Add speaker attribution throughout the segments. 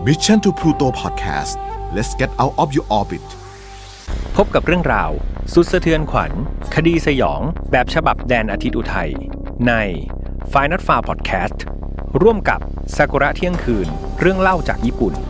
Speaker 1: Mission to Pluto Podcast Let's get out of your orbit
Speaker 2: พบกับเรื่องราวสุดสะเทือนขวัญคดีสยองแบบฉบับแดนอาทิตย์อุทัยใน Final File Podcast ร่วมกับซากุระเที่ยงคืนเรื่องเล่าจากญี่ปุ่น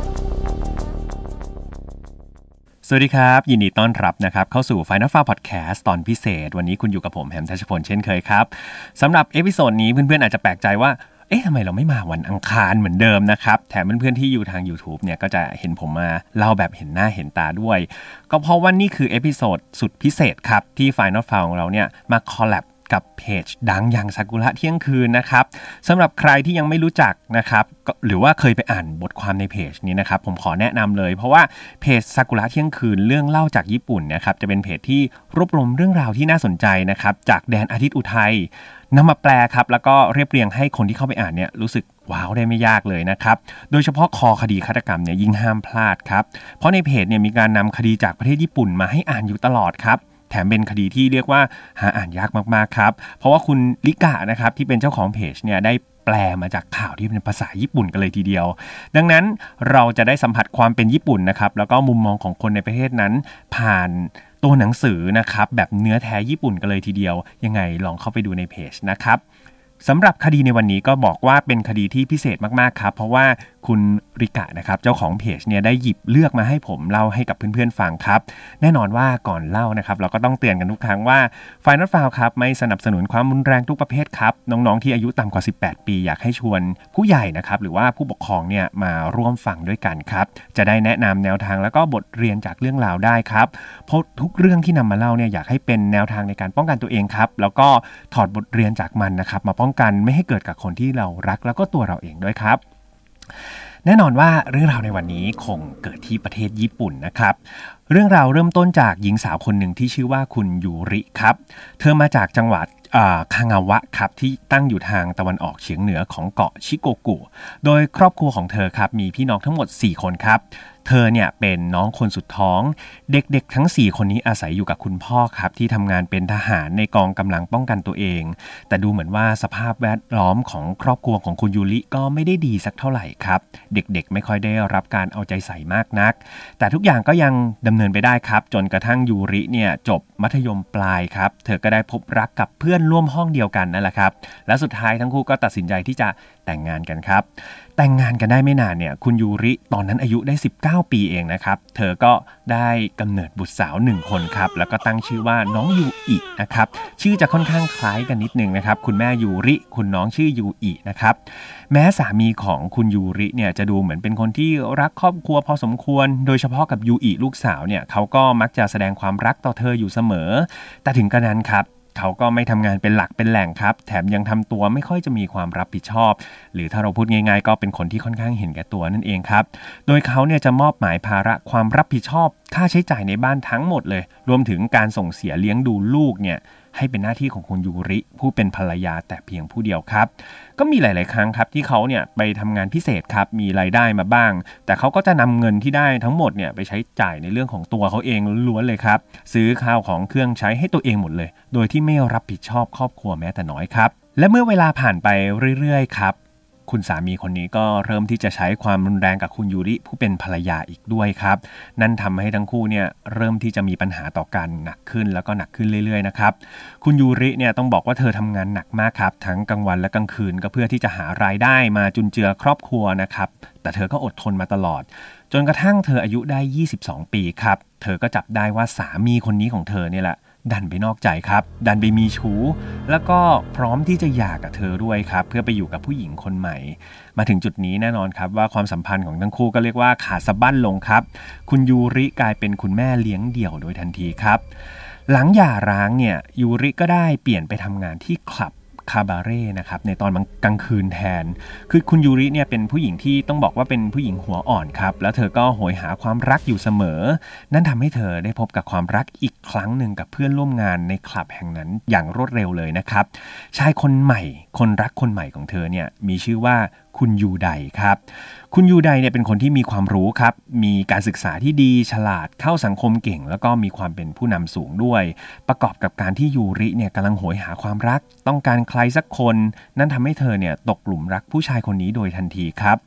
Speaker 2: สวัสดีครับยินดีต้อนรับนะครับเข้าสู่ Final File Podcast ตอนพิเศษวันนี้คุณอยู่กับผมแฮมทัชพลเช่นเคยครับสำหรับเอพิโซดนี้เพื่อนๆอาจจะแปลกใจว่าทำไมเราไม่มาวันอังคารเหมือนเดิมนะครับแถมเพื่อนๆที่อยู่ทาง YouTube เนี่ยก็จะเห็นผมมาเล่าแบบเห็นหน้าเห็นตาด้วยก็เพราะว่านี่คือเอพิโซดสุดพิเศษครับที่ Final File ของเราเนี่ยมาคอลแลบกับเพจดังอย่างซากุระเที่ยงคืนนะครับสำหรับใครที่ยังไม่รู้จักนะครับหรือว่าเคยไปอ่านบทความในเพจนี้นะครับผมขอแนะนำเลยเพราะว่าเพจซากุระเที่ยงคืนเรื่องเล่าจากญี่ปุ่นนะครับจะเป็นเพจที่รวบรวมเรื่องราวที่น่าสนใจนะครับจากแดนอาทิตย์อุทัยนำมาแปลครับแล้วก็เรียบเรียงให้คนที่เข้าไปอ่านเนี่ยรู้สึกว้าวได้ไม่ยากเลยนะครับโดยเฉพาะคอคดีฆาตกรรมเนี่ยยิ่งห้ามพลาดครับเพราะในเพจเนี่ยมีการนำคดีจากประเทศญี่ปุ่นมาให้อ่านอยู่ตลอดครับแถมเป็นคดีที่เรียกว่าหาอ่านยากมากๆครับเพราะว่าคุณลิกะนะครับที่เป็นเจ้าของเพจเนี่ยได้แปลมาจากข่าวที่เป็นภาษาญี่ปุ่นกันเลยทีเดียวดังนั้นเราจะได้สัมผัสความเป็นญี่ปุ่นนะครับแล้วก็มุมมองของคนในประเทศนั้นผ่านตัวหนังสือนะครับแบบเนื้อแท้ญี่ปุ่นกันเลยทีเดียวยังไงลองเข้าไปดูในเพจนะครับสำหรับคดีในวันนี้ก็บอกว่าเป็นคดีที่พิเศษมากๆครับเพราะว่าคุณริกะนะครับเจ้าของเพจเนี่ยได้หยิบเลือกมาให้ผมเล่าให้กับเพื่อนๆฟังครับแน่นอนว่าก่อนเล่านะครับเราก็ต้องเตือนกันทุกครั้งว่า Final File ครับไม่สนับสนุนความรุนแรงทุกประเภทครับน้องๆที่อายุต่ำกว่า18ปีอยากให้ชวนผู้ใหญ่นะครับหรือว่าผู้ปกครองเนี่ยมาร่วมฟังด้วยกันครับจะได้แนะนำแนวทางแล้วก็บทเรียนจากเรื่องราวได้ครับเพราะทุกเรื่องที่นำมาเล่าเนี่ยอยากให้เป็นแนวทางในการป้องกันตัวเองครับแล้วก็ถอดบทเรียนจากมันนะครับมาป้องกันไม่ให้เกิดกับคนที่เรารักแล้วก็ตัวเราเองด้วยครับแน่นอนว่าเรื่องราวในวันนี้คงเกิดที่ประเทศญี่ปุ่นนะครับเรื่องราวเริ่มต้นจากหญิงสาวคนหนึ่งที่ชื่อว่าคุณยูริครับเธอมาจากจังหวัดคางาวะครับที่ตั้งอยู่ทางตะวันออกเฉียงเหนือของเกาะชิโกกุโดยครอบครัวของเธอครับมีพี่น้องทั้งหมด4คนครับเธอเนี่ยเป็นน้องคนสุดท้องเด็กๆทั้ง4คนนี้อาศัยอยู่กับคุณพ่อครับที่ทำงานเป็นทหารในกองกำลังป้องกันตัวเองแต่ดูเหมือนว่าสภาพแวดล้อมของครอบครัวของคุณยูริก็ไม่ได้ดีสักเท่าไหร่ครับเด็กๆไม่ค่อยได้รับการเอาใจใส่มากนักแต่ทุกอย่างก็ยังดำเนินไปได้ครับจนกระทั่งยูริเนี่ยจบมัธยมปลายครับเธอก็ได้พบรักกับเพื่อนร่วมห้องเดียวกันนั่นแหละครับและสุดท้ายทั้งคู่ก็ตัดสินใจที่จะแต่งงานกันครับแต่งงานกันได้ไม่นานเนี่ยคุณยูริตอนนั้นอายุได้19ปีเองนะครับเธอก็ได้กำเนิดบุตรสาว1คนครับแล้วก็ตั้งชื่อว่าน้องยูอินะครับชื่อจะค่อนข้างคล้ายกันนิดนึงนะครับคุณแม่ยูริคุณน้องชื่อยูอินะครับแม้สามีของคุณยูริเนี่ยจะดูเหมือนเป็นคนที่รักครอบครัวพอสมควรโดยเฉพาะกับยูอิลูกสาวเนี่ยเขาก็มักจะแสดงความรักต่อเธออยู่เสมอแต่ถึงกระนั้นครับเขาก็ไม่ทำงานเป็นหลักเป็นแหล่งครับแถมยังทำตัวไม่ค่อยจะมีความรับผิดชอบหรือถ้าเราพูดง่ายๆก็เป็นคนที่ค่อนข้างเห็นแก่ตัวนั่นเองครับโดยเขาเนี่ยจะมอบหมายภาระความรับผิดชอบค่าใช้จ่ายในบ้านทั้งหมดเลยรวมถึงการส่งเสียเลี้ยงดูลูกเนี่ยให้เป็นหน้าที่ของคุณยูริผู้เป็นภรรยาแต่เพียงผู้เดียวครับก็มีหลายๆครั้งครับที่เขาเนี่ยไปทำงานพิเศษครับมีรายได้มาบ้างแต่เขาก็จะนำเงินที่ได้ทั้งหมดเนี่ยไปใช้จ่ายในเรื่องของตัวเขาเองล้วนๆเลยครับซื้อข้าวของเครื่องใช้ให้ตัวเองหมดเลยโดยที่ไม่รับผิดชอบครอบครัวแม้แต่น้อยครับและเมื่อเวลาผ่านไปเรื่อยๆครับคุณสามีคนนี้ก็เริ่มที่จะใช้ความรุนแรงกับคุณยูริผู้เป็นภรรยาอีกด้วยครับนั่นทำให้ทั้งคู่เนี่ยเริ่มที่จะมีปัญหาต่อกันหนักขึ้นแล้วก็หนักขึ้นเรื่อยๆนะครับคุณยูริเนี่ยต้องบอกว่าเธอทำงานหนักมากครับทั้งกลางวันและกลางคืนก็เพื่อที่จะหารายได้มาจุนเจือครอบครัวนะครับแต่เธอก็อดทนมาตลอดจนกระทั่งเธออายุได้22ปีครับเธอก็จับได้ว่าสามีคนนี้ของเธอเนี่ยแหละดันไปนอกใจครับดันไปมีชู้แล้วก็พร้อมที่จะหย่ากับเธอด้วยครับเพื่อไปอยู่กับผู้หญิงคนใหม่มาถึงจุดนี้แน่นอนครับว่าความสัมพันธ์ของทั้งคู่ก็เรียกว่าขาดสะบั้นลงครับคุณยูริกลายเป็นคุณแม่เลี้ยงเดี่ยวโดยทันทีครับหลังหย่าร้างเนี่ยยูริก็ได้เปลี่ยนไปทำงานที่คลับคาบาเร่นะครับในตอนกลางคืนแทนคือคุณยูริเนี่ยเป็นผู้หญิงที่ต้องบอกว่าเป็นผู้หญิงหัวอ่อนครับแล้วเธอก็โหยหาความรักอยู่เสมอนั่นทำให้เธอได้พบกับความรักอีกครั้งหนึ่งกับเพื่อนร่วมงานในคลับแห่งนั้นอย่างรวดเร็วเลยนะครับชายคนใหม่คนรักคนใหม่ของเธอเนี่ยมีชื่อว่าคุณยูไดครับคุณยูไดเนี่ยเป็นคนที่มีความรู้ครับมีการศึกษาที่ดีฉลาดเข้าสังคมเก่งแล้วก็มีความเป็นผู้นำสูงด้วยประกอบกับการที่ยูริเนี่ยกำลังโหยหาความรักต้องการใครสักคนนั่นทำให้เธอเนี่ยตกหลุมรักผู้ชายคนนี้โดยทันทีครับ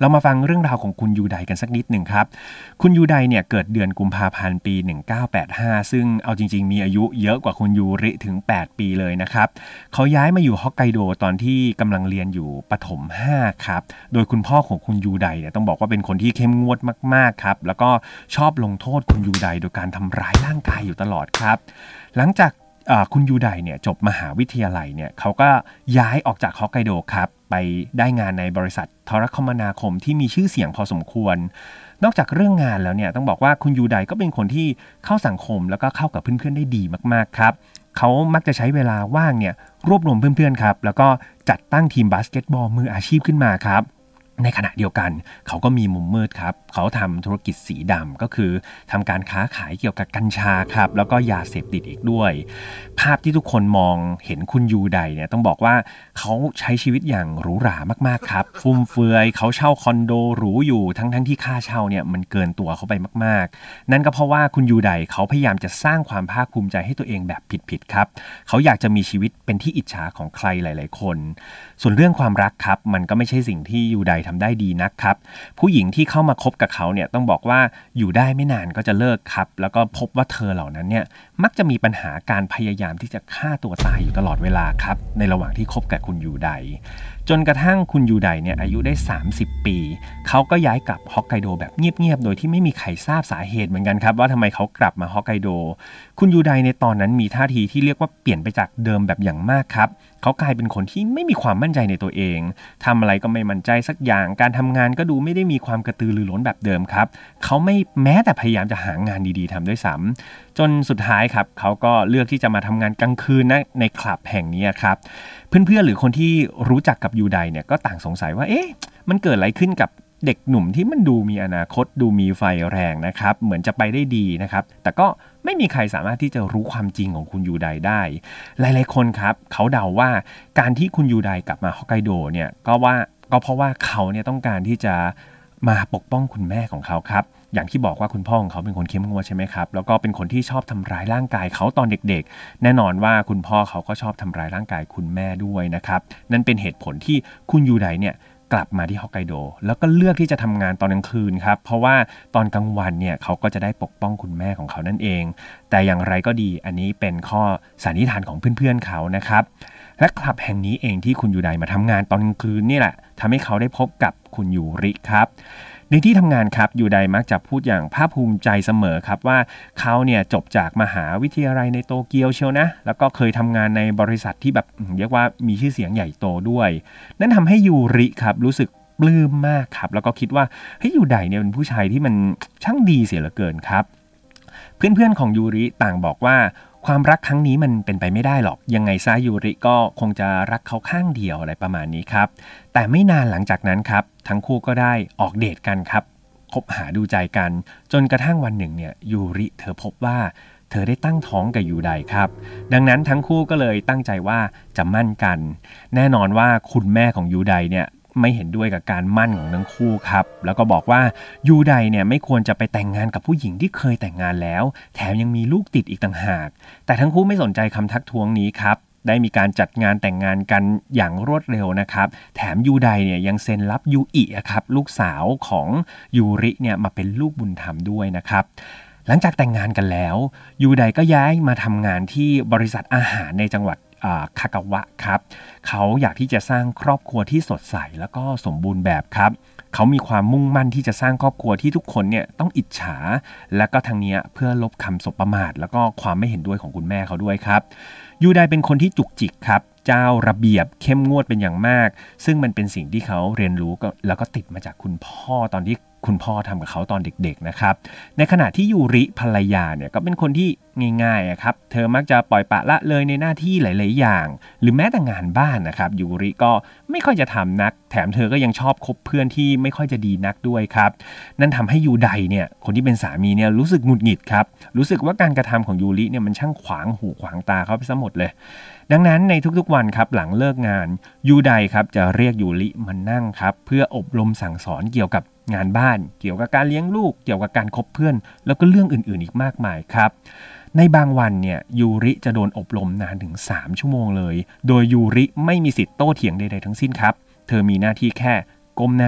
Speaker 2: เรามาฟังเรื่องราวของคุณยูไดกันสักนิดหนึ่งครับคุณยูไดเนี่ยเกิดเดือนกุมภาพันธ์ปี1985ซึ่งเอาจริงๆมีอายุเยอะกว่าคุณยูริถึง8ปีเลยนะครับเขาย้ายมาอยู่ฮอกไกโดตอนที่กำลังเรียนอยู่ประถม5ครับโดยคุณพ่อของคุณยูไดเนี่ยต้องบอกว่าเป็นคนที่เข้มงวดมากๆครับแล้วก็ชอบลงโทษคุณยูไดโดยการทำร้ายร่างกายอยู่ตลอดครับหลังจากคุณยูไดเนี่ยจบมหาวิทยาลัยเนี่ยเขาก็ย้ายออกจากฮอกไกโดครับไปได้งานในบริษัทโทรคมนาคมที่มีชื่อเสียงพอสมควรนอกจากเรื่องงานแล้วเนี่ยต้องบอกว่าคุณยูไดก็เป็นคนที่เข้าสังคมแล้วก็เข้ากับเพื่อนๆได้ดีมากๆครับเขามักจะใช้เวลาว่างเนี่ยรวบรวมเพื่อนๆครับแล้วก็จัดตั้งทีมบาสเกตบอลมืออาชีพขึ้นมาครับในขณะเดียวกันเขาก็มีมุมมืดครับเขาทำธุรกิจสีดำก็คือทำการค้าขายเกี่ยวกับกัญชาครับแล้วก็ยาเสพติดอีกด้วยภาพที่ทุกคนมองเห็นคุณยูไดเนี่ยต้องบอกว่าเขาใช้ชีวิตอย่างหรูหรามากๆครับฟุ่มเฟือยเขาเช่าคอนโดหรูอยู่ทั้งที่ค่าเช่าเนี่ยมันเกินตัวเขาไปมากๆนั่นก็เพราะว่าคุณยูไดเขาพยายามจะสร้างความภาคภูมิใจให้ตัวเองแบบผิดๆครับเขาอยากจะมีชีวิตเป็นที่อิจฉาของใครหลายๆคนส่วนเรื่องความรักครับมันก็ไม่ใช่สิ่งที่ยูไดทำได้ดีนักครับผู้หญิงที่เข้ามาคบกับเขาเนี่ยต้องบอกว่าอยู่ได้ไม่นานก็จะเลิกครับแล้วก็พบว่าเธอเหล่านั้นเนี่ยมักจะมีปัญหาการพยายามที่จะฆ่าตัวตายอยู่ตลอดเวลาครับในระหว่างที่คบกับคุณยูไดจนกระทั่งคุณยูไดเนี่ยอายุได้30ปีเขาก็ย้ายกลับฮอกไกโดแบบเงียบๆโดยที่ไม่มีใครทราบสาเหตุเหมือนกันครับว่าทำไมเขากลับมาฮอกไกโดคุณยูไดในตอนนั้นมีท่าทีที่เรียกว่าเปลี่ยนไปจากเดิมแบบอย่างมากครับเขากลายเป็นคนที่ไม่มีความมั่นใจในตัวเองทำอะไรก็ไม่มั่นใจสักอย่างการทำงานก็ดูไม่ได้มีความกระตือรือร้นแบบเดิมครับเขาไม่แม้แต่พยายามจะหางานดีๆทำด้วยซ้ำจนสุดท้ายครับเขาก็เลือกที่จะมาทำงานกลางคืนนะในคลับแห่งนี้ครับเพื่อนๆหรือคนที่รู้จักกับยูไดเนี่ยก็ต่างสงสัยว่าเอ๊ะมันเกิดอะไรขึ้นกับเด็กหนุ่มที่มันดูมีอนาคตดูมีไฟแรงนะครับเหมือนจะไปได้ดีนะครับแต่ก็ไม่มีใครสามารถที่จะรู้ความจริงของคุณยูไดได้หลายๆคนครับเขาเดาว่าการที่คุณยูไดกลับมาฮอกไกโดเนี่ยก็เพราะว่าเขาเนี่ยต้องการที่จะมาปกป้องคุณแม่ของเขาครับอย่างที่บอกว่าคุณพ่อของเขาเป็นคนเข้มงวดใช่ไหมครับแล้วก็เป็นคนที่ชอบทำร้ายร่างกายเขาตอนเด็กๆแน่นอนว่าคุณพ่อเขาก็ชอบทำร้ายร่างกายคุณแม่ด้วยนะครับนั่นเป็นเหตุผลที่คุณยูไดเนี่ยกลับมาที่ฮอกไกโดแล้วก็เลือกที่จะทำงานตอนกลางคืนครับเพราะว่าตอนกลางวันเนี่ยเขาก็จะได้ปกป้องคุณแม่ของเขานั่นเองแต่อย่างไรก็ดีอันนี้เป็นข้อสันนิษฐานของเพื่อนๆเขานะครับและคลับแห่งนี้เองที่คุณยูไดมาทำงานตอนกลางคืนนี่แหละทำให้เขาได้พบกับคุณยูริครับในที่ทำงานครับยูไดมักจะพูดอย่างภาคภูมิใจเสมอครับว่าเขาเนี่ยจบจากมหาวิทยาลัยในโตเกียวเชียวนะแล้วก็เคยทำงานในบริษัทที่แบบเรียกว่ามีชื่อเสียงใหญ่โตด้วยนั่นทำให้ยูริครับรู้สึกปลื้มมากครับแล้วก็คิดว่าเฮ้ยยูไดเนี่ยเป็นผู้ชายที่มันช่างดีเสียเหลือเกินครับเพื่อนๆของยูริต่างบอกว่าความรักครั้งนี้มันเป็นไปไม่ได้หรอกยังไงซะยูริก็คงจะรักเขาข้างเดียวอะไรประมาณนี้ครับแต่ไม่นานหลังจากนั้นครับทั้งคู่ก็ได้ออกเดทกันครับคบหาดูใจกันจนกระทั่งวันหนึ่งเนี่ยยูริเธอพบว่าเธอได้ตั้งท้องกับยูไดครับดังนั้นทั้งคู่ก็เลยตั้งใจว่าจะมั่นกันแน่นอนว่าคุณแม่ของยูไดเนี่ยไม่เห็นด้วยกับการมั่นของทั้งคู่ครับแล้วก็บอกว่ายูไดเนี่ยไม่ควรจะไปแต่งงานกับผู้หญิงที่เคยแต่งงานแล้วแถมยังมีลูกติดอีกต่างหากแต่ทั้งคู่ไม่สนใจคำทักท้วงนี้ครับได้มีการจัดงานแต่งงานกันอย่างรวดเร็วนะครับแถมยูไดเนี่ยยังเซ็นรับยูอิครับลูกสาวของยูริเนี่ยมาเป็นลูกบุญธรรมด้วยนะครับหลังจากแต่งงานกันแล้วยูไดก็ย้ายมาทำงานที่บริษัทอาหารในจังหวัดคากาวะครับเขาอยากที่จะสร้างครอบครัวที่สดใสแล้วก็สมบูรณ์แบบครับเขามีความมุ่งมั่นที่จะสร้างครอบครัวที่ทุกคนเนี่ยต้องอิจฉาและก็ทางนี้เพื่อลบคำสบประมาทแล้วก็ความไม่เห็นด้วยของคุณแม่เขาด้วยครับยูไดเป็นคนที่จุกจิกครับเจ้าระเบียบเข้มงวดเป็นอย่างมากซึ่งมันเป็นสิ่งที่เขาเรียนรู้แล้วก็ติดมาจากคุณพ่อตอนที่คุณพ่อทำกับเขาตอนเด็กๆนะครับในขณะที่ยูริภรรยาเนี่ยก็เป็นคนที่ง่ายๆครับเธอมักจะปล่อยปละละเลยในหน้าที่หลายๆอย่างหรือแม้แต่งานบ้านนะครับยูริก็ไม่ค่อยจะทำนักแถมเธอก็ยังชอบคบเพื่อนที่ไม่ค่อยจะดีนักด้วยครับนั่นทำให้ยูไดเนี่ยคนที่เป็นสามีเนี่ยรู้สึกหงุดหงิดครับรู้สึกว่าการกระทำของยูริเนี่ยมันช่างขวางหูขวางตาเขาไปซะหมดเลยดังนั้นในทุกๆวันครับหลังเลิกงานยูไดครับจะเรียกยูริมานั่งครับเพื่ออบรมสั่งสอนเกี่ยวกับงานบ้านเกี่ยวกับการเลี้ยงลูกเกี่ยวกับการคบเพื่อนแล้วก็เรื่องอื่นๆอีกมากมายครับในบางวันเนี่ยยูริจะโดนอบรมนานถึง3ชั่วโมงเลยโดยยูริไม่มีสิทธิ์โต้เถียงใดๆทั้งสิ้นครับเธอมีหน้าที่แค่ก้มหน้า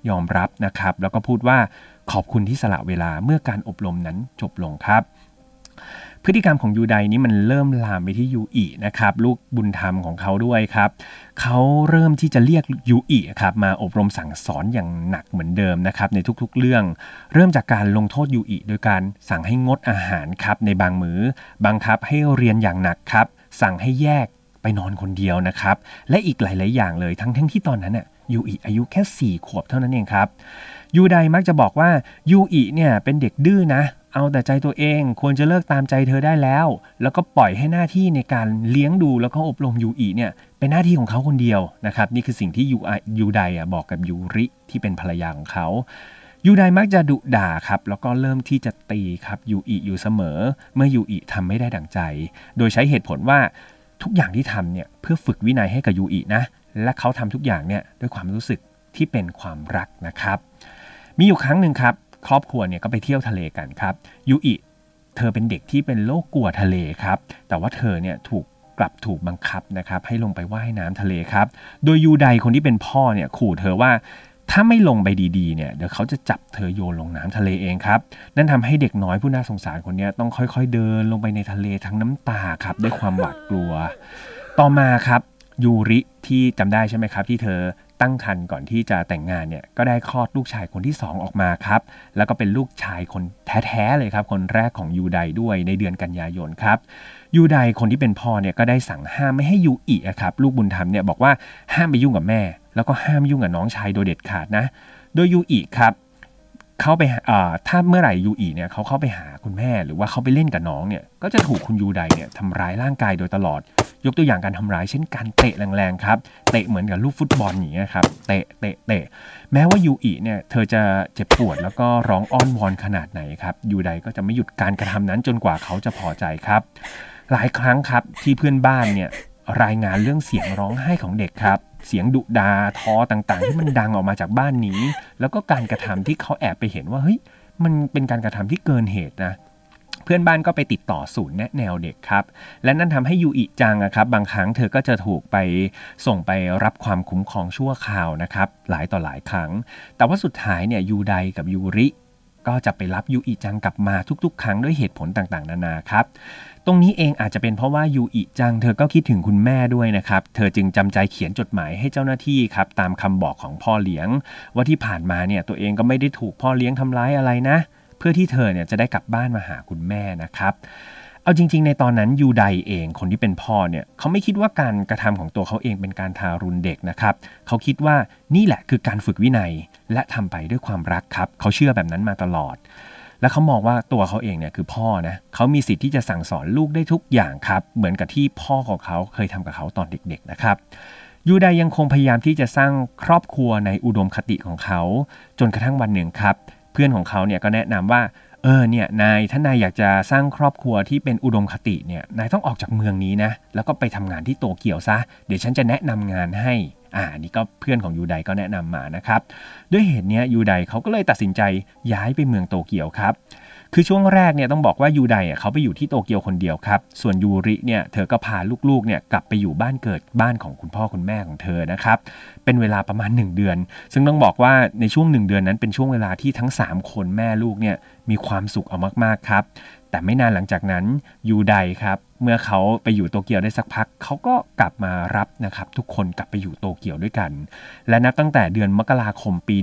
Speaker 2: ยอมรับนะครับแล้วก็พูดว่าขอบคุณที่สละเวลาเมื่อการอบรมนั้นจบลงครับพฤติกรรมของยูไดนี้มันเริ่มลามไปที่ยูอินะครับลูกบุญธรรมของเขาด้วยครับเขาเริ่มที่จะเรียกยูอิครับมาอบรมสั่งสอนอย่างหนักเหมือนเดิมนะครับในทุกๆเรื่องเริ่มจากการลงโทษยูอิโดยการสั่งให้งดอาหารครับในบางมื้อบังคับให้เรียนอย่างหนักครับสั่งให้แยกไปนอนคนเดียวนะครับและอีกหลายๆอย่างเลยทั้งที่ตอนนั้นน่ะยูอิอายุแค่4 ขวบเท่านั้นเองครับยูไดมักจะบอกว่ายูอิเนี่ยเป็นเด็กดื้อนะเอาแต่ใจตัวเองควรจะเลิกตามใจเธอได้แล้วก็ปล่อยให้หน้าที่ในการเลี้ยงดูแล้วก็อบรมยูอิเนี่ยเป็นหน้าที่ของเขาคนเดียวนะครับนี่คือสิ่งที่ยูไดบอกกับยูริที่เป็นภรรยาของเขายูไดมักจะดุด่าครับแล้วก็เริ่มที่จะตีครับยูอิอยู่เสมอเมื่อยูอิทำไม่ได้ดั่งใจโดยใช้เหตุผลว่าทุกอย่างที่ทำเนี่ยเพื่อฝึกวินัยให้กับยูอินะและเขาทำทุกอย่างเนี่ยด้วยความรู้สึกที่เป็นความรักนะครับมีอยู่ครั้งหนึ่งครับครอบครัวเนี่ยก็ไปเที่ยวทะเลกันครับยูอิเธอเป็นเด็กที่เป็นโรคกลัวทะเลครับแต่ว่าเธอเนี่ยกลับถูกบังคับนะครับให้ลงไปว่ายน้ำทะเลครับโดยยูไดคนที่เป็นพ่อเนี่ยขู่เธอว่าถ้าไม่ลงไปดีๆเนี่ยเดี๋ยวเขาจะจับเธอโยนลงน้ำทะเลเองครับนั่นทำให้เด็กน้อยผู้น่าสงสารคนนี้ต้องค่อยๆเดินลงไปในทะเลทั้งน้ำตาครับด้วยความหวาดกลัวต่อมาครับยูริที่จำได้ใช่ไหมครับที่เธอตั้งครรภ์ก่อนที่จะแต่งงานเนี่ยก็ได้คลอดลูกชายคนที่2ออกมาครับแล้วก็เป็นลูกชายคนแท้ๆเลยครับคนแรกของยูไดด้วยในเดือนกันยายนครับยูไดคนที่เป็นพ่อเนี่ยก็ได้สั่งห้ามไม่ให้ยูอิครับลูกบุญธรรมเนี่ยบอกว่าห้ามไปยุ่งกับแม่แล้วก็ห้ามยุ่งกับน้องชายโดยเด็ดขาดนะโดยยูอิครับเข้าไปถ้าเมื่อไหร่ยูอิเนี่ยเขาเข้าไปหาคุณแม่หรือว่าเขาไปเล่นกับน้องเนี่ยก็จะถูกคุณยูไดเนี่ยทำร้ายร่างกายโดยตลอดยกตัวอย่างการทำร้ายเช่นการเตะแรงๆครับเตะเหมือนกับลูกฟุตบอลอย่างเงี้ยครับเตะแม้ว่ายูอิเนี่ยเธอจะเจ็บปวดแล้วก็ร้องอ้อนวอนขนาดไหนครับยูไดก็จะไม่หยุดการกระทำนั้นจนกว่าเขาจะพอใจครับหลายครั้งครับที่เพื่อนบ้านเนี่ยรายงานเรื่องเสียงร้องไห้ของเด็กครับเสียงดุดาท้อต่างๆที่มันดังออกมาจากบ้านนี้แล้วก็การกระทำที่เขาแอบไปเห็นว่าเฮ้ยมันเป็นการกระทำที่เกินเหตุนะเพื่อนบ้านก็ไปติดต่อศูนย์แนะแนวเด็กครับและนั่นทำให้ยูอิจังครับบางครั้งเธอก็จะถูกไปส่งไปรับความคุ้มครองชั่วคราวนะครับหลายต่อหลายครั้งแต่ว่าสุดท้ายเนี่ยยูไดกับยูริก็จะไปรับยูอิจังกลับมาทุกๆครั้งด้วยเหตุผลต่างๆนานาครับตรงนี้เองอาจจะเป็นเพราะว่ายูอิจังเธอก็คิดถึงคุณแม่ด้วยนะครับเธอจึงจำใจเขียนจดหมายให้เจ้าหน้าที่ครับตามคำบอกของพ่อเลี้ยงว่าที่ผ่านมาเนี่ยตัวเองก็ไม่ได้ถูกพ่อเลี้ยงทำร้ายอะไรนะเพื่อที่เธอเนี่ยจะได้กลับบ้านมาหาคุณแม่นะครับเอาจริงๆในตอนนั้นยูไดเองคนที่เป็นพ่อเนี่ยเขาไม่คิดว่าการกระทำของตัวเขาเองเป็นการทารุณเด็กนะครับเขาคิดว่านี่แหละคือการฝึกวินัยและทำไปด้วยความรักครับเขาเชื่อแบบนั้นมาตลอดและเขามองว่าตัวเขาเองเนี่ยคือพ่อนะเขามีสิทธิ์ที่จะสั่งสอนลูกได้ทุกอย่างครับเหมือนกับที่พ่อของเขาเคยทำกับเขาตอนเด็กๆนะครับยูไดยังคงพยายามที่จะสร้างครอบครัวในอุดมคติของเขาจนกระทั่งวันหนึ่งครับเพื่อนของเขาเนี่ยก็แนะนำว่าเนี่ยนายถ้านายอยากจะสร้างครอบครัวที่เป็นอุดมคติเนี่ยนายต้องออกจากเมืองนี้นะแล้วก็ไปทำงานที่โตเกียวซะเดี๋ยวฉันจะแนะนำงานให้นี่ก็เพื่อนของยูไดก็แนะนำมานะครับด้วยเหตุนี้ยูไดเขาก็เลยตัดสินใจย้ายไปเมืองโตเกียวครับคือช่วงแรกเนี่ยต้องบอกว่ายูไดเขาไปอยู่ที่โตเกียวคนเดียวครับส่วนยูริเนี่ยเธอก็พาลูกๆเนี่ยกลับไปอยู่บ้านเกิดบ้านของคุณพ่อคุณแม่ของเธอนะครับเป็นเวลาประมาณ1เดือนซึ่งต้องบอกว่าในช่วง1เดือนนั้นเป็นช่วงเวลาที่ทั้ง3คนแม่ลูกเนี่ยมีความสุขเอามากๆครับแต่ไม่นานหลังจากนั้นยูไดครับเมื่อเขาไปอยู่โตเกียวได้สักพักเขาก็กลับมารับนะครับทุกคนกลับไปอยู่โตเกียวด้วยกันและนับตั้งแต่เดือนมกราคมปี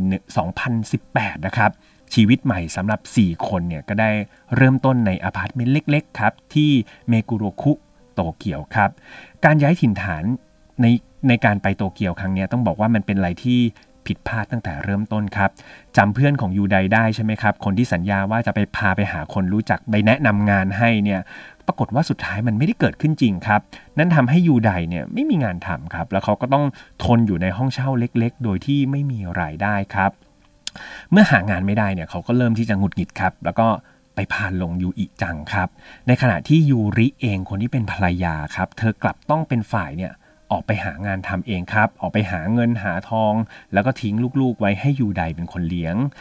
Speaker 2: 2018นะครับชีวิตใหม่สำหรับ4คนเนี่ยก็ได้เริ่มต้นในอพาร์ตเมนต์เล็กๆครับที่เมกุโรคุโตเกียวครับการย้ายถิ่นฐานในการไปโตเกียวครั้งนี้ต้องบอกว่ามันเป็นอะไรที่ผิดพลาดตั้งแต่เริ่มต้นครับจำเพื่อนของยูไดได้ใช่ไหมครับคนที่สัญญาว่าจะไปพาไปหาคนรู้จักไปแนะนำงานให้เนี่ยปรากฏว่าสุดท้ายมันไม่ได้เกิดขึ้นจริงครับนั่นทำให้ยูไดเนี่ยไม่มีงานทำครับแล้วเขาก็ต้องทนอยู่ในห้องเช่าเล็กๆโดยที่ไม่มีรายได้ครับเมื่อหางานไม่ได้เนี่ยเขาก็เริ่มที่จะหงุดหงิดครับแล้วก็ไปพาลงยูอิจังครับในขณะที่ยูริเองคนที่เป็นภรรยาครับเธอกลับต้องเป็นฝ่ายเนี่ยออกไปหางานทำเองครับออกไปหาเงินหาทองแล้วก็ทิ้งลูกๆไว้ให้ยูไดเป็นคนเลี้ยง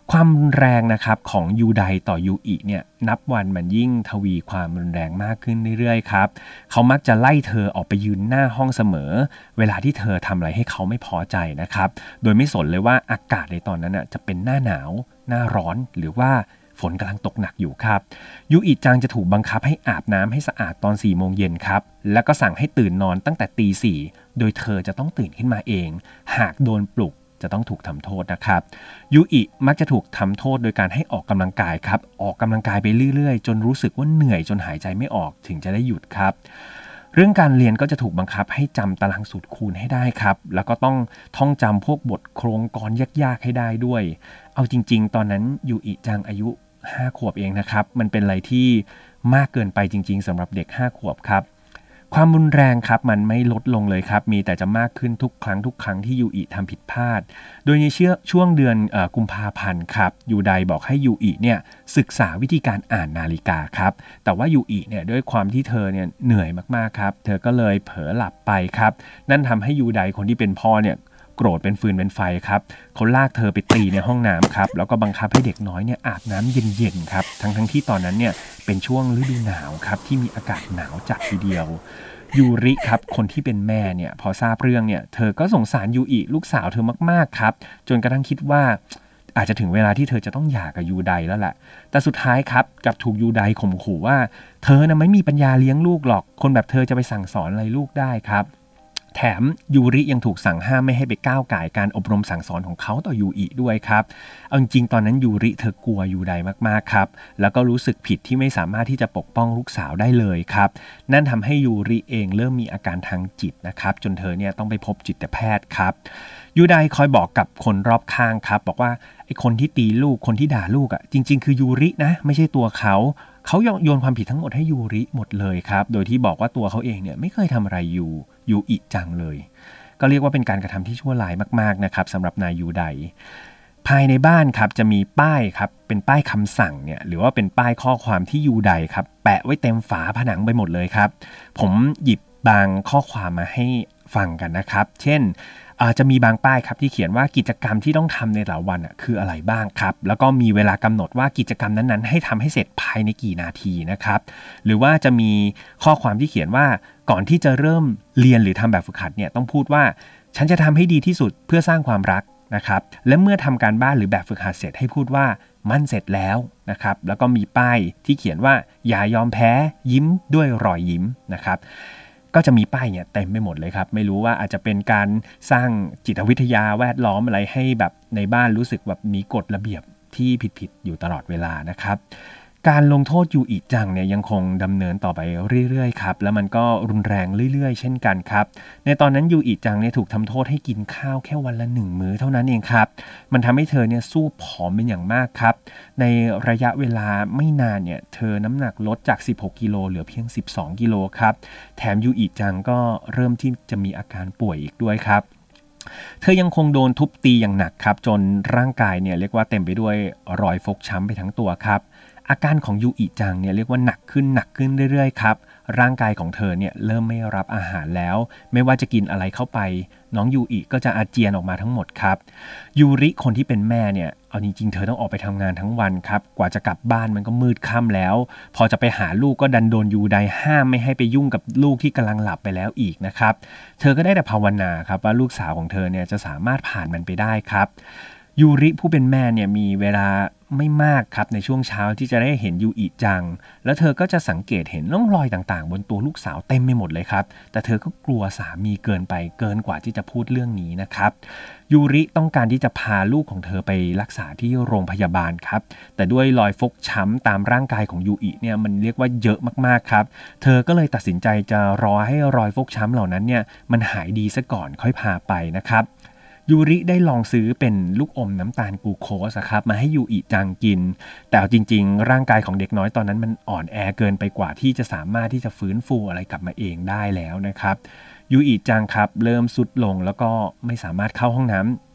Speaker 2: ความรุนแรงนะครับของยูไดต่อยูอิเนี่ยนับวันมันยิ่งทวีความรุนแรงมากขึ้นเรื่อยๆครับเขามักจะไล่เธอออกไปยืนหน้าห้องเสมอเวลาที่เธอทำอะไรให้เขาไม่พอใจนะครับโดยไม่สนเลยว่าอากาศในตอนนั้นจะเป็นหน้าหนาวหน้าร้อนหรือว่าฝนกำลังตกหนักอยู่ครับยูอิจังจะถูกบังคับให้อาบน้ำให้สะอาดตอน4 โมงเย็นครับแล้วก็สั่งให้ตื่นนอนตั้งแต่ตี 4โดยเธอจะต้องตื่นขึ้นมาเองหากโดนปลุกจะต้องถูกทำโทษนะครับยูอิมักจะถูกทำโทษโดยการให้ออกกำลังกายครับออกกำลังกายไปเรื่อยๆจนรู้สึกว่าเหนื่อยจนหายใจไม่ออกถึงจะได้หยุดครับเรื่องการเรียนก็จะถูกบังคับให้จำตารางสูตรคูณให้ได้ครับแล้วก็ต้องท่องจำพวกบทโครงกรยากๆให้ได้ด้วยเอาจริงๆตอนนั้นยูอิจังอายุ5 ขวบเองนะครับมันเป็นอะไรที่มากเกินไปจริงๆสำหรับเด็ก5 ขวบครับความรุนแรงครับมันไม่ลดลงเลยครับมีแต่จะมากขึ้นทุกครั้งที่ยูอิทำผิดพลาดโดยในช่วงเดือนกุมภาพันธ์ครับยูไดบอกให้ยูอิเนี่ยศึกษาวิธีการอ่านนาฬิกาครับแต่ว่ายูอิเนี่ยด้วยความที่เธอเนี่ยเหนื่อยมากๆครับเธอก็เลยเผลอหลับไปครับนั่นทำให้ยูไดคนที่เป็นพ่อเนี่ยโกรธเป็นฟืนเป็นไฟครับเขาลากเธอไปตีในห้องน้ำครับแล้วก็บังคับให้เด็กน้อยเนี่ยอาบน้ำเย็นๆครับทั้งที่ตอนนั้นเนี่ยเป็นช่วงฤดูหนาวครับที่มีอากาศหนาวจัดทีเดียวยูริครับคนที่เป็นแม่เนี่ยพอทราบเรื่องเนี่ยเธอก็สงสารยูอิลูกสาวเธอมากๆครับจนกระทั่งคิดว่าอาจจะถึงเวลาที่เธอจะต้องหย่ากับยูไดแล้วแหละแต่สุดท้ายครับกับถูกยูไดข่มขู่ว่าเธอน่ะไม่มีปัญญาเลี้ยงลูกหรอกคนแบบเธอจะไปสั่งสอนอะไรลูกได้ครับแถมยูริยังถูกสั่งห้ามไม่ให้ไปก้าวก่ายการอบรมสั่งสอนของเขาต่อยูอิด้วยครับเอาจริงๆตอนนั้นยูริเธอกลัวยูไดมากๆครับแล้วก็รู้สึกผิดที่ไม่สามารถที่จะปกป้องลูกสาวได้เลยครับนั่นทำให้ยูริเองเริ่มมีอาการทางจิตนะครับจนเธอเนี่ยต้องไปพบจิตแพทย์ครับยูไดคอยบอกกับคนรอบข้างครับบอกว่าไอ้คนที่ตีลูกคนที่ด่าลูกจริงๆคือยูรินะไม่ใช่ตัวเขาโยนความผิดทั้งหมดให้ยูริหมดเลยครับโดยที่บอกว่าตัวเขาเองเนี่ยไม่เคยทำอะไรยูอิจังเลยก็เรียกว่าเป็นการกระทำที่ชั่วร้ายมากๆนะครับสำหรับนายยูไดภายในบ้านครับจะมีป้ายครับเป็นป้ายคำสั่งเนี่ยหรือว่าเป็นป้ายข้อความที่ยูไดครับแปะไว้เต็มฝาผนังไปหมดเลยครับผมหยิบบางข้อความมาให้ฟังกันนะครับเช่นจะมีบางป้ายครับที่เขียนว่ากิจกรรมที่ต้องทำในแต่ละวันคืออะไรบ้างครับแล้วก็มีเวลากำหนดว่ากิจกรรมนั้นๆให้ทำให้เสร็จภายในกี่นาทีนะครับหรือว่าจะมีข้อความที่เขียนว่าก่อนที่จะเริ่มเรียนหรือทำแบบฝึกหัดเนี่ยต้องพูดว่าฉันจะทำให้ดีที่สุดเพื่อสร้างความรักนะครับและเมื่อทำการบ้านหรือแบบฝึกหัดเสร็จให้พูดว่ามันเสร็จแล้วนะครับแล้วก็มีป้ายที่เขียนว่าอย่ายอมแพ้ยิ้มด้วยรอยยิ้มนะครับก็จะมีป้ายเนี่ยเต็มไปหมดเลยครับไม่รู้ว่าอาจจะเป็นการสร้างจิตวิทยาแวดล้อมอะไรให้แบบในบ้านรู้สึกแบบมีกฎระเบียบที่ผิดอยู่ตลอดเวลานะครับการลงโทษยูอิจังเนี่ยยังคงดำเนินต่อไปเรื่อยๆครับแล้วมันก็รุนแรงเรื่อยๆเช่นกันครับในตอนนั้นยูอิจังเนี่ยถูกทำโทษให้กินข้าวแค่วันละ1 มื้อเท่านั้นเองครับมันทำให้เธอเนี่ยสู้ผอมเป็นอย่างมากครับในระยะเวลาไม่นานเนี่ยเธอน้ำหนักลดจาก16 กิโลเหลือเพียง12 กิโลครับแถมยูอิจังก็เริ่มที่จะมีอาการป่วยอีกด้วยครับเธอยังคงโดนทุบตีอย่างหนักครับจนร่างกายเนี่ยเรียกว่าเต็มไปด้วยรอยฟกช้ำไปทั้งตัวครับอาการของยูอิจังเนี่ยเรียกว่าหนักขึ้นเรื่อยๆครับร่างกายของเธอเนี่ยเริ่มไม่รับอาหารแล้วไม่ว่าจะกินอะไรเข้าไปน้องยูอิก็จะอาเจียนออกมาทั้งหมดครับยูริคนที่เป็นแม่เนี่ยเอาจริงๆเธอต้องออกไปทำงานทั้งวันครับกว่าจะกลับบ้านมันก็มืดค่ำแล้วพอจะไปหาลูกก็ดันโดนยูไดห้ามไม่ให้ไปยุ่งกับลูกที่กำลังหลับไปแล้วอีกนะครับเธอก็ได้แต่ภาวนาครับว่าลูกสาวของเธอเนี่ยจะสามารถผ่านมันไปได้ครับยูริผู้เป็นแม่เนี่ยมีเวลาไม่มากครับในช่วงเช้าที่จะได้เห็นยูอิจังแล้วเธอก็จะสังเกตเห็นร่องรอยต่างๆบนตัวลูกสาวเต็มไปหมดเลยครับแต่เธอก็กลัวสามีเกินกว่าที่จะพูดเรื่องนี้นะครับยูริต้องการที่จะพาลูกของเธอไปรักษาที่โรงพยาบาลครับแต่ด้วยรอยฟกช้ำตามร่างกายของยูอิเนี่ยมันเรียกว่าเยอะมากๆครับเธอก็เลยตัดสินใจจะรอให้รอยฟกช้ำเหล่านั้นเนี่ยมันหายดีซะก่อนค่อยพาไปนะครับยูริได้ลองซื้อเป็นลูกอมน้ำตาลกลูโคสครับมาให้ยูอิจังกินแต่จริงๆร่างกายของเด็กน้อยตอนนั้นมันอ่อนแอเกินไปกว่าที่จะสามารถที่จะฟื้นฟูอะไรกลับมาเองได้แล้วนะครับยูอิจังครับเริ่มสุดลงแล้วก็ไม่สามารถเข้าห้องน้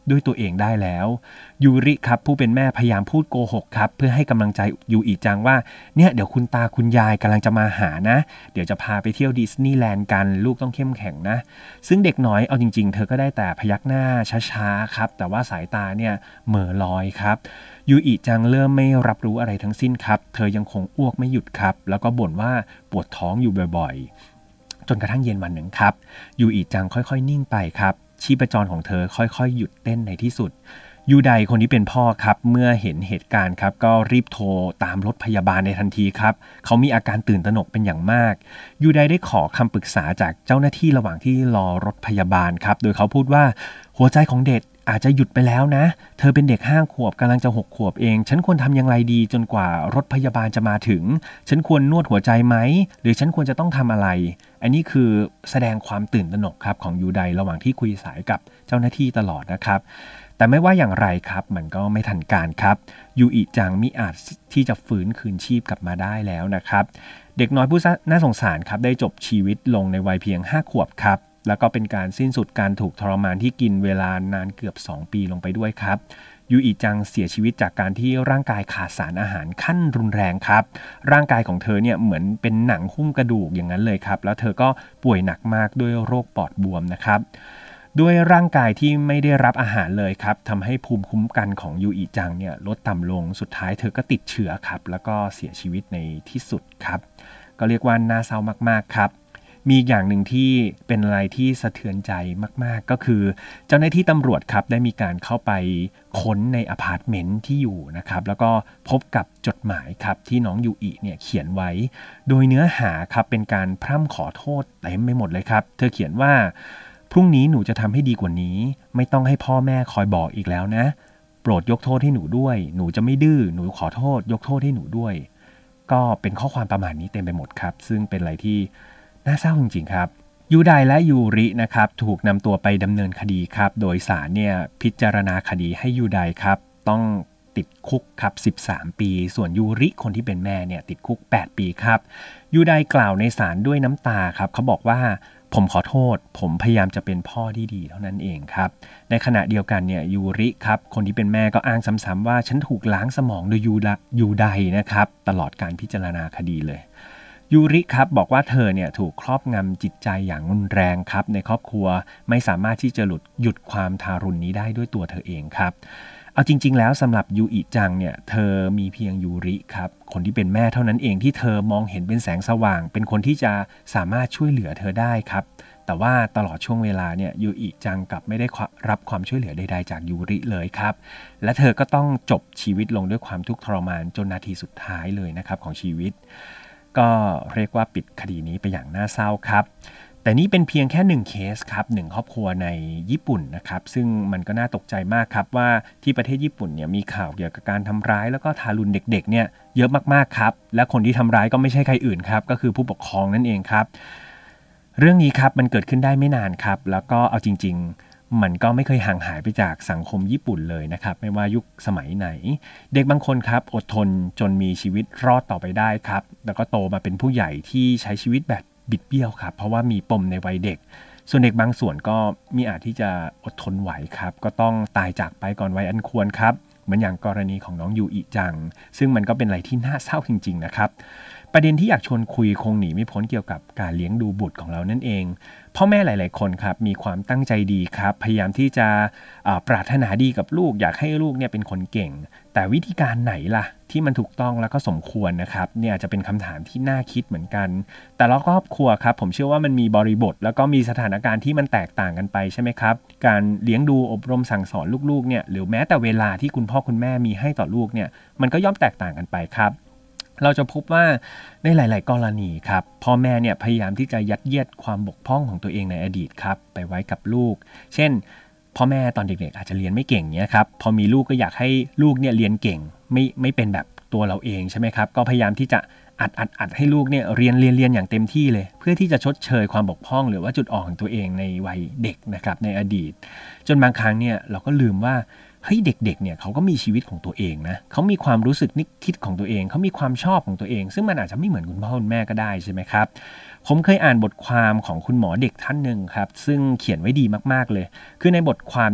Speaker 2: ด้วยตัวเองได้แล้วยูริครับผู้เป็นแม่พยายามพูดโกหกครับเพื่อให้กำลังใจยูอิจังว่าเนี่ยเดี๋ยวคุณตาคุณยายกำลังจะมาหานะเดี๋ยวจะพาไปเที่ยวดิสนีย์แลนด์กันลูกต้องเข้มแข็งนะซึ่งเด็กน้อยเอาจริงๆเธอก็ได้แต่พยักหน้าช้าๆครับแต่ว่าสายตาเนี่ยเหม่อลอยครับยูอิจังเริ่มไม่รับรู้อะไรทั้งสิ้นครับเธอยังคงอ้วกไม่หยุดครับแล้วก็บ่นว่าปวดท้องอยู่บ่อยๆจนกระทั่งเย็นวันหนึ่งครับยูอิจังค่อยๆนิ่งไปครับชีพจรของเธอค่อยๆหยุดเต้นในที่สุดยูไดคนที่เป็นพ่อครับเมื่อเห็นเหตุการณ์ครับก็รีบโทรตามรถพยาบาลในทันทีครับเขามีอาการตื่นตระหนกเป็นอย่างมากยูไดได้ขอคำปรึกษาจากเจ้าหน้าที่ระหว่างที่รอรถพยาบาลครับโดยเขาพูดว่าหัวใจของเด็กอาจจะหยุดไปแล้วนะเธอเป็นเด็ก5 ขวบกำลังจะ6 ขวบเองฉันควรทำอย่างไรดีจนกว่ารถพยาบาลจะมาถึงฉันควรนวดหัวใจไหมหรือฉันควรจะต้องทำอะไรอันนี้คือแสดงความตื่นตระหนกครับของยูไดระหว่างที่คุยสายกับเจ้าหน้าที่ตลอดนะครับแต่ไม่ว่าอย่างไรครับมันก็ไม่ทันการครับยูอิจังมิอาจที่จะฟื้นคืนชีพกลับมาได้แล้วนะครับเด็กน้อยผู้น่าสงสารครับได้จบชีวิตลงในวัยเพียง5 ขวบครับแล้วก็เป็นการสิ้นสุดการถูกทรมานที่กินเวลานานเกือบ2 ปีลงไปด้วยครับยูอิจังเสียชีวิตจากการที่ร่างกายขาดสารอาหารขั้นรุนแรงครับร่างกายของเธอเนี่ยเหมือนเป็นหนังหุ้มกระดูกอย่างนั้นเลยครับแล้วเธอก็ป่วยหนักมากด้วยโรคปอดบวมนะครับด้วยร่างกายที่ไม่ได้รับอาหารเลยครับทำให้ภูมิคุ้มกันของยูอิจังเนี่ยลดต่ำลงสุดท้ายเธอก็ติดเชื้อครับแล้วก็เสียชีวิตในที่สุดครับก็เรียกว่าน่าเศร้ามากๆครับมีอย่างหนึ่งที่เป็นอะไรที่สะเทือนใจมากๆก็คือเจ้าหน้าที่ตำรวจครับได้มีการเข้าไปค้นในอพาร์ตเมนต์ที่อยู่นะครับแล้วก็พบกับจดหมายครับที่น้องยูอิเนี่ยเขียนไว้โดยเนื้อหาครับเป็นการพร่ำขอโทษเต็มไปหมดเลยครับเธอเขียนว่าพรุ่งนี้หนูจะทำให้ดีกว่านี้ไม่ต้องให้พ่อแม่คอยบอกอีกแล้วนะโปรดยกโทษให้หนูด้วยหนูจะไม่ดื้อหนูขอโทษยกโทษให้หนูด้วยก็เป็นข้อความประมาณนี้เต็มไปหมดครับซึ่งเป็นอะไรที่น่าเศร้าจริงๆครับยูไดและยูรินะครับถูกนำตัวไปดำเนินคดีครับโดยศาลเนี่ยพิจารณาคดีให้ยูไดครับต้องติดคุกครับ13 ปีส่วนยูริคนที่เป็นแม่เนี่ยติดคุก8 ปีครับยูไดกล่าวในศาลด้วยน้ำตาครับเขาบอกว่าผมขอโทษผมพยายามจะเป็นพ่อที่ดีเท่านั้นเองครับในขณะเดียวกันเนี่ยยูริครับคนที่เป็นแม่ก็อ้างซ้ำๆว่าฉันถูกล้างสมองโดยยูไดนะครับตลอดการพิจารณาคดีเลยยูริครับบอกว่าเธอเนี่ยถูกครอบงำจิตใจอย่างรุนแรงครับในครอบครัวไม่สามารถที่จะหยุดความทารุณนี้ได้ด้วยตัวเธอเองครับเอาจริงๆแล้วสำหรับยูอิจังเนี่ยเธอมีเพียงยูริครับคนที่เป็นแม่เท่านั้นเองที่เธอมองเห็นเป็นแสงสว่างเป็นคนที่จะสามารถช่วยเหลือเธอได้ครับแต่ว่าตลอดช่วงเวลาเนี่ยยูอิจังกลับไม่ได้รับความช่วยเหลือใดๆจากยูริเลยครับและเธอก็ต้องจบชีวิตลงด้วยความทุกข์ทรมานจนนาทีสุดท้ายเลยนะครับของชีวิตก็เรียกว่าปิดคดีนี้ไปอย่างน่าเศร้าครับแต่นี่เป็นเพียงแค่1 เคสครับ1 ครอบครัวในญี่ปุ่นนะครับซึ่งมันก็น่าตกใจมากครับว่าที่ประเทศญี่ปุ่นเนี่ยมีข่าวเกี่ยวกับการทำร้ายแล้วก็ทารุณเด็กๆเนี่ยเยอะมากๆครับและคนที่ทำร้ายก็ไม่ใช่ใครอื่นครับก็คือผู้ปกครองนั่นเองครับเรื่องนี้ครับมันเกิดขึ้นได้ไม่นานครับแล้วก็เอาจริงๆมันก็ไม่เคยห่างหายไปจากสังคมญี่ปุ่นเลยนะครับไม่ว่ายุคสมัยไหนเด็กบางคนครับอดทนจนมีชีวิตรอดต่อไปได้ครับแล้วก็โตมาเป็นผู้ใหญ่ที่ใช้ชีวิตแบบบิดเบี้ยวครับเพราะว่ามีปมในวัยเด็กส่วนเด็กบางส่วนก็มีอาจที่จะอดทนไหวครับก็ต้องตายจากไปก่อนวัยอันควรครับเหมือนอย่างกรณีของน้องยูอิจังซึ่งมันก็เป็นอะไรที่น่าเศร้าจริงๆนะครับประเด็นที่อยากชวนคุยคงหนีไม่พ้นเกี่ยวกับการเลี้ยงดูบุตรของเรานั่นเองพ่อแม่หลายๆคนครับมีความตั้งใจดีครับพยายามที่จะปรารถนาดีกับลูกอยากให้ลูกเนี่ยเป็นคนเก่งแต่วิธีการไหนล่ะที่มันถูกต้องแล้วก็สมควรนะครับเนี่ยจะเป็นคำถามที่น่าคิดเหมือนกันแต่ละครอบครัวครับผมเชื่อว่ามันมีบริบทแล้วก็มีสถานการณ์ที่มันแตกต่างกันไปใช่ไหมครับการเลี้ยงดูอบรมสั่งสอนลูกๆเนี่ยหรือแม้แต่เวลาที่คุณพ่อคุณแม่มีให้ต่อลูกเนี่ยมันก็ย่อมแตกต่างกันไปครับเราจะพบว่าในหลายๆกรณีครับพ่อแม่เนี่ยพยายามที่จะยัดเยียดความบกพร่องของตัวเองในอดีตครับไปไว้กับลูกเช่นพ่อแม่ตอนเด็กๆอาจจะเรียนไม่เก่งเนี่ยครับพอมีลูกก็อยากให้ลูกเนี่ยเรียนเก่งไม่เป็นแบบตัวเราเองใช่ไหมครับก็พยายามที่จะอัดให้ลูกเนี่ยเรียนอย่างเต็มที่เลยเพื่อที่จะชดเชยความบกพร่องหรือว่าจุดอ่อนของตัวเองในวัยเด็กนะครับในอดีตจนบางครั้งเนี่ยเราก็ลืมว่าเฮ้ยเด็กๆเนี่ยเขาก็มีชีวิตของตัวเองนะเขามีความรู้สึกนึกคิดของตัวเองเขามีความชอบของตัวเองซึ่งมันอาจจะไม่เหมือนคุณพ่อคุณแม่ก็ได้ใช่ไหมครับผมเคยอ่านบทความของคุณหมอเด็กท่านหนึ่งครับซึ่งเขียนไว้ดีมากๆเลยคือในบทความเนี่ย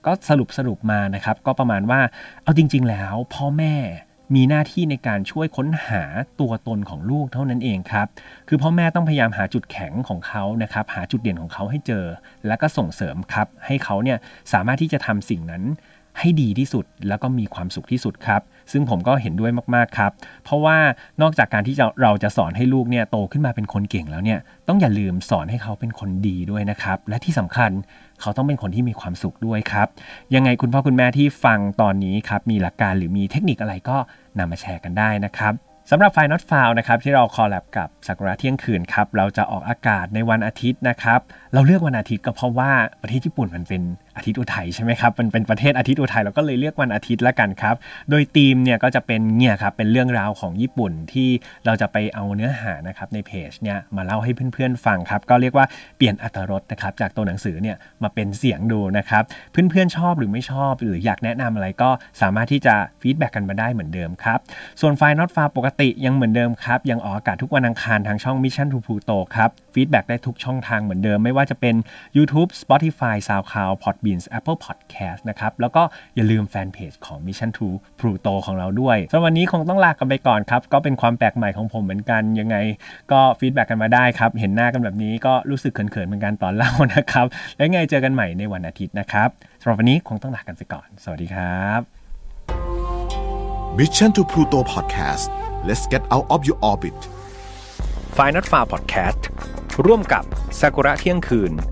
Speaker 2: ก็สรุปมานะครับก็ประมาณว่าเอาจริงๆแล้วพ่อแม่มีหน้าที่ในการช่วยค้นหาตัวตนของลูกเท่านั้นเองครับคือพ่อแม่ต้องพยายามหาจุดแข็งของเขานะครับหาจุดเด่นของเขาให้เจอแล้วก็ส่งเสริมครับให้เขาเนี่ยสามารถที่จะทำสิ่งนั้นให้ดีที่สุดแล้วก็มีความสุขที่สุดครับซึ่งผมก็เห็นด้วยมากๆครับเพราะว่านอกจากการที่เราจะสอนให้ลูกเนี่ยโตขึ้นมาเป็นคนเก่งแล้วเนี่ยต้องอย่าลืมสอนให้เขาเป็นคนดีด้วยนะครับและที่สำคัญเขาต้องเป็นคนที่มีความสุขด้วยครับยังไงคุณพ่อคุณแม่ที่ฟังตอนนี้ครับมีหลักการหรือมีเทคนิคอะไรก็นำมาแชร์กันได้นะครับสำหรับ File Not Found นะครับที่เราคอลแลบกับซากุระเที่ยงคืนครับเราจะออกอากาศในวันอาทิตย์นะครับเราเลือกวันอาทิตย์ก็เพราะว่าประเทศญี่ปุ่นมันเป็นอาทิตย์อุทัยใช่ไหมครับมันเป็นประเทศอาทิตย์อุทัยเราก็เลยเลือกวันอาทิตย์ละกันครับโดยธีมเนี่ยก็จะเป็นเนี่ยครับเป็นเรื่องราวของญี่ปุ่นที่เราจะไปเอาเนื้อหานะครับในเพจเนี่ยมาเล่าให้เพื่อนๆฟังครับก็เรียกว่าเปลี่ยนอรรถรสนะครับจากตัวหนังสือเนี่ยมาเป็นเสียงดูนะครับเพื่อนๆชอบหรือไม่ชอบหรืออยากแนะนำอะไรก็สามารถที่จะฟีดแบ็กกันมาได้เหมือนเดิมครับส่วน File Not Found ปกติยังเหมือนเดิมครับยังออกอากาศทุกวันอังคารทางช่อง Mission to Pluto ครับฟีดแบ็กได้ทุกช่องทางเหมือนเดิมไม่ว่าจะเป็น YouTube Spotify SoundCloud Podbean Apple Podcast นะครับแล้วก็อย่าลืมแฟนเพจของ Mission to Pluto ของเราด้วยสำหรับวันนี้คงต้องลากันไปก่อนครับก็เป็นความแปลกใหม่ของผมเหมือนกันยังไงก็ฟีดแบ็กกันมาได้ครับเห็นหน้ากันแบบนี้ก็รู้สึกเขินๆเหมือนกันตอนเล่านะครับแล้วไงเจอกันใหม่ในวันอาทิตย์นะครับสำหรับวันนี้คงต้องลากันไปก่อนสวัสดีครับ
Speaker 1: Mission to Pluto Podcast Let's get out of your orbit
Speaker 2: File Not Found Podcast ร่วมกับซากุระเที่ยงคืน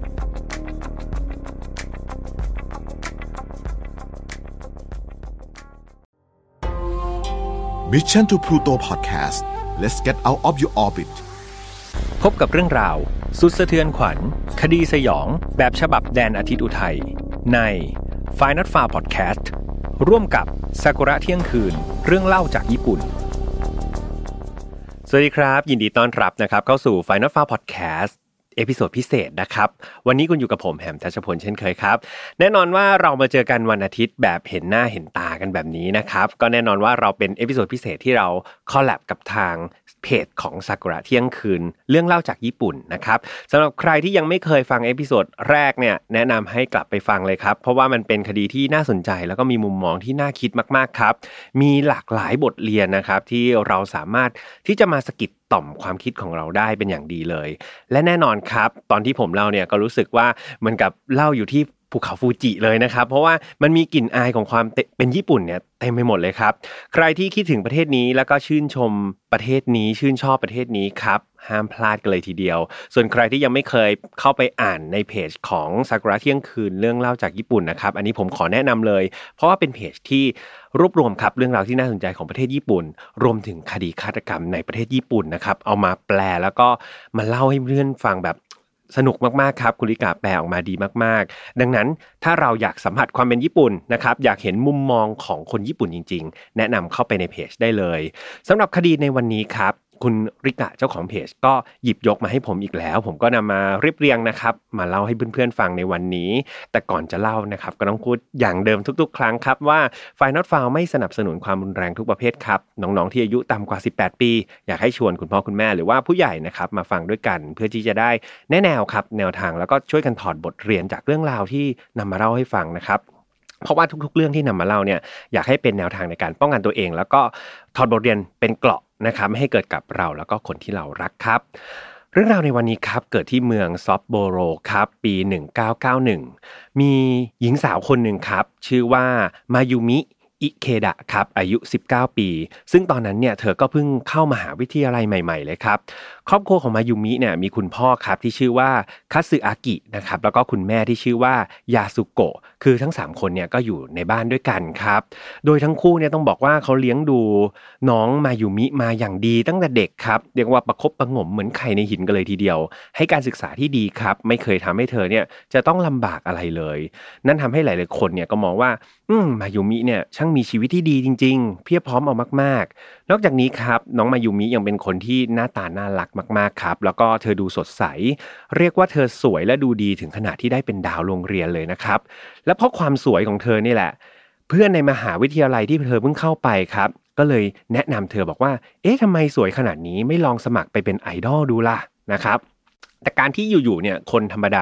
Speaker 1: Mission to Pluto Podcast Let's get out of your orbit
Speaker 2: พบกับเรื่องราวสุดสะเทือนขวัญคดีสยองแบบฉบับแดนอาทิตย์อุทัยใน File Not Found Podcast ร่วมกับซากุระเที่ยงคืนเรื่องเล่าจากญี่ปุ่นสวัสดีครับยินดีต้อนรับนะครับเข้าสู่ File Not Found Podcastเอพิโซดพิเศษนะครับวันนี้คุณอยู่กับผมแหม่มทัชพลเช่นเคยครับแน่นอนว่าเรามาเจอกันวันอาทิตย์แบบเห็นหน้าเห็นตากันแบบนี้นะครับก็แน่นอนว่าเราเป็นเอพิโซดพิเศษที่เราคอลแลบกับทางเพจของซากุระเที่ยงคืนเรื่องเล่าจากญี่ปุ่นนะครับสำหรับใครที่ยังไม่เคยฟังเอพิโซดแรกเนี่ยแนะนำให้กลับไปฟังเลยครับเพราะว่ามันเป็นคดีที่น่าสนใจแล้วก็มีมุมมองที่น่าคิดมากๆครับมีหลากหลายบทเรียนนะครับที่เราสามารถที่จะมาสกิดต่อมความคิดของเราได้เป็นอย่างดีเลยและแน่นอนครับตอนที่ผมเล่าเนี่ยก็รู้สึกว่าเหมือนกับเล่าอยู่ที่ภูเขาฟูจิเลยนะครับเพราะว่ามันมีกลิ่นอายของความเป็นญี่ปุ่นเนี่ยเต็มไปหมดเลยครับใครที่คิดถึงประเทศนี้แล้วก็ชื่นชมประเทศนี้ชื่นชอบประเทศนี้ครับห้ามพลาดกันเลยทีเดียวส่วนใครที่ยังไม่เคยเข้าไปอ่านในเพจของซากุระเที่ยงคืนเรื่องเล่าจากญี่ปุ่นนะครับอันนี้ผมขอแนะนำเลยเพราะว่าเป็นเพจที่รวบรวมครับเรื่องราวที่น่าสนใจของประเทศญี่ปุ่นรวมถึงคดีฆาตกรรมในประเทศญี่ปุ่นนะครับเอามาแปลแล้วก็มาเล่าให้เพื่อนฟังแบบสนุกมากๆครับคุณลิกาแปลออกมาดีมากๆดังนั้นถ้าเราอยากสัมผัสความเป็นญี่ปุ่นนะครับอยากเห็นมุมมองของคนญี่ปุ่นจริงๆแนะนำเข้าไปในเพจได้เลยสำหรับคดีในวันนี้ครับคุณริกะเจ้าของเพจก็หยิบยกมาให้ผมอีกแล้วผมก็นำมาเรียบเรียงนะครับมาเล่าให้เพื่อนๆฟังในวันนี้แต่ก่อนจะเล่านะครับก็ต้องพูดอย่างเดิมทุกๆครั้งครับว่า File Not Found ไม่สนับสนุนความรุนแรงทุกประเภทครับน้องๆที่อายุต่ำกว่า18ปีอยากให้ชวนคุณพ่อคุณแม่หรือว่าผู้ใหญ่นะครับมาฟังด้วยกันเพื่อที่จะได้แนวครับแนวทางแล้วก็ช่วยกันถอดบทเรียนจากเรื่องราวที่นำมาเล่าให้ฟังนะครับเพราะว่าทุกๆเรื่องที่นำมาเล่าเนี่ยอยากให้เป็นแนวทางในการป้องกันตัวเองแล้วก็ถอดบทเรียนเป็นเกราะนะครับไม่ให้เกิดกับเราแล้วก็คนที่เรารักครับเรื่องราวในวันนี้ครับเกิดที่เมืองซอฟโบโรครับปี1991มีหญิงสาวคนหนึ่งครับชื่อว่ามายุมิอิเคดะครับอายุ19ปีซึ่งตอนนั้นเนี่ยเธอก็เพิ่งเข้ามหาวิทยาลัยใหม่ๆเลยครับครอบครัวของมายุมิเนี่ยมีคุณพ่อครับที่ชื่อว่าคัตสึอากินะครับแล้วก็คุณแม่ที่ชื่อว่ายาสุโกะคือทั้ง3คนเนี่ยก็อยู่ในบ้านด้วยกันครับโดยทั้งคู่เนี่ยต้องบอกว่าเขาเลี้ยงดูน้องมายุมิมาอย่างดีตั้งแต่เด็กครับเรียกว่าประคบประหงมเหมือนไข่ในหินกันเลยทีเดียวให้การศึกษาที่ดีครับไม่เคยทำให้เธอเนี่ยจะต้องลำบากอะไรเลยนั่นทำให้หลายๆคนเนี่ยก็มองว่ามายุมิเนี่ยช่างมีชีวิตที่ดีจริงๆเพียบพร้อมเอามากๆนอกจากนี้ครับน้องมายุมิยังเป็นคนที่หน้าตาน่ารักมากๆครับแล้วก็เธอดูสดใสเรียกว่าเธอสวยและดูดีถึงขนาดที่ได้เป็นดาวโรงเรียนเลยนะครับและเพราะความสวยของเธอนี่แหละเพื่อนในมหาวิทยาลัยที่เธอเพิ่งเข้าไปครับก็เลยแนะนำเธอบอกว่าทำไมสวยขนาดนี้ไม่ลองสมัครไปเป็นไอดอลดูล่ะนะครับแต่การที่อยู่ๆเนี่ยคนธรรมดาจะ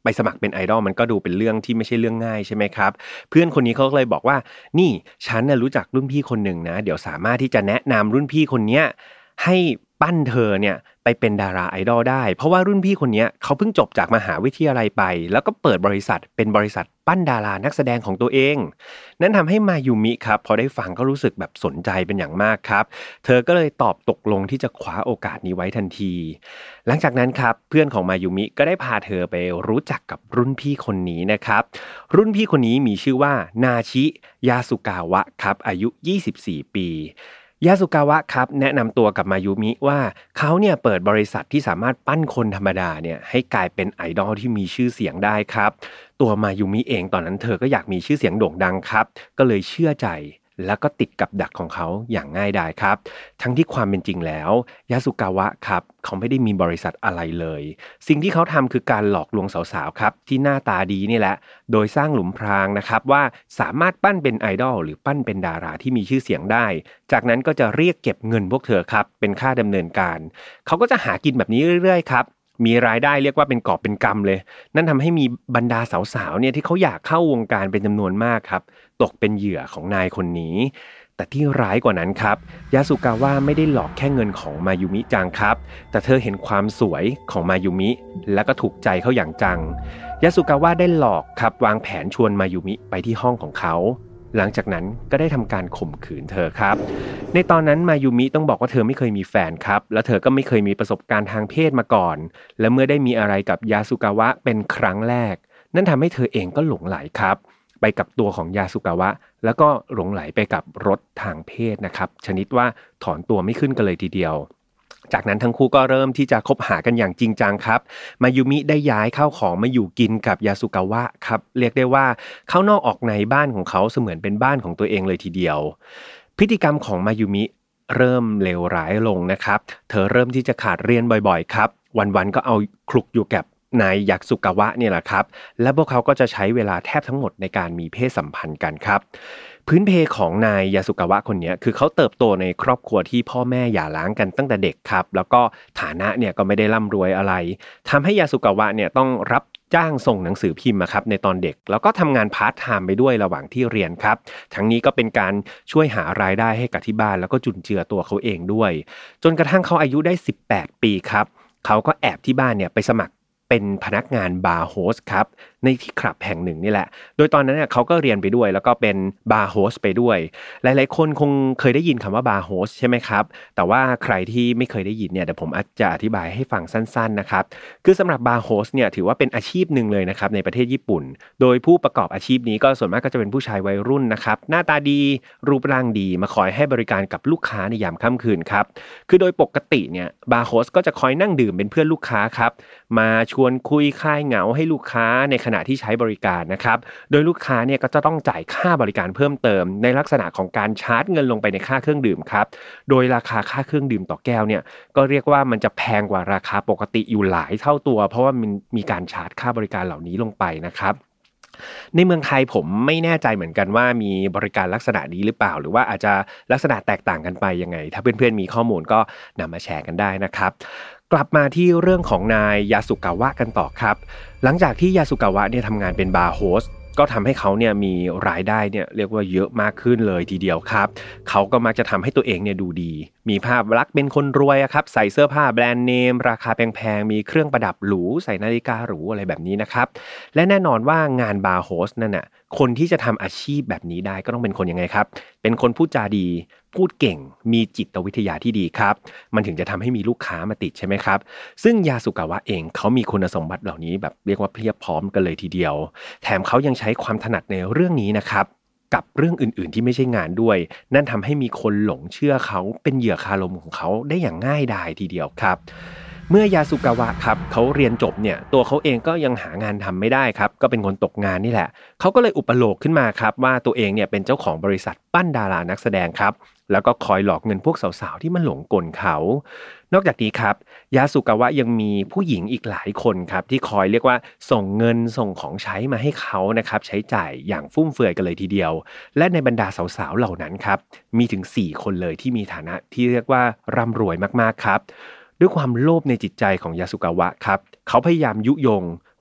Speaker 2: ไปสมัครเป็นไอดอลมันก็ดูเป็นเรื่องที่ไม่ใช่เรื่องง่ายใช่ไหมครับเพื่อนคนนี้เขาเลยบอกว่านี่ฉันน่ะรู้จักรุ่นพี่คนหนึ่งนะเดี๋ยวสามารถที่จะแนะนำรุ่นพี่คนเนี้ยให้ปั้นเธอเนี่ยไปเป็นดาราไอดอลได้เพราะว่ารุ่นพี่คนนี้เขาเพิ่งจบจากมหาวิทยาลัยไปแล้วก็เปิดบริษัทเป็นบริษัทปั้นดารานักแสดงของตัวเองนั่นทำให้มายูมิครับพอได้ฟังก็รู้สึกแบบสนใจเป็นอย่างมากครับเธอก็เลยตอบตกลงที่จะคว้าโอกาสนี้ไว้ทันทีหลังจากนั้นครับเพื่อนของมายูมิก็ได้พาเธอไปรู้จักกับรุ่นพี่คนนี้นะครับรุ่นพี่คนนี้มีชื่อว่านาชิยาสุกาวะครับอายุ24ปียาสุกาวะครับแนะนำตัวกับมายูมิว่าเขาเนี่ยเปิดบริษัทที่สามารถปั้นคนธรรมดาเนี่ยให้กลายเป็นไอดอลที่มีชื่อเสียงได้ครับตัวมายูมิเองตอนนั้นเธอก็อยากมีชื่อเสียงโด่งดังครับก็เลยเชื่อใจแล้วก็ติดกับดักของเขาอย่างง่ายดายครับทั้งที่ความเป็นจริงแล้วยาสุกาวะครับเขาไม่ได้มีบริษัทอะไรเลยสิ่งที่เขาทำคือการหลอกลวงสาวๆครับที่หน้าตาดีนี่แหละโดยสร้างหลุมพรางนะครับว่าสามารถปั้นเป็นไอดอลหรือปั้นเป็นดาราที่มีชื่อเสียงได้จากนั้นก็จะเรียกเก็บเงินพวกเธอครับเป็นค่าดำเนินการเขาก็จะหากินแบบนี้เรื่อยๆครับมีรายได้เรียกว่าเป็นกอบเป็นกำเลยนั่นทำให้มีบรรดาสาวๆเนี่ยที่เขาอยากเข้าวงการเป็นจำนวนมากครับตกเป็นเหยื่อของนายคนนี้แต่ที่ร้ายกว่านั้นครับยาสุกาวะไม่ได้หลอกแค่เงินของมายูมิจังครับแต่เธอเห็นความสวยของมายูมิแล้วก็ถูกใจเขาอย่างจังยาสุกาวะได้หลอกครับวางแผนชวนมายูมิไปที่ห้องของเขาหลังจากนั้นก็ได้ทำการข่มขืนเธอครับในตอนนั้นมายูมิต้องบอกว่าเธอไม่เคยมีแฟนครับและเธอก็ไม่เคยมีประสบการณ์ทางเพศมาก่อนและเมื่อได้มีอะไรกับยาสุกาวะเป็นครั้งแรกนั่นทำให้เธอเองก็หลงใหลครับไปกับตัวของยาสุกาวะแล้วก็หลงไหลไปกับรสทางเพศนะครับชนิดว่าถอนตัวไม่ขึ้นกันเลยทีเดียวจากนั้นทั้งคู่ก็เริ่มที่จะคบหากันอย่างจริงจังครับมายูมิได้ย้ายเข้าของมาอยู่กินกับยาสุกาวะครับเรียกได้ว่าเข้านอกออกในบ้านของเขาเสมือนเป็นบ้านของตัวเองเลยทีเดียวพฤติกรรมของมายูมิเริ่มเลวร้ายลงนะครับเธอเริ่มที่จะขาดเรียนบ่อยๆครับวันๆก็เอาคลุกอยู่กับนายยาสุกาวะเนี่ยแหละครับและพวกเขาก็จะใช้เวลาแทบทั้งหมดในการมีเพศสัมพันธ์กันครับพื้นเพของนายยาสุกาวะคนนี้คือเขาเติบโตในครอบครัวที่พ่อแม่หย่าร้างกันตั้งแต่เด็กครับแล้วก็ฐานะเนี่ยก็ไม่ได้ร่ำรวยอะไรทำให้ยาสุกาวะเนี่ยต้องรับจ้างส่งหนังสือพิมพ์ครับในตอนเด็กแล้วก็ทำงานพาร์ทไทม์ไปด้วยระหว่างที่เรียนครับทั้งนี้ก็เป็นการช่วยหารายได้ให้กับที่บ้านแล้วก็จุนเจือตัวเขาเองด้วยจนกระทั่งเขาอายุได้18ปีครับเขาก็แอบที่บ้านเนี่ยไปสมัครเป็นพนักงานบาร์โฮสครับในที่คลับแห่งหนึ่งนี่แหละโดยตอนนั้นเนี่ยเขาก็เรียนไปด้วยแล้วก็เป็นบาร์โฮสไปด้วยหลายๆคนคงเคยได้ยินคำว่าบาร์โฮสใช่ไหมครับแต่ว่าใครที่ไม่เคยได้ยินเนี่ยเดี๋ยวผมอาจจะอธิบายให้ฟังสั้นๆนะครับคือสำหรับบาร์โฮสเนี่ยถือว่าเป็นอาชีพหนึ่งเลยนะครับในประเทศญี่ปุ่นโดยผู้ประกอบอาชีพนี้ก็ส่วนมากก็จะเป็นผู้ชายวัยรุ่นนะครับหน้าตาดีรูปร่างดีมาคอยให้บริการกับลูกค้าในยามค่ำคืนครับคือโดยปกติเนี่ยบาร์โฮสก็จะคอยนั่งดื่มเป็นเพื่อนลูกค้าครับมาชวนคุยคลายเหงาให้ลูกค้าในขณะที่ใช้บริการนะครับโดยลูกค้าเนี่ยก็จะต้องจ่ายค่าบริการเพิ่มเติมในลักษณะของการชาร์จเงินลงไปในค่าเครื่องดื่มครับโดยราคาค่าเครื่องดื่มต่อแก้วเนี่ยก็เรียกว่ามันจะแพงกว่าราคาปกติอยู่หลายเท่าตัวเพราะว่ามันมีการชาร์จค่าบริการเหล่านี้ลงไปนะครับในเมืองไทยผมไม่แน่ใจเหมือนกันว่ามีบริการลักษณะนี้หรือเปล่าหรือว่าอาจจะลักษณะแตกต่างกันไปยังไงถ้าเพื่อนๆมีข้อมูลก็นำมาแชร์กันได้นะครับกลับมาที่เรื่องของนายยาสุกาวะกันต่อครับหลังจากที่ยาสุกาวะเนี่ยทำงานเป็นบาร์โฮสก็ทำให้เขาเนี่ยมีรายได้เนี่ยเรียกว่าเยอะมากขึ้นเลยทีเดียวครับเขาก็มักจะทำให้ตัวเองเนี่ยดูดีมีภาพลักษณ์เป็นคนรวยครับใส่เสื้อผ้าแบรนด์เนมราคาแพงๆมีเครื่องประดับหรูใส่นาฬิกาหรูอะไรแบบนี้นะครับและแน่นอนว่างานบาร์โฮสนั่นน่ะคนที่จะทำอาชีพแบบนี้ได้ก็ต้องเป็นคนยังไงครับเป็นคนพูดจาดีพูดเก่งมีจิตวิทยาที่ดีครับมันถึงจะทำให้มีลูกค้ามาติดใช่ไหมครับซึ่งยาสุกาวะเองเขามีคุณสมบัติเหล่านี้แบบเรียกว่าเพียบพร้อมกันเลยทีเดียวแถมเขายังใช้ความถนัดในเรื่องนี้นะครับกับเรื่องอื่นๆที่ไม่ใช่งานด้วยนั่นทำให้มีคนหลงเชื่อเขาเป็นเหยื่อคารมของเขาได้อย่างง่ายดายทีเดียวครับเมื่อยาสุกาวะครับเขาเรียนจบเนี่ยตัวเขาเองก็ยังหางานทำไม่ได้ครับก็เป็นคนตกงานนี่แหละเขาก็เลยอุปโลกขึ้นมาครับว่าตัวเองเนี่ยเป็นเจ้าของบริษัทปั้นดารานักแสดงครับแล้วก็คอยหลอกเงินพวกสาวๆที่มาหลงกลเขานอกจากนี้ครับยาสุกาวะยังมีผู้หญิงอีกหลายคนครับที่คอยเรียกว่าส่งเงินส่งของใช้มาให้เขานะครับใช้จ่ายอย่างฟุ่มเฟือยกันเลยทีเดียวและในบรรดาสาวๆเหล่านั้นครับมีถึง4คนเลยที่มีฐานะที่เรียกว่าร่ำรวยมากๆครับด้วยความโลภในจิตใจของยาสุกาวะครับเขาพยายามยุยง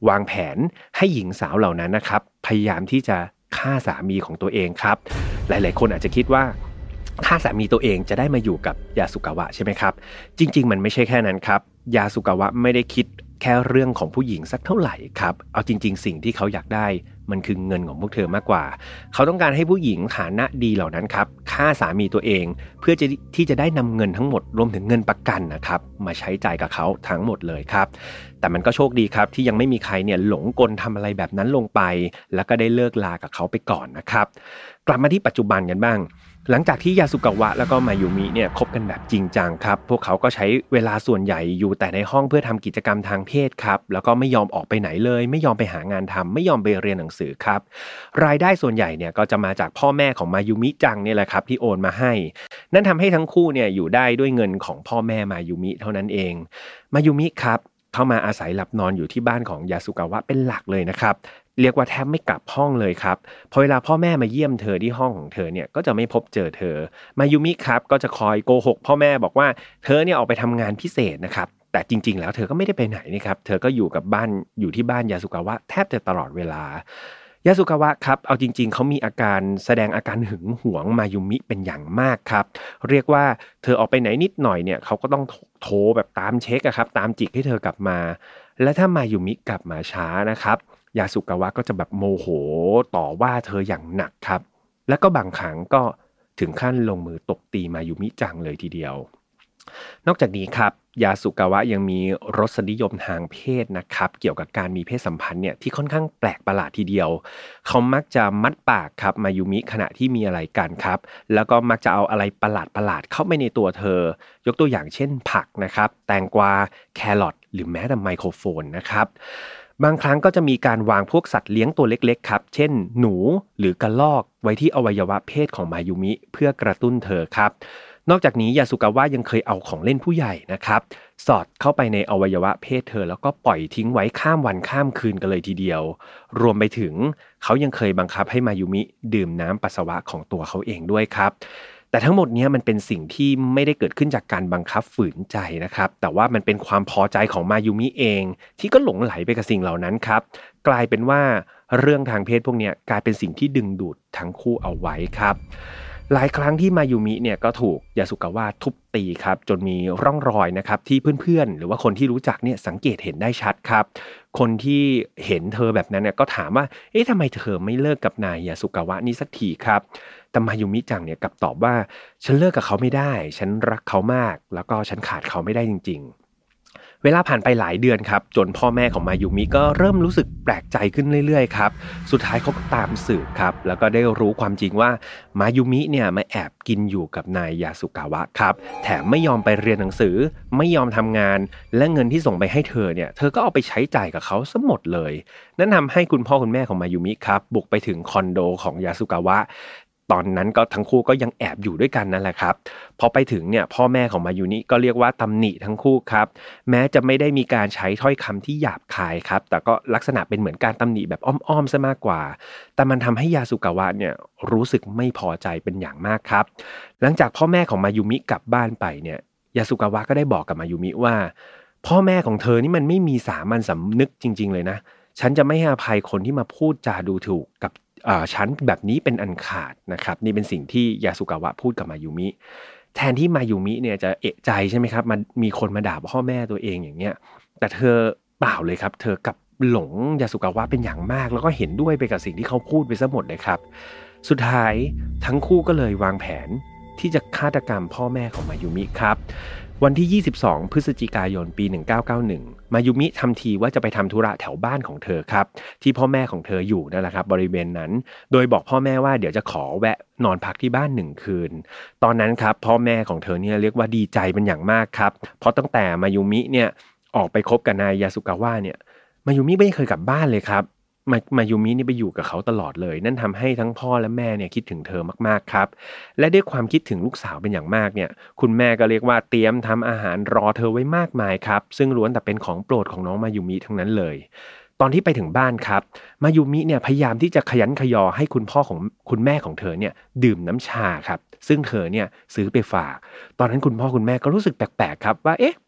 Speaker 3: วางแผนให้หญิงสาวเหล่านั้นนะครับพยายามที่จะฆ่าสามีของตัวเองครับหลายๆคนอาจจะคิดว่าฆ่าสามีตัวเองจะได้มาอยู่กับยาสุกาวะใช่ไหมครับจริงๆมันไม่ใช่แค่นั้นครับยาสุกาวะไม่ได้คิดแค่เรื่องของผู้หญิงสักเท่าไหร่ครับเอาจริงๆสิ่งที่เขาอยากได้มันคือเงินของพวกเธอมากกว่าเขาต้องการให้ผู้หญิงฐานะดีเหล่านั้นครับฆ่าสามีตัวเองเพื่อที่จะได้นำเงินทั้งหมดรวมถึงเงินประกันนะครับมาใช้จ่ายกับเขาทั้งหมดเลยครับแต่มันก็โชคดีครับที่ยังไม่มีใครเนี่ยหลงกลทำอะไรแบบนั้นลงไปแล้วก็ได้เลิกลากับเขาไปก่อนนะครับกลับมาที่ปัจจุบันกันบ้างหลังจากที่ยาสุกาวะแล้วก็มายุมิเนี่ยคบกันแบบจริงจังครับพวกเขาก็ใช้เวลาส่วนใหญ่อยู่แต่ในห้องเพื่อทำกิจกรรมทางเพศครับแล้วก็ไม่ยอมออกไปไหนเลยไม่ยอมไปหางานทำไม่ยอมไปเรียนหนังสือครับรายได้ส่วนใหญ่เนี่ยก็จะมาจากพ่อแม่ของมายุมิจังเนี่ยแหละครับที่โอนมาให้นั่นทำให้ทั้งคู่เนี่ยอยู่ได้ด้วยเงินของพ่อแม่มายุมิเท่านั้นเองมายุมิครับเข้ามาอาศัยหลับนอนอยู่ที่บ้านของยาสุกาวะเป็นหลักเลยนะครับเรียกว่าแทบไม่กลับห้องเลยครับพอเวลาพ่อแม่มาเยี่ยมเธอที่ห้องของเธอเนี่ยก็จะไม่พบเจอเธอมายุมิครับก็จะคอยโกหกพ่อแม่บอกว่าเธอเนี่ยออกไปทำงานพิเศษนะครับแต่จริงๆแล้วเธอก็ไม่ได้ไปไหนนะครับเธอก็อยู่ที่บ้านยาสุกาวะแทบจะตลอดเวลายาสุกาวะครับเอาจริงๆเขามีแสดงอาการหึงหวงมายุมิเป็นอย่างมากครับเรียกว่าเธอออกไปไหนนิดหน่อยเนี่ยเขาก็ต้องโทรแบบตามเช็คครับตามจิกให้เธอกลับมาและถ้ามายุมิกลับมาช้านะครับยาสุกาวะก็จะแบบโมโหต่อว่าเธออย่างหนักครับแล้วก็บางครั้งก็ถึงขั้นลงมือตบตีมายุมิจังเลยทีเดียวนอกจากนี้ครับยาสุกาวะยังมีรสนิยมทางเพศนะครับเกี่ยวกับการมีเพศสัมพันธ์เนี่ยที่ค่อนข้างแปลกประหลาดทีเดียวเขามักจะมัดปากครับมายุมิขณะที่มีอะไรกันครับแล้วก็มักจะเอาอะไรประหลาดเข้าไปในตัวเธอยกตัวอย่างเช่นผักนะครับแตงกวาแครอทหรือแม้แต่ไมโครโฟนนะครับบางครั้งก็จะมีการวางพวกสัตว์เลี้ยงตัวเล็กๆครับเช่นหนูหรือกระรอกไว้ที่อวัยวะเพศของมายุมิเพื่อกระตุ้นเธอครับนอกจากนี้ยาสุกาวะยังเคยเอาของเล่นผู้ใหญ่นะครับสอดเข้าไปในอวัยวะเพศเธอแล้วก็ปล่อยทิ้งไว้ข้ามวันข้ามคืนกันเลยทีเดียวรวมไปถึงเขายังเคยบังคับให้มายุมิดื่มน้ำปัสสาวะของตัวเขาเองด้วยครับแต่ทั้งหมดนี้มันเป็นสิ่งที่ไม่ได้เกิดขึ้นจากการบังคับฝืนใจนะครับแต่ว่ามันเป็นความพอใจของมายุมิเองที่ก็หลงไหลไปกับสิ่งเหล่านั้นครับกลายเป็นว่าเรื่องทางเพศพวกนี้กลายเป็นสิ่งที่ดึงดูดทั้งคู่เอาไว้ครับหลายครั้งที่มายุมิเนี่ยก็ถูกยาสุกาวะทุบตีครับจนมีร่องรอยนะครับที่เพื่อนๆหรือว่าคนที่รู้จักเนี่ยสังเกตเห็นได้ชัดครับคนที่เห็นเธอแบบนั้นเนี่ยก็ถามว่าทำไมเธอไม่เลิกกับนายยาสุกาวะนี้สักทีครับแต่มายุมิจังเนี่ยกลับตอบว่าฉันเลิกกับเขาไม่ได้ฉันรักเขามากแล้วก็ฉันขาดเขาไม่ได้จริงๆเวลาผ่านไปหลายเดือนครับจนพ่อแม่ของมายุมิก็เริ่มรู้สึกแปลกใจขึ้นเรื่อยๆครับสุดท้ายเขาก็ตามสืบครับแล้วก็ได้รู้ความจริงว่ามายุมิเนี่ยมาแอบกินอยู่กับนายยาสุกาวะครับแถมไม่ยอมไปเรียนหนังสือไม่ยอมทำงานและเงินที่ส่งไปให้เธอเนี่ยเธอก็เอาไปใช้จ่ายกับเขาซะหมดเลยนั่นทำให้คุณพ่อคุณแม่ของมายุมิครับบุกไปถึงคอนโดของยาสุกาวะตอนนั้นก็ทั้งคู่ก็ยังแอบอยู่ด้วยกันนั่นแหละครับพอไปถึงเนี่ยพ่อแม่ของมายุมิก็เรียกว่าตำหนิทั้งคู่ครับแม้จะไม่ได้มีการใช้ถ้อยคำที่หยาบคายครับแต่ก็ลักษณะเป็นเหมือนการตำหนิแบบอ้อมๆซะมากกว่าแต่มันทำให้ยาสุกาวะเนี่ยรู้สึกไม่พอใจเป็นอย่างมากครับหลังจากพ่อแม่ของมายุมิกลับบ้านไปเนี่ยยาสุกาวะก็ได้บอกกับมายุมิว่าพ่อแม่ของเธอนี่มันไม่มีสามัญสำนึกจริงๆเลยนะฉันจะไม่ให้อภัยคนที่มาพูดจาดูถูกกับฉันแบบนี้เป็นอันขาดนะครับนี่เป็นสิ่งที่ยาสุกาวะพูดกับมายุมิแทนที่มายุมิเนี่ยจะเอะใจใช่ไหมครับมันมีคนมาด่าพ่อแม่ตัวเองอย่างเงี้ยแต่เธอเปล่าเลยครับเธอกับหลงยาสุกาวะเป็นอย่างมากแล้วก็เห็นด้วยไปกับสิ่งที่เขาพูดไปซะหมดเลยครับสุดท้ายทั้งคู่ก็เลยวางแผนที่จะฆาตกรรมพ่อแม่ของมายุมิครับวันที่22พฤศจิกายนปี1991มายุมิทำทีว่าจะไปทำธุระแถวบ้านของเธอครับที่พ่อแม่ของเธออยู่นั่นแหละครับบริเวณนั้นโดยบอกพ่อแม่ว่าเดี๋ยวจะขอแวะนอนพักที่บ้าน1คืนตอนนั้นครับพ่อแม่ของเธอเนี่ยเรียกว่าดีใจเป็นอย่างมากครับเพราะตั้งแต่มายุมิเนี่ยออกไปคบกับนายยาสุกาวะเนี่ยมายุมิไม่เคยกลับบ้านเลยครับมายุมินี่ไปอยู่กับเขาตลอดเลยนั่นทำให้ทั้งพ่อและแม่เนี่ยคิดถึงเธอมากๆครับและด้วยความคิดถึงลูกสาวเป็นอย่างมากเนี่ยคุณแม่ก็เรียกว่าเตรียมทำอาหารรอเธอไว้มากมายครับซึ่งล้วนแต่เป็นของโปรดของน้องมายุมิทั้งนั้นเลยตอนที่ไปถึงบ้านครับมายุมิเนี่ยพยายามที่จะขยันขยอให้คุณแม่ของเธอเนี่ยดื่มน้ำชาครับซึ่งเธอเนี่ยซื้อไปฝากตอนนั้นคุณพ่อคุณแม่ก็รู้สึกแปลกๆครับว่า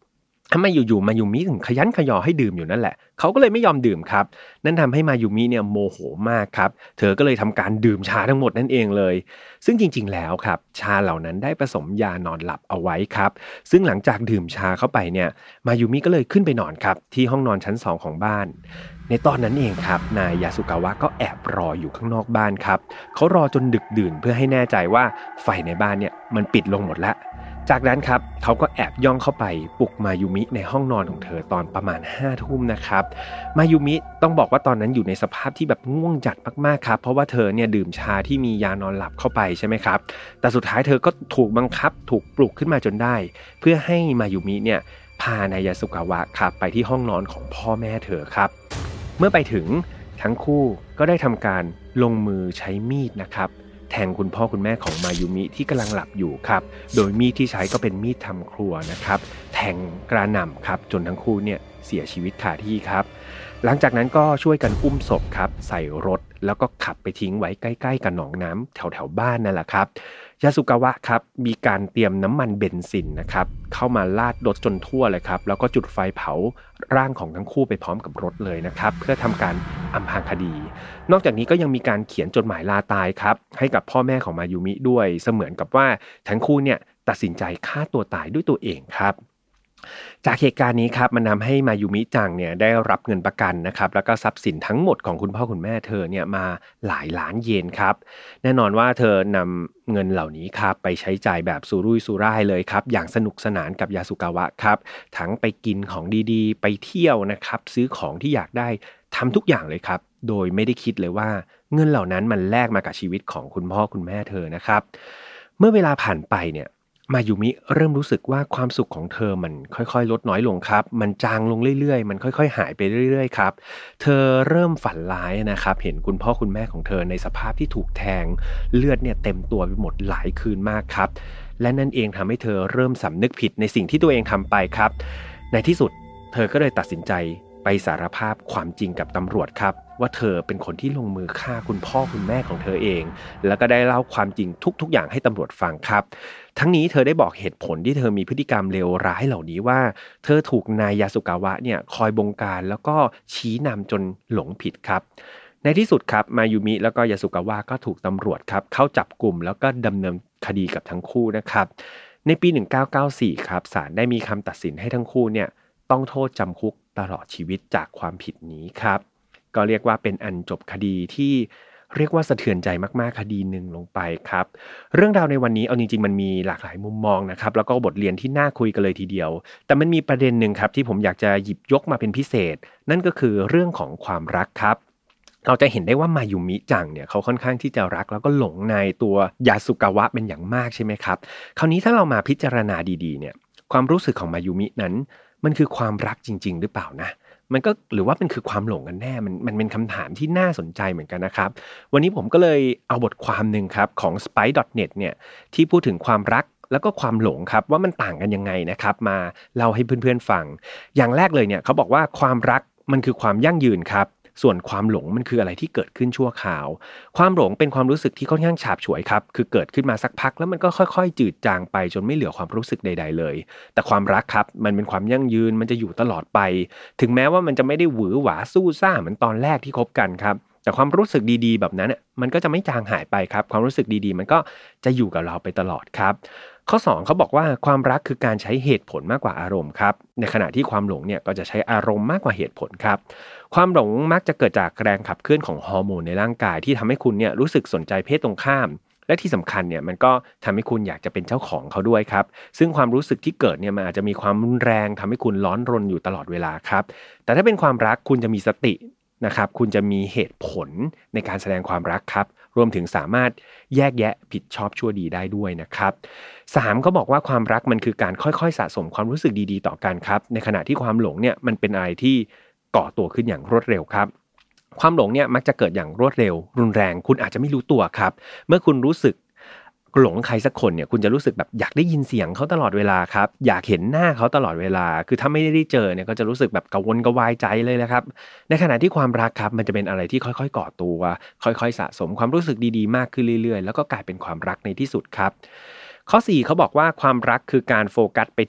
Speaker 3: ทำไมอยู่ๆมายูมิถึงขยันขยอให้ดื่มอยู่นั่นแหละเขาก็เลยไม่ยอมดื่มครับนั่นทำให้มายูมิเนี่ยโมโหมากครับเธอก็เลยทำการดื่มชาทั้งหมดนั่นเองเลยซึ่งจริงๆแล้วครับชาเหล่านั้นได้ผสมยานอนหลับเอาไว้ครับซึ่งหลังจากดื่มชาเข้าไปเนี่ยมายูมิก็เลยขึ้นไปนอนครับที่ห้องนอนชั้น2ของบ้านในตอนนั้นเองครับนายยาสุกาวะก็แอบรออยู่ข้างนอกบ้านครับเขารอจนดึกดื่นเพื่อให้แน่ใจว่าไฟในบ้านเนี่ยมันปิดลงหมดแล้วจากนั้นครับเขาก็แอบย่องเข้าไปปลุกมายูมิในห้องนอนของเธอตอนประมาณ5 ทุ่มนะครับมายูมิต้องบอกว่าตอนนั้นอยู่ในสภาพที่แบบง่วงจัดมากๆครับเพราะว่าเธอเนี่ยดื่มชาที่มียานอนหลับเข้าไปใช่ไหมครับแต่สุดท้ายเธอก็ถูกบังคับถูกปลุกขึ้นมาจนได้เพื่อให้มายูมิเนี่ยพานายยาสุกาวะครับไปที่ห้องนอนของพ่อแม่เธอครับเมื่อไปถึงทั้งคู่ก็ได้ทำการลงมือใช้มีดนะครับแทงคุณพ่อคุณแม่ของมายูมิที่กำลังหลับอยู่ครับโดยมีดที่ใช้ก็เป็นมีดทำครัวนะครับแทงกระหน่ำครับจนทั้งคู่เนี่ยเสียชีวิตคาที่ครับหลังจากนั้นก็ช่วยกันอุ้มศพครับใส่รถแล้วก็ขับไปทิ้งไว้ใกล้ๆกับหนองน้ำแถวๆบ้านนั่นแหละครับยาสุกาวะครับมีการเตรียมน้ำมันเบนซินนะครับเข้ามาราดรถจนทั่วเลยครับแล้วก็จุดไฟเผาร่างของทั้งคู่ไปพร้อมกับรถเลยนะครับเพื่อทำการอำพรางคดีนอกจากนี้ก็ยังมีการเขียนจดหมายลาตายครับให้กับพ่อแม่ของมายูมิด้วยเสมือนกับว่าทั้งคู่เนี่ยตัดสินใจฆ่าตัวตายด้วยตัวเองครับจากเหตุการณ์นี้ครับมันทำให้มายูมิจังเนี่ยได้รับเงินประกันนะครับแล้วก็ทรัพย์สินทั้งหมดของคุณพ่อคุณแม่เธอเนี่ยมาหลายล้านเยนครับแน่นอนว่าเธอนำเงินเหล่านี้ครับไปใช้จ่ายแบบสุรุ่ยสุร่ายเลยครับอย่างสนุกสนานกับยาสุกาวะครับทั้งไปกินของดีๆไปเที่ยวนะครับซื้อของที่อยากได้ทำทุกอย่างเลยครับโดยไม่ได้คิดเลยว่าเงินเหล่านั้นมันแลกมากับชีวิตของคุณพ่อคุณแม่เธอนะครับเมื่อเวลาผ่านไปเนี่ยมายูมิเริ่มรู้สึกว่าความสุขของเธอมันค่อยๆลดน้อยลงครับมันจางลงเรื่อยๆมันค่อยๆหายไปเรื่อยๆครับเธอเริ่มฝันร้ายนะครับเห็นคุณพ่อคุณแม่ของเธอในสภาพที่ถูกแทงเลือดเนี่ยเต็มตัวไปหมดหลายคืนมากครับและนั่นเองทำให้เธอเริ่มสำนึกผิดในสิ่งที่ตัวเองทำไปครับในที่สุดเธอก็เลยตัดสินใจไปสารภาพความจริงกับตำรวจครับว่าเธอเป็นคนที่ลงมือฆ่าคุณพ่อคุณแม่ของเธอเองแล้วก็ได้เล่าความจริงทุกๆอย่างให้ตำรวจฟังครับทั้งนี้เธอได้บอกเหตุผลที่เธอมีพฤติกรรมเลวร้ายเหล่านี้ว่าเธอถูกนายยาสุกาวะเนี่ยคอยบงการแล้วก็ชี้นำจนหลงผิดครับในที่สุดครับมายูมิแล้วก็ยาสุกาวะก็ถูกตำรวจครับเข้าจับกลุ่มแล้วก็ดำเนินคดีกับทั้งคู่นะครับในปี1994ครับศาลได้มีคำตัดสินให้ทั้งคู่เนี่ยต้องโทษจำคุกตลอดชีวิตจากความผิดนี้ครับก็เรียกว่าเป็นอันจบคดีที่เรียกว่าสะเทือนใจมากๆคดีหนึ่งลงไปครับเรื่องราวในวันนี้เอาจริงๆมันมีหลากหลายมุมมองนะครับแล้วก็บทเรียนที่น่าคุยกันเลยทีเดียวแต่มันมีประเด็นหนึ่งครับที่ผมอยากจะหยิบยกมาเป็นพิเศษนั่นก็คือเรื่องของความรักครับเราจะเห็นได้ว่ามายูมิจังเนี่ยเขาค่อนข้างที่จะรักแล้วก็หลงในตัวยาสุกาวะเป็นอย่างมากใช่ไหมครับคราวนี้ถ้าเรามาพิจารณาดีๆเนี่ยความรู้สึกของมายูมินั้นมันคือความรักจริงๆหรือเปล่านะมันก็หรือว่ามันคือความหลงกันแน่มันเป็นคำถามที่น่าสนใจเหมือนกันนะครับวันนี้ผมก็เลยเอาบทความหนึ่งครับของ spice.net เนี่ยที่พูดถึงความรักแล้วก็ความหลงครับว่ามันต่างกันยังไงนะครับมาเล่าให้เพื่อนๆฟังอย่างแรกเลยเนี่ยเขาบอกว่าความรักมันคือความยั่งยืนครับส่วนความหลงมันคืออะไรที่เกิดขึ้นชั่วคราวความหลงเป็นความรู้สึกที่ค่อนข้างฉาบฉวยครับคือเกิดขึ้นมาสักพักแล้วมันก็ค่อยๆจืดจางไปจนไม่เหลือความรู้สึกใดๆเลยแต่ความรักครับมันเป็นความยั่งยืนมันจะอยู่ตลอดไปถึงแม้ว่ามันจะไม่ได้หวือหวาสู้ซ่าเหมือนตอนแรกที่คบกันครับแต่ความรู้สึกดีๆแบบนั้นมันก็จะไม่จางหายไปครับความรู้สึกดีๆมันก็จะอยู่กับเราไปตลอดครับข้อ2เขาบอกว่าความรักคือการใช้เหตุผลมากกว่าอารมณ์ครับในขณะที่ความหลงเนี่ยก็จะใช้อารมณ์มากกว่าเหตุผลครับความหลงมักจะเกิดจากแรงขับเคลื่อนของฮอร์โมนในร่างกายที่ทำให้คุณเนี่ยรู้สึกสนใจเพศตรงข้ามและที่สำคัญเนี่ยมันก็ทำให้คุณอยากจะเป็นเจ้าของเขาด้วยครับซึ่งความรู้สึกที่เกิดเนี่ยมันอาจจะมีความรุนแรงทำให้คุณร้อนรนอยู่ตลอดเวลาครับแต่ถ้าเป็นความรักคุณจะมีสตินะครับคุณจะมีเหตุผลในการแสดงความรักครับรวมถึงสามารถแยกแยะผิดชอบชั่วดีได้ด้วยนะครับ3เขาบอกว่าความรักมันคือการค่อยๆสะสมความรู้สึกดีๆต่อกันครับในขณะที่ความหลงเนี่ยมันเป็นอะไรที่ก่อตัวขึ้นอย่างรวดเร็วครับความหลงเนี่ยมักจะเกิดอย่างรวดเร็วรุนแรงคุณอาจจะไม่รู้ตัวครับเมื่อคุณรู้สึกหลงใครสักคนเนี่ยคุณจะรู้สึกแบบอยากได้ยินเสียงเขาตลอดเวลาครับอยากเห็นหน้าเขาตลอดเวลาคือถ้าไม่ได้เจอเนี่ยก็จะรู้สึกแบบกังวลกระวายใจเลยนะครับในขณะที่ความรักครับมันจะเป็นอะไรที่ค่อยๆก่อตัวค่อยๆสะสมความรู้สึกดีๆมากขึ้นเรื่อยๆแล้วก็กลายเป็นความรักในที่สุดครับข้อ4เขาบอกว่าความรักคือการโฟกัสไปที่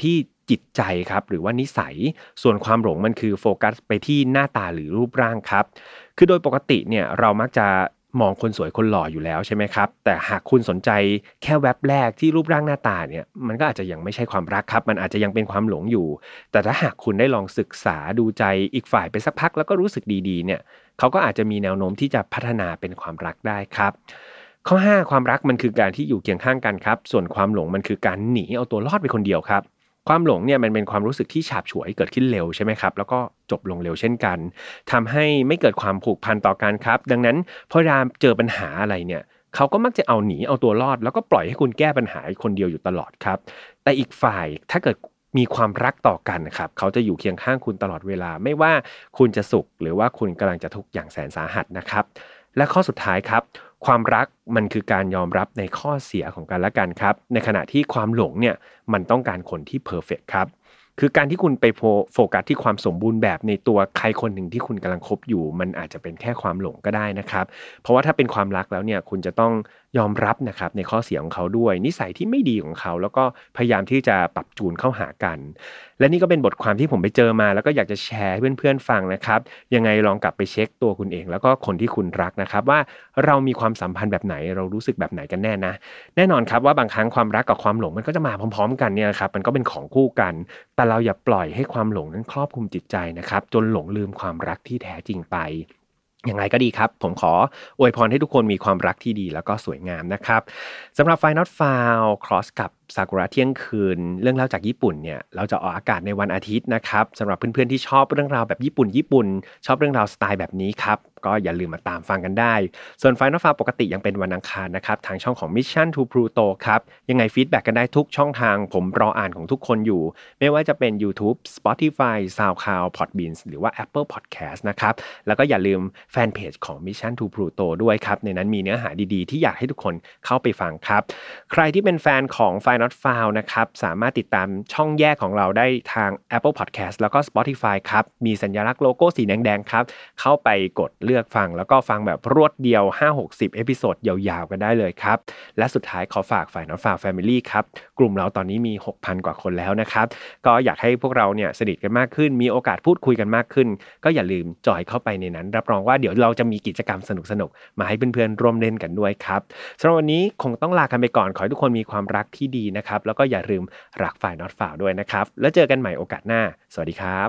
Speaker 3: จิตใจครับหรือว่านิสัยส่วนความหลงมันคือโฟกัสไปที่หน้าตาหรือรูปร่างครับคือโดยปกติเนี่ยเรามักจะมองคนสวยคนหล่ออยู่แล้วใช่ไหมครับแต่หากคุณสนใจแค่แว็บแรกที่รูปร่างหน้าตาเนี่ยมันก็อาจจะยังไม่ใช่ความรักครับมันอาจจะยังเป็นความหลงอยู่แต่ถ้าหากคุณได้ลองศึกษาดูใจอีกฝ่ายไปสักพักแล้วก็รู้สึกดีๆเนี่ยเขาก็อาจจะมีแนวโน้มที่จะพัฒนาเป็นความรักได้ครับข้อ5ความรักมันคือการที่อยู่เคียงข้างกันครับส่วนความหลงมันคือการหนีเอาตัวรอดไปคนเดียวครับความหลงเนี่ยมันเป็นความรู้สึกที่ฉาบฉวยเกิดขึ้นเร็วใช่ไหมครับแล้วก็จบลงเร็วเช่นกันทำให้ไม่เกิดความผูกพันต่อกันครับดังนั้นพอเวลาเจอปัญหาอะไรเนี่ยเขาก็มักจะเอาหนีเอาตัวรอดแล้วก็ปล่อยให้คุณแก้ปัญหาคนเดียวอยู่ตลอดครับแต่อีกฝ่ายถ้าเกิดมีความรักต่อกันครับเขาจะอยู่เคียงข้างคุณตลอดเวลาไม่ว่าคุณจะสุขหรือว่าคุณกำลังจะทุกข์อย่างแสนสาหัสนะครับและข้อสุดท้ายครับความรักมันคือการยอมรับในข้อเสียของกันและกันครับในขณะที่ความหลงเนี่ยมันต้องการคนที่เพอร์เฟคครับคือการที่คุณไปโฟกัสที่ความสมบูรณ์แบบในตัวใครคนหนึ่งที่คุณกำลังคบอยู่มันอาจจะเป็นแค่ความหลงก็ได้นะครับเพราะว่าถ้าเป็นความรักแล้วเนี่ยคุณจะต้องยอมรับนะครับในข้อเสียของเขาด้วยนิสัยที่ไม่ดีของเขาแล้วก็พยายามที่จะปรับจูนเข้าหากันและนี่ก็เป็นบทความที่ผมไปเจอมาแล้วก็อยากจะแชร์ให้เพื่อนๆฟังนะครับยังไงลองกลับไปเช็คตัวคุณเองแล้วก็คนที่คุณรักนะครับว่าเรามีความสัมพันธ์แบบไหนเรารู้สึกแบบไหนกันแน่นะแน่นอนครับว่าบางครั้งความรักกับความหลงมันก็จะมาพร้อมๆกันเนี่ยครับมันก็เป็นของคู่กันแต่เราอย่าปล่อยให้ความหลงนั้นครอบคลุมจิตใจนะครับจนหลงลืมความรักที่แท้จริงไปอย่างไรก็ดีครับผมขออวยพรให้ทุกคนมีความรักที่ดีแล้วก็สวยงามนะครับสำหรับ Find Not Found Cross กับซากุระเที่ยงคืนเรื่องเล่าจากญี่ปุ่นเนี่ยเราจะออกอากาศในวันอาทิตย์นะครับสำหรับเพื่อนๆที่ชอบเรื่องราวแบบญี่ปุ่นชอบเรื่องราวสไตล์แบบนี้ครับก็อย่าลืมมาตามฟังกันได้ส่วน Find Not Found ปกติยังเป็นวันอังคารนะครับทางช่องของ Mission to Pluto ครับยังไงฟีดแบ็กกันได้ทุกช่องทางผมรออ่านของทุกคนอยู่ไม่ว่าจะเป็น YouTube Spotify SoundCloud Podbean หรือว่า Apple Podcast นะครับแล้วก็อย่าลืมแฟนเพจของ Mission to Pluto ด้วยครับในนั้นมีเนื้อหาดีๆที่อยากให้ทุกคนเข้าไปฟังครับใครที่เป็นแฟนของ Find Not Found นะครับสามารถติดตามช่องแยกของเราได้ทาง Apple Podcast แล้วก็ Spotify ครับมีสัญลักษณ์โลโก้สีแดงๆครับเข้าไปกดเลือกฟังแล้วก็ฟังแบบรวดเดียว 5-60 เอพิโซดยาวๆกันได้เลยครับและสุดท้ายขอฝาก Find Not Found Family ครับกลุ่มเราตอนนี้มี 6,000 กว่าคนแล้วนะครับก็อยากให้พวกเราเนี่ยสนิทกันมากขึ้นมีโอกาสพูดคุยกันมากขึ้นก็อย่าลืมจอยเข้าไปในนั้นรับรองว่าเดี๋ยวเราจะมีกิจกรรมสนุกๆมาให้เพื่อนๆร่วมเล่นกันด้วยครับสำหรับวันนี้คงต้องลากันไปก่อนขอให้ทุกคนมีความรักที่ดีนะครับแล้วก็อย่าลืมรัก Find Not Found ด้วยนะครับแล้วเจอกันใหม่โอกาสหน้าสวัสดีครับ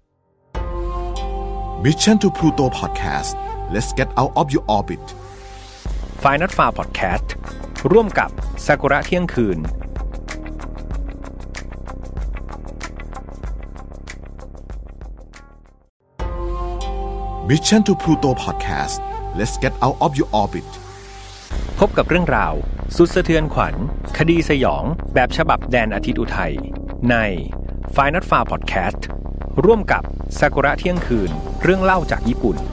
Speaker 1: Mission to Pluto Podcast Let's get out of your orbit
Speaker 3: Find Not Found Podcast ร่วมกับซากุระเที่ยงคืน
Speaker 1: Mission to Pluto Podcast Let's get out of your orbit
Speaker 3: พบกับเรื่องราวสุดสะเทือนขวัญคดีสยองแบบฉบับแดนอาทิตย์อุทัยใน Find Not Found Podcast ร่วมกับซากุระเที่ยงคืนเรื่องเล่าจากญี่ปุ่น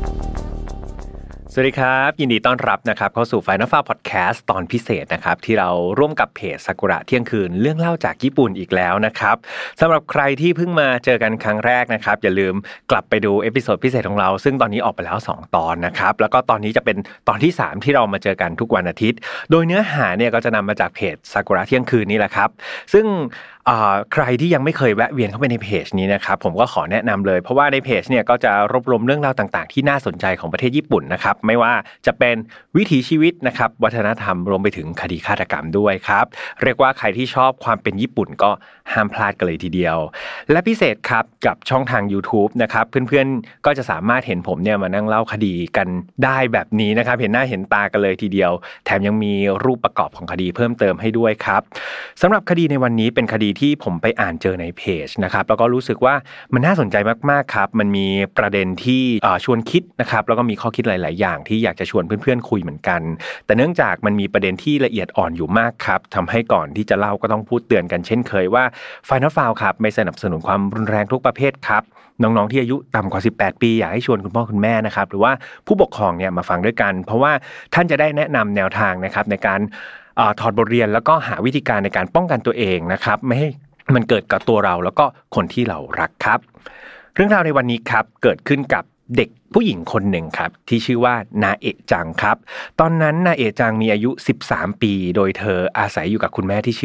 Speaker 3: สวัสดีครับยินดีต้อนรับนะครับเข้าสู่ Find Not Found Podcast ตอนพิเศษนะครับที่เราร่วมกับเพจซากุระเที่ยงคืนเรื่องเล่าจากญี่ปุ่นอีกแล้วนะครับสำหรับใครที่เพิ่งมาเจอกันครั้งแรกนะครับอย่าลืมกลับไปดูเอพิโซดพิเศษของเราซึ่งตอนนี้ออกไปแล้ว2ตอนนะครับแล้วก็ตอนนี้จะเป็นตอนที่3ที่เรามาเจอกันทุกวันอาทิตย์โดยเนื้อหาเนี่ยก็จะนำมาจากเพจซากุระเที่ยงคืนนี่แหละครับซึ่งใครที่ยังไม่เคยแวะเวียนเข้าไปในเพจนี้นะครับผมก็ขอแนะนำเลยเพราะว่าในเพจเนี่ยก็จะรวบรวมเรื่องราวต่างๆที่น่าสนใจของประเทศญี่ปุ่นนะครับไม่ว่าจะเป็นวิถีชีวิตนะครับวัฒนธรรมรวมไปถึงคดีฆาตกรรมด้วยครับเรียกว่าใครที่ชอบความเป็นญี่ปุ่นก็ห้ามพลาดกันเลยทีเดียวและพิเศษครับกับช่องทาง YouTube นะครับเพื่อนๆก็จะสามารถเห็นผมเนี่ยมานั่งเล่าคดีกันได้แบบนี้นะครับเห็นหน้าเห็นตากันเลยทีเดียวแถมยังมีรูปประกอบของคดีเพิ่มเติมให้ด้วยครับสำหรับคดีในวันนี้เป็นคดีที่ผมไปอ่านเจอในเพจนะครับแล้วก็รู้สึกว่ามันน่าสนใจมากๆครับมันมีประเด็นที่ชวนคิดนะครับแล้วก็มีข้อคิดหลายๆอย่างที่อยากจะชวนเพื่อนๆคุยเหมือนกันแต่เนื่องจากมันมีประเด็นที่ละเอียดอ่อนอยู่มากครับทำให้ก่อนที่จะเล่าก็ต้องพูดเตือนกันเช่นเคยว่า Find Not Found ครับไม่สนับสนุนความรุนแรงทุกประเภทครับน้องๆที่อายุต่ำกว่า18ปีอยากให้ชวนคุณพ่อคุณแม่นะครับหรือว่าผู้ปกครองเนี่ยมาฟังด้วยกันเพราะว่าท่านจะได้แนะนำแนวทางนะครับในการถอดบทเรียนแล้วก็หาวิธีการในการป้องกันตัวเองนะครับไม่ให้มันเกิดกับตัวเราแล้วก็คนที่เรารักครับเรื่องราวในวันนี้ครับเกิดขึ้นกับเด็กผู้หญิงคนหนึ่งครับที่ชื่อว่านาเอะจังครับตอนนั้นนาเอะจังมีอายุ13ปีโดยเธออาศัยอยู่กับคุณแม่ที่ชื่อว่า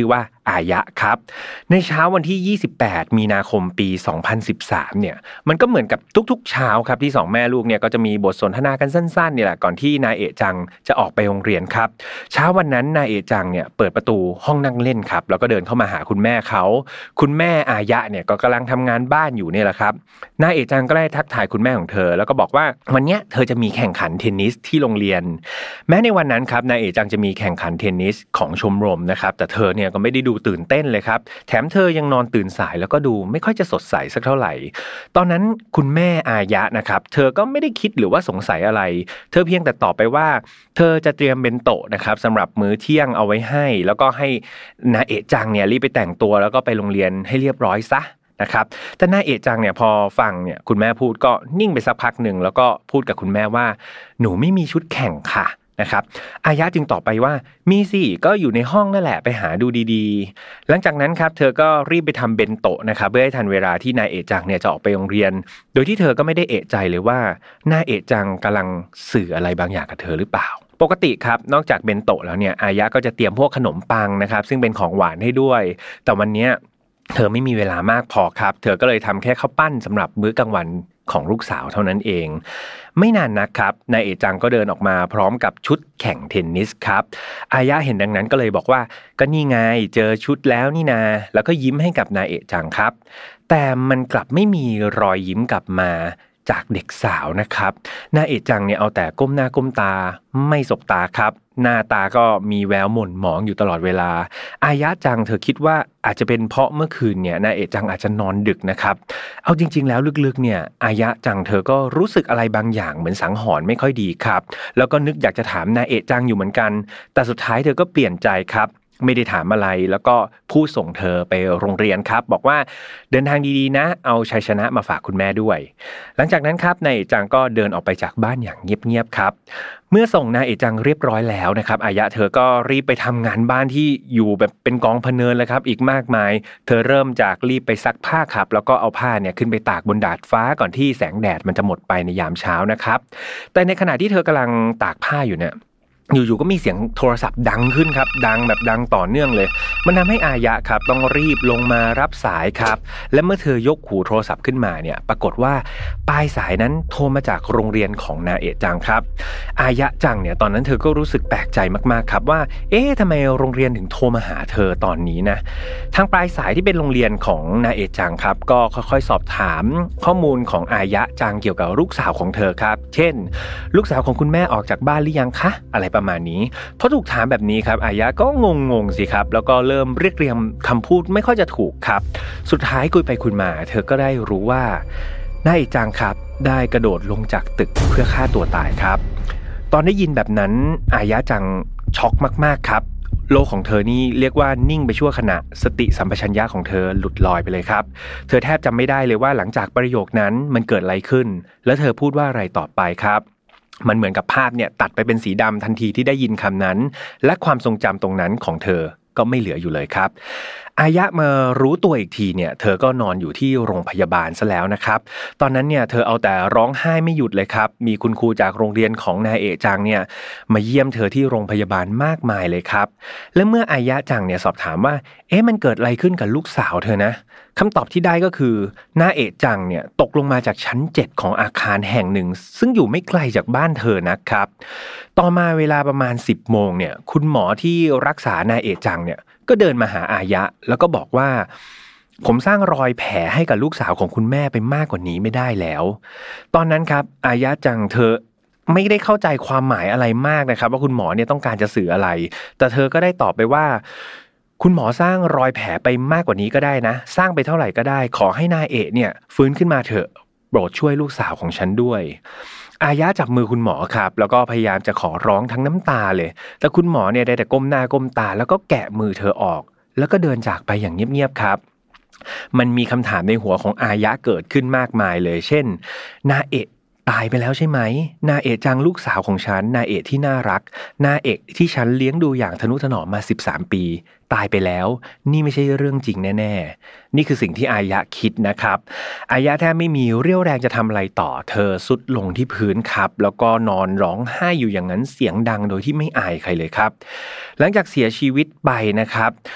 Speaker 3: อายะครับในเช้าวันที่28มีนาคมปี2013เนี่ยมันก็เหมือนกับทุกๆเช้าครับที่2แม่ลูกเนี่ยก็จะมีบทสนทนากันสั้นๆเนี่ยแหละก่อนที่นายเอะจังจะออกไปโรงเรียนครับเช้าวันนั้นนายเอะจังเนี่ยเปิดประตูห้องนั่งเล่นครับแล้วก็เดินเข้ามาหาคุณแม่เขาคุณแม่อายะเนี่ยก็กำลังทำงานบ้านอยู่เนี่ยแหละครับนายเอะจังก็ได้ทักทายคุณแม่ของเธอแล้วก็บอกว่าวันนี้เธอจะมีแข่งขันเทนนิสที่โรงเรียนแม้ในวันนั้นครับนายเอะจังจะมีแข่งขันเทนนิสของชมรมนะครับแต่เธอเนี่ยก็ไม่ได้ดูตื่นเต้นเลยครับแถมเธอยังนอนตื่นสายแล้วก็ดูไม่ค่อยจะสดใสสักเท่าไหร่ตอนนั้นคุณแม่อายะนะครับเธอก็ไม่ได้คิดหรือว่าสงสัยอะไรเธอเพียงแต่ตอบไปว่าเธอจะเตรียมเบนโตะนะครับสำหรับมื้อเที่ยงเอาไว้ให้แล้วก็ให้นายเอะจังเนี่ยรีบไปแต่งตัวแล้วก็ไปโรงเรียนให้เรียบร้อยซะนะครับแต่นายเอะจังเนี่ยพอฟังเนี่ยคุณแม่พูดก็นิ่งไปสักพักหนึ่งแล้วก็พูดกับคุณแม่ว่าหนูไม่มีชุดแข่งค่ะนะครับอายะจึงตอบไปว่ามีสิก็อยู่ในห้องนั่นแหละไปหาดูดีๆหลังจากนั้นครับเธอก็รีบไปทำเบนโตะนะครับเพื่อให้ทันเวลาที่นายเอะจังเนี่ยจะออกไปโรงเรียนโดยที่เธอก็ไม่ได้เอะใจเลยว่านายเอะจังกำลังสื่ออะไรบางอย่างกับเธอหรือเปล่าปกติครับนอกจากเบนโตะแล้วเนี่ยอายะก็จะเตรียมพวกขนมปังนะครับซึ่งเป็นของหวานให้ด้วยแต่วันนี้เธอไม่มีเวลามากพอครับเธอก็เลยทำแค่ข้าวปั้นสำหรับมื้อกลางวันของลูกสาวเท่านั้นเองไม่นานนักครับนายเอะจังก็เดินออกมาพร้อมกับชุดแข่งเทนนิสครับอายะเห็นดังนั้นก็เลยบอกว่าก็นี่ไงเจอชุดแล้วนี่นาแล้วก็ยิ้มให้กับนายเอะจังครับแต่มันกลับไม่มีรอยยิ้มกลับมาจากเด็กสาวนะครับนายเอะจังเนี่ยเอาแต่ก้มหน้าก้มตาไม่สบตาครับหน้าตาก็มีแววหม่นหมองอยู่ตลอดเวลาอายะจังเธอคิดว่าอาจจะเป็นเพราะเมื่อคืนเนี่ยนายเอะจังอาจจะนอนดึกนะครับเอาจริงๆแล้วลึกๆเนี่ยอายะจังเธอก็รู้สึกอะไรบางอย่างเหมือนสังหรณ์ไม่ค่อยดีครับแล้วก็นึกอยากจะถามนายเอะจังอยู่เหมือนกันแต่สุดท้ายเธอก็เปลี่ยนใจครับไม่ได้ถามอะไรแล้วก็พูดส่งเธอไปโรงเรียนครับบอกว่าเดินทางดีๆนะเอาชัยชนะมาฝากคุณแม่ด้วยหลังจากนั้นครับนายเอะจังก็เดินออกไปจากบ้านอย่างเงียบๆครับเมื่อส่งนายเอะจังเรียบร้อยแล้วนะครับอายะเธอก็รีบไปทำงานบ้านที่อยู่แบบเป็นกองพะเนินเลยครับอีกมากมายเธอเริ่มจากรีบไปซักผ้าครับแล้วก็เอาผ้าเนี่ยขึ้นไปตากบนดาดฟ้าก่อนที่แสงแดดมันจะหมดไปในยามเช้านะครับแต่ในขณะที่เธอกำลังตากผ้าอยู่เนี่ยอยู่ๆก็มีเสียงโทรศัพท์ดังขึ้นครับดังแบบดังต่อเนื่องเลยมันทำให้อายะครับต้องรีบลงมารับสายครับและเมื่อเธอยกหูโทรศัพท์ขึ้นมาเนี่ยปรากฏว่าปลายสายนั้นโทรมาจากโรงเรียนของนาเอะจังครับอายะจังเนี่ยตอนนั้นเธอก็รู้สึกแปลกใจมากๆครับว่าทำไมโรงเรียนถึงโทรมาหาเธอตอนนี้นะทางปลายสายที่เป็นโรงเรียนของนาเอะจังครับก็ค่อยๆสอบถามข้อมูลของอายะจังเกี่ยวกับลูกสาวของเธอครับเช่นลูกสาวของคุณแม่ออกจากบ้านหรือยังคะอะไรประมาณนี้พอถูกถามแบบนี้ครับอายะก็งงสิครับแล้วก็เริ่มเรียกเรียงคำพูดไม่ค่อยจะถูกครับสุดท้ายคุยไปคุยมาเธอก็ได้รู้ว่านายเอะจังครับได้กระโดดลงจากตึกเพื่อฆ่าตัวตายครับตอนได้ยินแบบนั้นอายะจังช็อกมากๆครับโลกของเธอนี่เรียกว่านิ่งไปชั่วขณะสติสัมปชัญญะของเธอหลุดลอยไปเลยครับเธอแทบจำไม่ได้เลยว่าหลังจากประโยคนั้นมันเกิดอะไรขึ้นแล้วเธอพูดว่าอะไรต่อไปครับมันเหมือนกับภาพเนี่ยตัดไปเป็นสีดำทันทีที่ได้ยินคำนั้นและความทรงจำตรงนั้นของเธอก็ไม่เหลืออยู่เลยครับอายะมารู้ตัวอีกทีเนี่ยเธอก็นอนอยู่ที่โรงพยาบาลซะแล้วนะครับตอนนั้นเนี่ยเธอเอาแต่ร้องไห้ไม่หยุดเลยครับมีคุณครูจากโรงเรียนของนายเอะจังเนี่ยมาเยี่ยมเธอที่โรงพยาบาลมากมายเลยครับและเมื่ออายะจังเนี่ยสอบถามว่ามันเกิดอะไรขึ้นกับลูกสาวเธอนะคำตอบที่ได้ก็คือนาเอะจังเนี่ยตกลงมาจากชั้น7ของอาคารแห่งหนึ่งซึ่งอยู่ไม่ไกลจากบ้านเธอนะครับต่อมาเวลาประมาณ 10 โมงเนี่ยคุณหมอที่รักษานาเอะจังเนี่ยก็เดินมาหาอายะแล้วก็บอกว่าผมสร้างรอยแผลให้กับลูกสาวของคุณแม่ไปมากกว่านี้ไม่ได้แล้วตอนนั้นครับอายะจังเธอไม่ได้เข้าใจความหมายอะไรมากนะครับว่าคุณหมอเนี่ยต้องการจะสื่ออะไรแต่เธอก็ได้ตอบไปว่าคุณหมอสร้างรอยแผลไปมากกว่านี้ก็ได้นะสร้างไปเท่าไหร่ก็ได้ขอให้นายเอะเนี่ยฟื้นขึ้นมาเถอะโปรดช่วยลูกสาวของฉันด้วยอายะจับมือคุณหมอครับแล้วก็พยายามจะขอร้องทั้งน้ำตาเลยแต่คุณหมอเนี่ยได้แต่ก้มหน้าก้มตาแล้วก็แกะมือเธอออกแล้วก็เดินจากไปอย่างเงียบๆครับมันมีคำถามในหัวของอายะเกิดขึ้นมากมายเลยเช่นนาเอะตายไปแล้วใช่ไหมนาเอะจังลูกสาวของฉันนาเอะที่น่ารักนาเอะที่ฉันเลี้ยงดูอย่างทนุถนอมมา13 ปีตายไปแล้วนี่ไม่ใช่เรื่องจริงแน่ๆนี่คือสิ่งที่อายะคิดนะครับอายะแทบไม่มีเรี่ยวแรงจะทำอะไรต่อเธอสุดลงที่พื้นครับแล้วก็นอนร้องไห้อยู่อย่างนั้นเสียงดังโดยที่ไม่อายใครเลยครับหลังจากเสียชีวิตไปนะครับ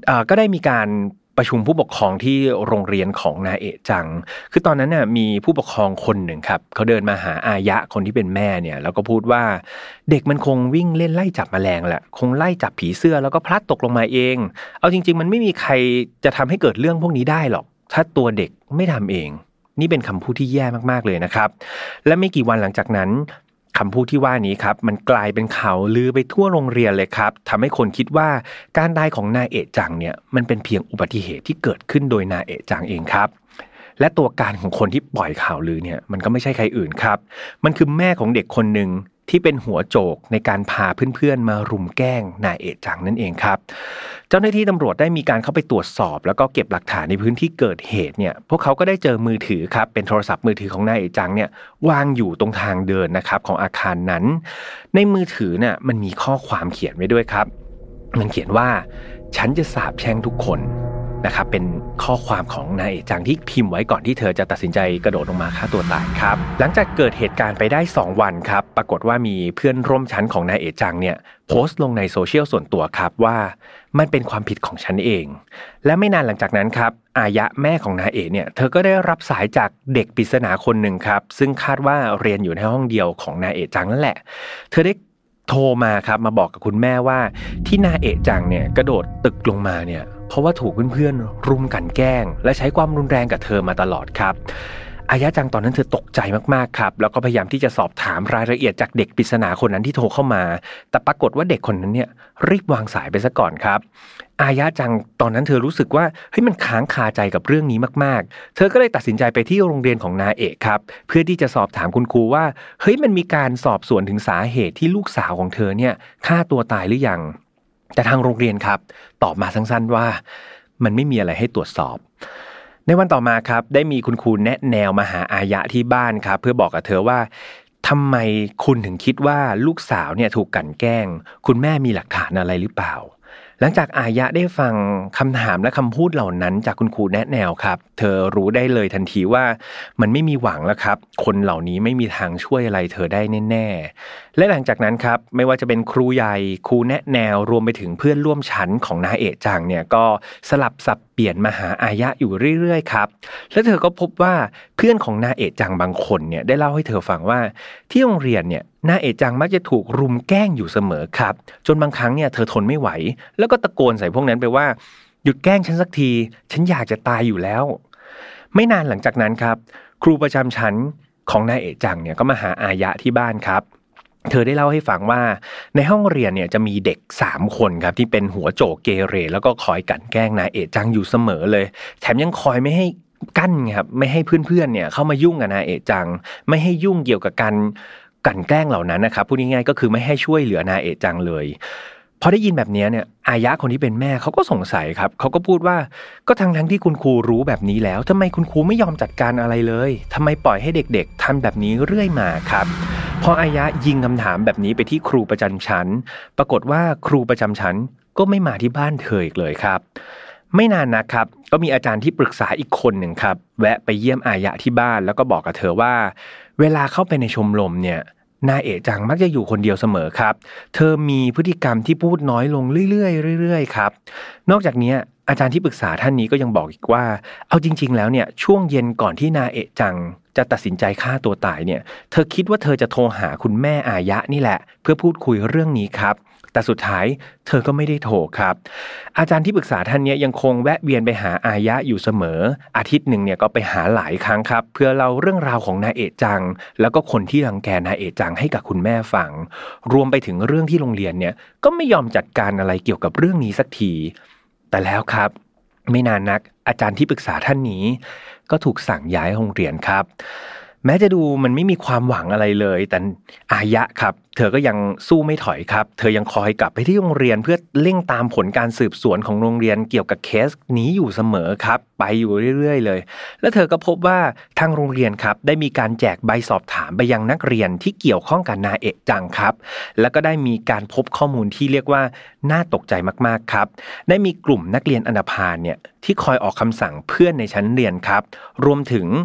Speaker 3: ก็ได้มีการประชุมผู้ปกครองที่โรงเรียนของนาเอะจังคือตอนนั้นน่ะมีผู้ปกครองคนหนึ่งครับเขาเดินมาหาอายะคนที่เป็นแม่เนี่ยแล้วก็พูดว่าเด็กมันคงวิ่งเล่นไล่จับแมลงแหละคงไล่จับผีเสื้อแล้วก็พลัดตกลงมาเองเอาจริงๆมันไม่มีใครจะทำให้เกิดเรื่องพวกนี้ได้หรอกถ้าตัวเด็กไม่ทำเองนี่เป็นคำพูดที่แย่มากๆเลยนะครับและไม่กี่วันหลังจากนั้นคำพูดที่ว่านี้ครับมันกลายเป็นข่าวลือไปทั่วโรงเรียนเลยครับทำให้คนคิดว่าการตายของนาเอะจังเนี่ยมันเป็นเพียงอุบัติเหตุที่เกิดขึ้นโดยนาเอะจังเองครับและตัวการของคนที่ปล่อยข่าวลือเนี่ยมันก็ไม่ใช่ใครอื่นครับมันคือแม่ของเด็กคนหนึ่งที่เป็นหัวโจกในการพาเพื่อนๆมารุมแกล้งนาเอะจังนั่นเองครับเจ้าหน้าที่ตำรวจได้มีการเข้าไปตรวจสอบแล้วก็เก็บหลักฐานในพื้นที่เกิดเหตุเนี่ยพวกเขาก็ได้เจอมือถือครับเป็นโทรศัพท์มือถือของนาเอะจังเนี่ยวางอยู่ตรงทางเดินนะครับของอาคารนั้นในมือถือเนี่ยมันมีข้อความเขียนไว้ด้วยครับมันเขียนว่าฉันจะสาปแช่งทุกคนนะครับเป็นข้อความของนาเอะจังที่พิมพ์ไว้ก่อนที่เธอจะตัดสินใจกระโดดลงมาฆ่าตัวตายครับหลังจากเกิดเหตุการณ์ไปได้2วันครับปรากฏว่ามีเพื่อนร่วมชั้นของนาเอะจังเนี่ยโพสต์ลงในโซเชียลส่วนตัวครับว่ามันเป็นความผิดของฉันเองและไม่นานหลังจากนั้นครับอายะแม่ของนาเอะเนี่ยเธอก็ได้รับสายจากเด็กปริศนาคนหนึ่งครับซึ่งคาดว่าเรียนอยู่ในห้องเดียวของนาเอะจังนั่นแหละเธอได้โทรมาครับมาบอกกับคุณแม่ว่าที่นาเอะจังเนี่ยกระโดดตึกลงมาเนี่ยเพราะว่าถูกเพื่อนๆรุมกลั่นแกล้งและใช้ความรุนแรงกับเธอมาตลอดครับอายะจังตอนนั้นเธอตกใจมากๆครับแล้วก็พยายามที่จะสอบถามรายละเอียดจากเด็กปริศนาคนนั้นที่โทรเข้ามาแต่ปรากฏว่าเด็กคนนั้นเนี่ยรีบวางสายไปซะก่อนครับอายะจังตอนนั้นเธอรู้สึกว่าเฮ้ยมันค้างคาใจกับเรื่องนี้มากๆเธอก็เลยตัดสินใจไปที่โรงเรียนของนาเอะครับเพื่อที่จะสอบถามคุณครูว่าเฮ้ยมันมีการสอบสวนถึงสาเหตุที่ลูกสาวของเธอเนี่ยฆ่าตัวตายหรือยังแต่ทางโรงเรียนครับตอบมาสั้นๆว่ามันไม่มีอะไรให้ตรวจสอบในวันต่อมาครับได้มีคุณครูแนะแนวมาหาอายะที่บ้านครับเพื่อบอกกับเธอว่าทำไมคุณถึงคิดว่าลูกสาวเนี่ยถูกกลั่นแกล้งคุณแม่มีหลักฐานอะไรหรือเปล่าหลังจากอายะได้ฟังคำถามและคำพูดเหล่านั้นจากคุณครูแนะแนวครับเธอรู้ได้เลยทันทีว่ามันไม่มีหวังแล้วครับคนเหล่านี้ไม่มีทางช่วยอะไรเธอได้แน่ๆและหลังจากนั้นครับไม่ว่าจะเป็นครูใหญ่ครูแนะแนวรวมไปถึงเพื่อนร่วมชั้นของนาเอะจังเนี่ยก็สลับสับเปลี่ยนมาหาอายะอยู่เรื่อยๆครับและเธอก็พบว่าเพื่อนของนาเอะจังบางคนเนี่ยได้เล่าให้เธอฟังว่าที่โรงเรียนเนี่ยนาเอะจังมักจะถูกรุมแกล้งอยู่เสมอครับจนบางครั้งเนี่ยเธอทนไม่ไหวแล้วก็ตะโกนใส่พวกนั้นไปว่าหยุดแกล้งฉันสักทีฉันอยากจะตายอยู่แล้วไม่นานหลังจากนั้นครับครูประจำชั้นของนาเอะจังเนี่ยก็มาหาอายะที่บ้านครับเธอได้เล่าให้ฟังว่าในห้องเรียนเนี่ยจะมีเด็ก3คนครับที่เป็นหัวโจกเกเรแล้วก็คอยกลั่นแกล้งนาเอะจังอยู่เสมอเลยแถมยังคอยไม่ให้กั้นครับไม่ให้เพื่อนๆเนี่ยเข้ามายุ่งกับนาเอะจังไม่ให้ยุ่งเกี่ยวกับการกลั่นแกล้งเหล่านั้นนะครับพูดง่ายๆก็คือไม่ให้ช่วยเหลือนาเอะจังเลยพอได้ยินแบบนี้เนี่ยอายะคนที่เป็นแม่เขาก็สงสัยครับเขาก็พูดว่าก็ทั้งที่คุณครูรู้แบบนี้แล้วทำไมคุณครูไม่ยอมจัดการอะไรเลยทำไมปล่อยให้เด็กๆทำแบบนี้เรื่อยมาครับพออายะยิงคำถามแบบนี้ไปที่ครูประจำชั้นปรากฏว่าครูประจำชั้นก็ไม่มาที่บ้านเธออีกเลยครับไม่นานนะครับก็มีอาจารย์ที่ปรึกษาอีกคนหนึ่งครับแวะไปเยี่ยมอายะที่บ้านแล้วก็บอกกับเธอว่าเวลาเข้าไปในชมรมเนี่ยนาเอะจังมักจะอยู่คนเดียวเสมอครับเธอมีพฤติกรรมที่พูดน้อยลงเรื่อยๆครับนอกจากนี้อาจารย์ที่ปรึกษาท่านนี้ก็ยังบอกอีกว่าเอาจริงๆแล้วเนี่ยช่วงเย็นก่อนที่นาเอะจังจะตัดสินใจฆ่าตัวตายเนี่ยเธอคิดว่าเธอจะโทรหาคุณแม่อายะนี่แหละเพื่อพูดคุยเรื่องนี้ครับแต่สุดท้ายเธอก็ไม่ได้โทรครับอาจารย์ที่ปรึกษาท่านนี้ยังคงแวะเวียนไปหาอายะอยู่เสมออาทิตย์หนึ่งเนี่ยก็ไปหาหลายครั้งครับเพื่อเล่าเรื่องราวของนาเอะจังแล้วก็คนที่รังแกนาเอะจังให้กับคุณแม่ฟังรวมไปถึงเรื่องที่โรงเรียนเนี่ยก็ไม่ยอมจัดการอะไรเกี่ยวกับเรื่องนี้สักทีแต่แล้วครับไม่นานนักอาจารย์ที่ปรึกษาท่านนี้ก็ถูกสั่งย้ายโรงเรียนครับแม้จะดูมันไม่มีความหวังอะไรเลยแต่อายะครับเธอก็ยังสู้ไม่ถอยครับเธอยังคอยกลับไปที่โรงเรียนเพื่อเร่งตามผลการสืบสวนของโรงเรียนเกี่ยวกับเคสนี้อยู่เสมอครับไปอยู่เรื่อยๆเลยแล้วเธอก็พบว่าทางโรงเรียนครับได้มีการแจกใบสอบถามไปยังนักเรียนที่เกี่ยวข้องกับนาเอะจังครับแล้วก็ได้มีการพบข้อมูลที่เรียกว่าน่าตกใจมากๆครับได้มีกลุ่มนักเรียนอันธพาลเนี่ยที่คอยออกคำสั่งเพื่อนในชั้นเรียนครับรวมถึง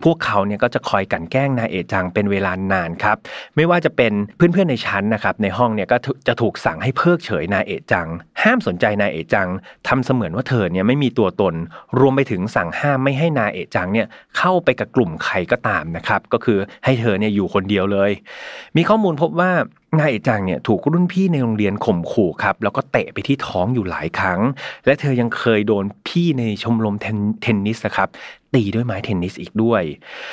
Speaker 3: พวกเขาเนี่ยก็จะคอยกลั่นแกล้งนาเอะจังเป็นเวลานานครับไม่ว่าจะเป็นเพื่อนๆในชั้นนะครับในห้องเนี่ยก็จะถูกสั่งให้เพิกเฉยนาเอะจังห้ามสนใจนาเอะจังทำเสมือนว่าเธอเนี่ยไม่มีตัวตนรวมไปถึงสั่งห้ามไม่ให้นาเอะจังเนี่ยเข้าไปกับกลุ่มใครก็ตามนะครับก็คือให้เธอเนี่ยอยู่คนเดียวเลยมีข้อมูลพบว่านาเอะจังเนี่ยถูกรุ่นพี่ในโรงเรียนข่มขู่ครับแล้วก็เตะไปที่ท้องอยู่หลายครั้งและเธอยังเคยโดนพี่ในชมรมเทนนิสนะครับตีด้วยไม้เทนนิสอีกด้วย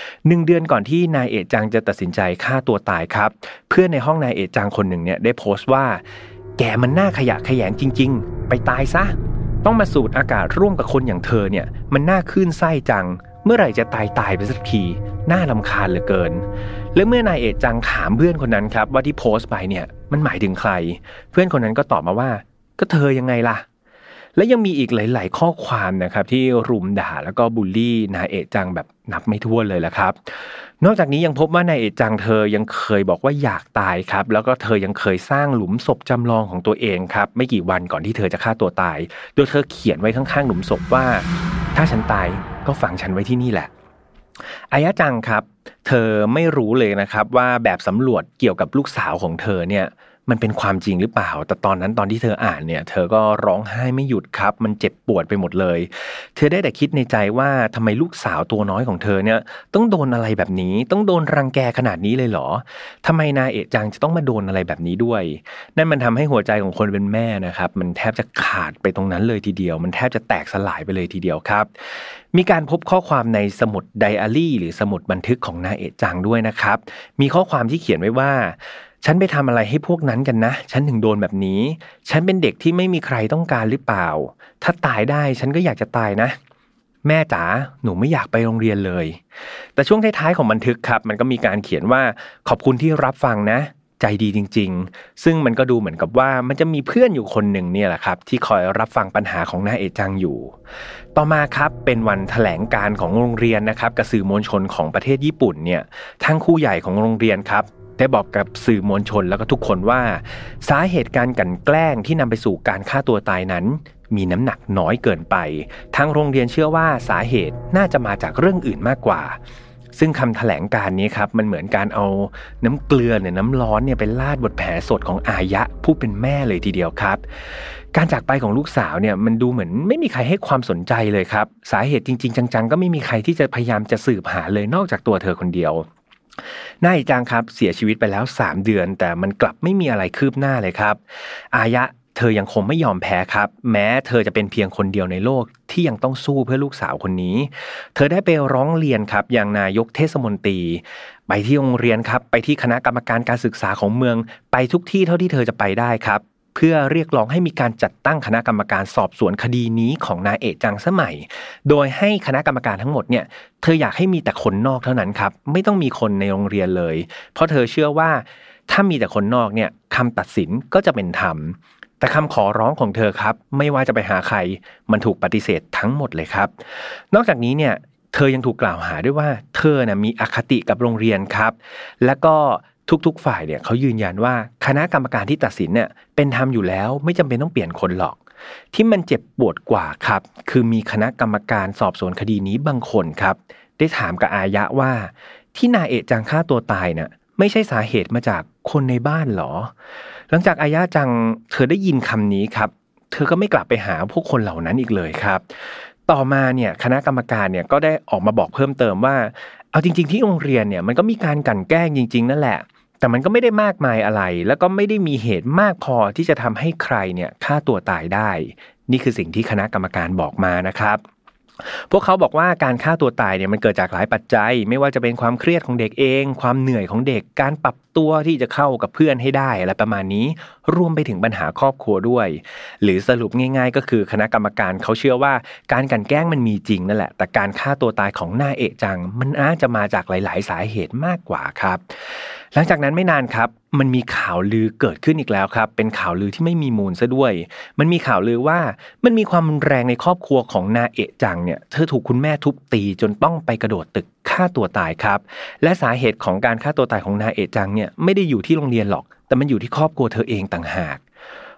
Speaker 3: 1 เดือนก่อนที่นายเอะจังจะตัดสินใจฆ่าตัวตายครับเพื่อนในห้องนายเอะจังคนหนึ่งเนี่ยได้โพสต์ว่าแกมันน่าขยะแขยงจริงๆไปตายซะต้องมาสูดอากาศร่วมกับคนอย่างเธอเนี่ยมันน่าคลื่นไส้จังเมื่อไหร่จะตายไปสักทีน่ารำคาญเหลือเกินและเมื่อนายเอะจังถามเพื่อนคนนั้นครับว่าที่โพสต์ไปเนี่ยมันหมายถึงใครเพื่อนคนนั้นก็ตอบมาว่าก็เธอยังไงล่ะและยังมีอีกหลายๆข้อความนะครับที่รุมด่าแล้วก็บูลลี่นายเอะจังแบบนับไม่ถ้วนเลยละครับนอกจากนี้ยังพบว่านายเอะจังเธอยังเคยบอกว่าอยากตายครับแล้วก็เธอยังเคยสร้างหลุมศพจำลองของตัวเองครับไม่กี่วันก่อนที่เธอจะฆ่าตัวตายโดยเธอเขียนไว้ข้างๆหลุมศพว่าถ้าฉันตายก็ฝังฉันไว้ที่นี่แหละอายะจังครับเธอไม่รู้เลยนะครับว่าแบบสำรวจเกี่ยวกับลูกสาวของเธอเนี่ยมันเป็นความจริงหรือเปล่าแต่ตอนนั้นตอนที่เธออ่านเนี่ยเธอก็ร้องไห้ไม่หยุดครับมันเจ็บปวดไปหมดเลยเธอได้แต่คิดในใจว่าทำไมลูกสาวตัวน้อยของเธอเนี่ยต้องโดนอะไรแบบนี้ต้องโดนรังแกขนาดนี้เลยเหรอทำไมนาเอะจังจะต้องมาโดนอะไรแบบนี้ด้วยนั่นมันทำให้หัวใจของคนเป็นแม่นะครับมันแทบจะขาดไปตรงนั้นเลยทีเดียวมันแทบจะแตกสลายไปเลยทีเดียวครับมีการพบข้อความในสมุดไดอารี่หรือสมุดบันทึกของนาเอะจังด้วยนะครับมีข้อความที่เขียนไว้ว่าฉันไปทำอะไรให้พวกนั้นกันนะฉันถึงโดนแบบนี้ฉันเป็นเด็กที่ไม่มีใครต้องการหรือเปล่าถ้าตายได้ฉันก็อยากจะตายนะแม่จ๋าหนูไม่อยากไปโรงเรียนเลยแต่ช่วงท้ายๆของบันทึกครับมันก็มีการเขียนว่าขอบคุณที่รับฟังนะใจดีจริงๆซึ่งมันก็ดูเหมือนกับว่ามันจะมีเพื่อนอยู่คนหนึ่งเนี่ยแหละครับที่คอยรับฟังปัญหาของนาเอะจังอยู่ต่อมาครับเป็นวันแถลงการของโรงเรียนนะครับกับสื่อมวลชนของประเทศญี่ปุ่นเนี่ยทั้งครูใหญ่ของโรงเรียนครับได้บอกกับสื่อมวลชนแล้วก็ทุกคนว่าสาเหตุการกลั่นแกล้งที่นำไปสู่การฆ่าตัวตายนั้นมีน้ำหนักน้อยเกินไปทางโรงเรียนเชื่อว่าสาเหตุน่าจะมาจากเรื่องอื่นมากกว่าซึ่งคำแถลงการนี้ครับมันเหมือนการเอาน้ำเกลือเนี่ยน้ำร้อนเนี่ยไปราดบนแผลสดของอายะผู้เป็นแม่เลยทีเดียวครับการจากไปของลูกสาวเนี่ยมันดูเหมือนไม่มีใครให้ความสนใจเลยครับสาเหตุจริงๆจังๆก็ไม่มีใครที่จะพยายามจะสืบหาเลยนอกจากตัวเธอคนเดียวนายจังครับเสียชีวิตไปแล้ว3 เดือนแต่มันกลับไม่มีอะไรคืบหน้าเลยครับอายะเธอยังคงไม่ยอมแพ้ครับแม้เธอจะเป็นเพียงคนเดียวในโลกที่ยังต้องสู้เพื่อลูกสาวคนนี้เธอได้ไปร้องเรียนครับอย่างนายกเทศมนตรีไปที่โรงเรียนครับไปที่คณะกรรมการการศึกษาของเมืองไปทุกที่เท่าที่เธอจะไปได้ครับเพื่อเรียกร้องให้มีการจัดตั้งคณะกรรมการสอบสวนคดีนี้ของนาเอะจังสมัยโดยให้คณะกรรมการทั้งหมดเนี่ยเธออยากให้มีแต่คนนอกเท่านั้นครับไม่ต้องมีคนในโรงเรียนเลยเพราะเธอเชื่อว่าถ้ามีแต่คนนอกเนี่ยคำตัดสินก็จะเป็นธรรมแต่คำขอร้องของเธอครับไม่ว่าจะไปหาใครมันถูกปฏิเสธทั้งหมดเลยครับนอกจากนี้เนี่ยเธอยังถูกกล่าวหาด้วยว่าเธอน่ะมีอคติกับโรงเรียนครับแล้วก็ทุกๆฝ่ายเนี่ยเขายืนยันว่าคณะกรรมการที่ตัดสินเนี่ยเป็นธรรมอยู่แล้วไม่จำเป็นต้องเปลี่ยนคนหรอกที่มันเจ็บปวดกว่าครับคือมีคณะกรรมการสอบสวนคดีนี้บางคนครับได้ถามกับอายะว่าที่นาเอะจังฆ่าตัวตายน่ะไม่ใช่สาเหตุมาจากคนในบ้านหรอหลังจากอายะจังเธอได้ยินคำนี้ครับเธอก็ไม่กลับไปหาพวกคนเหล่านั้นอีกเลยครับต่อมาเนี่ยคณะกรรมการเนี่ยก็ได้ออกมาบอกเพิ่มเติมว่าเอาจริงๆที่โรงเรียนเนี่ยมันก็มีการกลั่นแกล้งจริงๆนั่นแหละแต่มันก็ไม่ได้มากมายอะไรแล้วก็ไม่ได้มีเหตุมากพอที่จะทำให้ใครเนี่ยฆ่าตัวตายได้นี่คือสิ่งที่คณะกรรมการบอกมานะครับพวกเขาบอกว่าการฆ่าตัวตายเนี่ยมันเกิดจากหลายปัจจัยไม่ว่าจะเป็นความเครียดของเด็กเองความเหนื่อยของเด็กการปรับตัวที่จะเข้ากับเพื่อนให้ได้อะไรประมาณนี้รวมไปถึงปัญหาครอบครัวด้วยหรือสรุปง่ายๆก็คือคณะกรรมการเขาเชื่อว่าการกลั่นแกล้งมันมีจริงนั่นแหละแต่การฆ่าตัวตายของนาเอะจังมันอาจจะมาจากหลายๆสาเหตุมากกว่าครับหลังจากนั้นไม่นานครับมันมีข่าวลือเกิดขึ้นอีกแล้วครับเป็นข่าวลือที่ไม่มีมูลซะด้วยมันมีข่าวลือว่ามันมีความรุนแรงในครอบครัวของนาเอะจังเนี่ยเธอถูกคุณแม่ทุบตีจนต้องไปกระโดดตึกฆ่าตัวตายครับและสาเหตุของการฆ่าตัวตายของนาเอะจังเนี่ยไม่ได้อยู่ที่โรงเรียนหรอกแต่มันอยู่ที่ครอบครัวเธอเองต่างหาก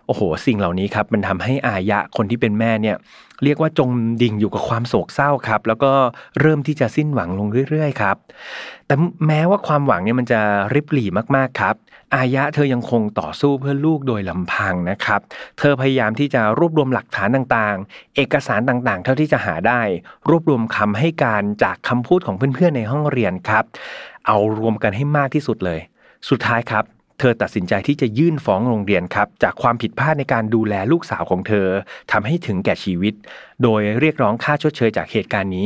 Speaker 3: โอ้โหสิ่งเหล่านี้ครับมันทำให้อายะคนที่เป็นแม่เนี่ยเรียกว่าจมดิ่งอยู่กับความโศกเศร้าครับแล้วก็เริ่มที่จะสิ้นหวังลงเรื่อยๆครับแต่แม้ว่าความหวังเนี่ยมันจะริบหรี่มากๆครับอายะเธอยังคงต่อสู้เพื่อลูกโดยลำพังนะครับเธอพยายามที่จะรวบรวมหลักฐานต่างๆเอกสารต่างๆเท่าที่จะหาได้รวบรวมคำให้การจากคำพูดของเพื่อนๆในห้องเรียนครับเอารวมกันให้มากที่สุดเลยสุดท้ายครับเธอตัดสินใจที่จะยื่นฟ้องโรงเรียนครับจากความผิดพลาดในการดูแลลูกสาวของเธอทำให้ถึงแก่ชีวิตโดยเรียกร้องค่าชดเชยจากเหตุการณ์นี้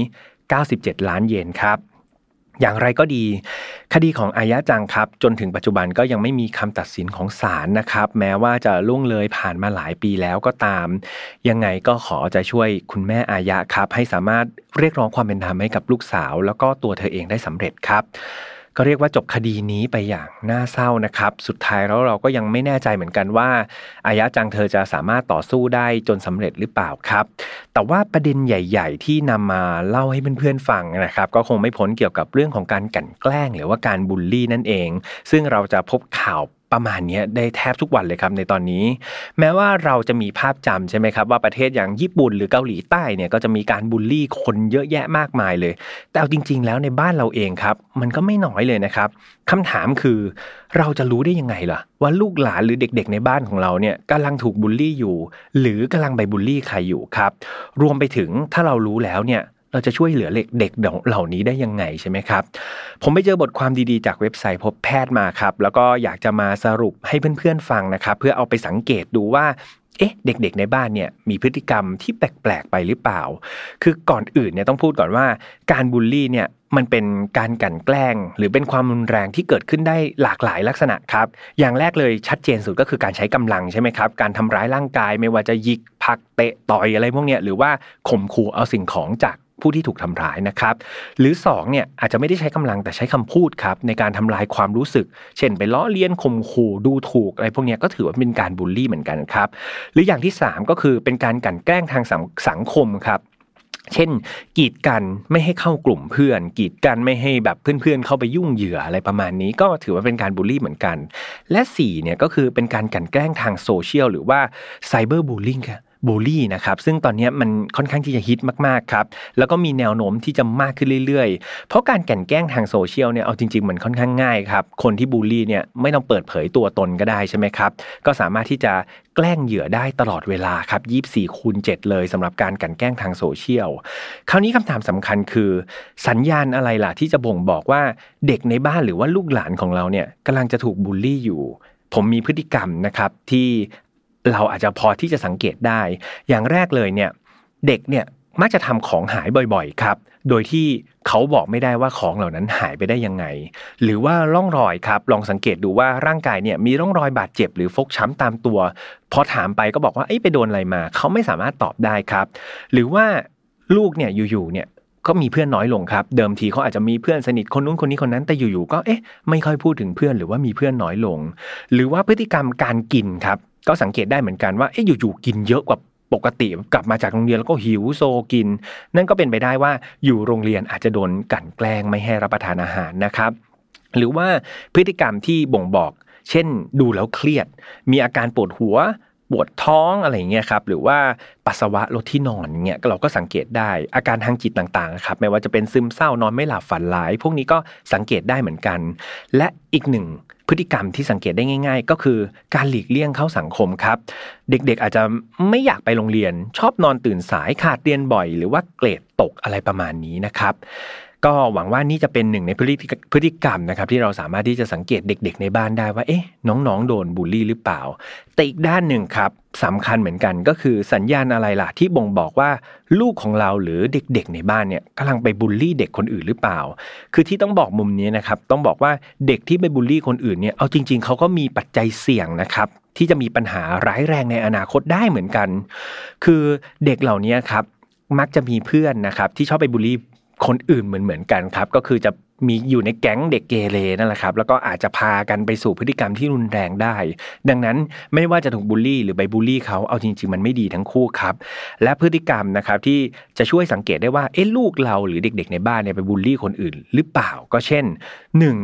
Speaker 3: 97 ล้านเยนครับอย่างไรก็ดีคดีของอายะจังครับจนถึงปัจจุบันก็ยังไม่มีคำตัดสินของศาลนะครับแม้ว่าจะล่วงเลยผ่านมาหลายปีแล้วก็ตามยังไงก็ขอใจช่วยคุณแม่อายะครับให้สามารถเรียกร้องความเป็นธรรมให้กับลูกสาวแล้วก็ตัวเธอเองได้สำเร็จครับก็เรียกว่าจบคดีนี้ไปอย่างน่าเศร้านะครับสุดท้ายแล้วเราก็ยังไม่แน่ใจเหมือนกันว่าอายะจังเธอจะสามารถต่อสู้ได้จนสำเร็จหรือเปล่าครับแต่ว่าประเด็นใหญ่ๆที่นำมาเล่าให้เพื่อนๆฟังนะครับก็คงไม่พ้นเกี่ยวกับเรื่องของการกลั่นแกล้งหรือว่าการบูลลี่นั่นเองซึ่งเราจะพบข่าวประมาณนี้ได้แทบทุกวันเลยครับในตอนนี้แม้ว่าเราจะมีภาพจำใช่ไหมครับว่าประเทศอย่างญี่ปุ่นหรือเกาหลีใต้เนี่ยก็จะมีการบูลลี่คนเยอะแยะมากมายเลยแต่เอาจริงๆแล้วในบ้านเราเองครับมันก็ไม่น้อยเลยนะครับคำถามคือเราจะรู้ได้ยังไงล่ะว่าลูกหลานหรือเด็กๆในบ้านของเราเนี่ยกำลังถูกบูลลี่อยู่หรือกำลังไปบูลลี่ใครอยู่ครับรวมไปถึงถ้าเรารู้แล้วเนี่ยเราจะช่วยเหลือเด็กเหล่านี้ได้ยังไงใช่ไหมครับผมไปเจอบทความดีๆจากเว็บไซต์พบแพทย์มาครับแล้วก็อยากจะมาสรุปให้เพื่อนๆฟังนะครับเพื่อเอาไปสังเกตดูว่าเด็กๆในบ้านเนี่ยมีพฤติกรรมที่แปลกๆไปหรือเปล่าคือก่อนอื่นเนี่ยต้องพูดก่อนว่าการบูลลี่เนี่ยมันเป็นการกลั่นแกล้งหรือเป็นความรุนแรงที่เกิดขึ้นได้หลากหลายลักษณะครับอย่างแรกเลยชัดเจนสุดก็คือการใช้กำลังใช่ไหมครับการทำร้ายร่างกายไม่ว่าจะยิกผลักเตะต่อยอะไรพวกเนี้ยหรือว่าข่มขู่เอาสิ่งของจากผู้ที่ถูกทำร้ายนะครับหรือ2เนี่ยอาจจะไม่ได้ใช้กำลังแต่ใช้คำพูดครับในการทำลายความรู้สึกเช่นไปล้อเลียนข่มขู่ดูถูกอะไรพวกนี้ก็ถือว่าเป็นการบูลลี่เหมือนกันครับหรืออย่างที่3ก็คือเป็นการกลั่นแกล้งทางสังคมครับเช่นกีดกันไม่ให้เข้ากลุ่มเพื่อนกีดกันไม่ให้แบบเพื่อนๆเข้าไปยุ่งเหยื่ออะไรประมาณนี้ก็ถือว่าเป็นการบูลลี่เหมือนกันและ4เนี่ยก็คือเป็นการกลั่นแกล้งทางโซเชียลหรือว่าไซเบอร์บูลลิ่งค่ะบูลลี่นะครับซึ่งตอนนี้มันค่อนข้างที่จะฮิตมากๆครับแล้วก็มีแนวโน้มที่จะมากขึ้นเรื่อยๆเพราะการกลั่นแกล้งทางโซเชียลเนี่ยเอาจริงๆมันค่อนข้างง่ายครับคนที่บูลลี่เนี่ยไม่ต้องเปิดเผยตัวตนก็ได้ใช่ไหมครับก็สามารถที่จะแกล้งเหยื่อได้ตลอดเวลาครับ24/7เลยสำหรับการกลั่นแกล้งทางโซเชียลคราวนี้คำถามสำคัญคือสัญญาณอะไรล่ะที่จะบ่งบอกว่าเด็กในบ้านหรือว่าลูกหลานของเราเนี่ยกำลังจะถูกบูลลี่อยู่ผมมีพฤติกรรมนะครับที่เราอาจจะพอที่จะสังเกตได้อย่างแรกเลยเนี่ยเด็กเนี่ยมักจะทำของหายบ่อยๆครับโดยที่เขาบอกไม่ได้ว่าของเหล่านั้นหายไปได้ยังไงหรือว่าร่องรอยครับลองสังเกตดูว่าร่างกายเนี่ยมีร่องรอยบาดเจ็บหรือฟกช้ำตามตัวพอถามไปก็บอกว่าไปโดนอะไรมาเขาไม่สามารถตอบได้ครับหรือว่าลูกเนี่ยอยู่ๆเนี่ยก็มีเพื่อนน้อยลงครับเดิมทีเขาอาจจะมีเพื่อนสนิทคนนู้นคนนี้คนนั้นแต่อยู่ๆก็ไม่ค่อยพูดถึงเพื่อนหรือว่ามีเพื่อนน้อยลงหรือว่าพฤติกรรมการกินครับก็สังเกตได้เหมือนกันว่าอยู่ๆกินเยอะกว่าปกติกลับมาจากโรงเรียนแล้วก็หิวโซกินนั่นก็เป็นไปได้ว่าอยู่โรงเรียนอาจจะโดนกลั่นแกล้งไม่ให้รับประทานอาหารนะครับหรือว่าพฤติกรรมที่บ่งบอกเช่นดูแล้วเครียดมีอาการปวดหัวปวดท้องอะไรอย่างเงี้ยครับหรือว่าปัสสาวะลดที่นอนอย่างเงี้ยเราก็สังเกตได้อาการทางจิตต่างๆครับไม่ว่าจะเป็นซึมเศร้านอนไม่หลับฝันร้ายพวกนี้ก็สังเกตได้เหมือนกันและอีกหนึ่งพฤติกรรมที่สังเกตได้ง่ายๆก็คือการหลีกเลี่ยงเข้าสังคมครับเด็กๆอาจจะไม่อยากไปโรงเรียนชอบนอนตื่นสายขาดเรียนบ่อยหรือว่าเกรดตกอะไรประมาณนี้นะครับก็หวังว่านี่จะเป็นหนึ่งในพฤติกรรมนะครับที่เราสามารถที่จะสังเกตเด็กๆในบ้านได้ว่าน้องๆโดนบูลลี่หรือเปล่าแต่อีกด้านหนึ่งครับสำคัญเหมือนกันก็คือสัญญาณอะไรล่ะที่บ่งบอกว่าลูกของเราหรือเด็กๆในบ้านเนี่ยกำลังไปบูลลี่เด็กคนอื่นหรือเปล่าคือที่ต้องบอกมุมนี้นะครับต้องบอกว่าเด็กที่ไปบูลลี่คนอื่นเนี่ยเอาจริงๆเขาก็มีปัจจัยเสี่ยงนะครับที่จะมีปัญหาร้ายแรงในอนาคตได้เหมือนกันคือเด็กเหล่านี้ครับมักจะมีเพื่อนนะครับที่ชอบไปบูลลี่คนอื่นเหมือนกันครับก็คือจะมีอยู่ในแก๊งเด็กเกเรนั่นแหละครับแล้วก็อาจจะพากันไปสู่พฤติกรรมที่รุนแรงได้ดังนั้นไม่ว่าจะถูกบูลลี่หรือไปบูลลี่เขาเอาจริงๆมันไม่ดีทั้งคู่ครับและพฤติกรรมนะครับที่จะช่วยสังเกตได้ว่าลูกเราหรือเด็กๆในบ้านเนี่ยไปบูลลี่คนอื่นหรือเปล่าก็เช่น1เนี่ย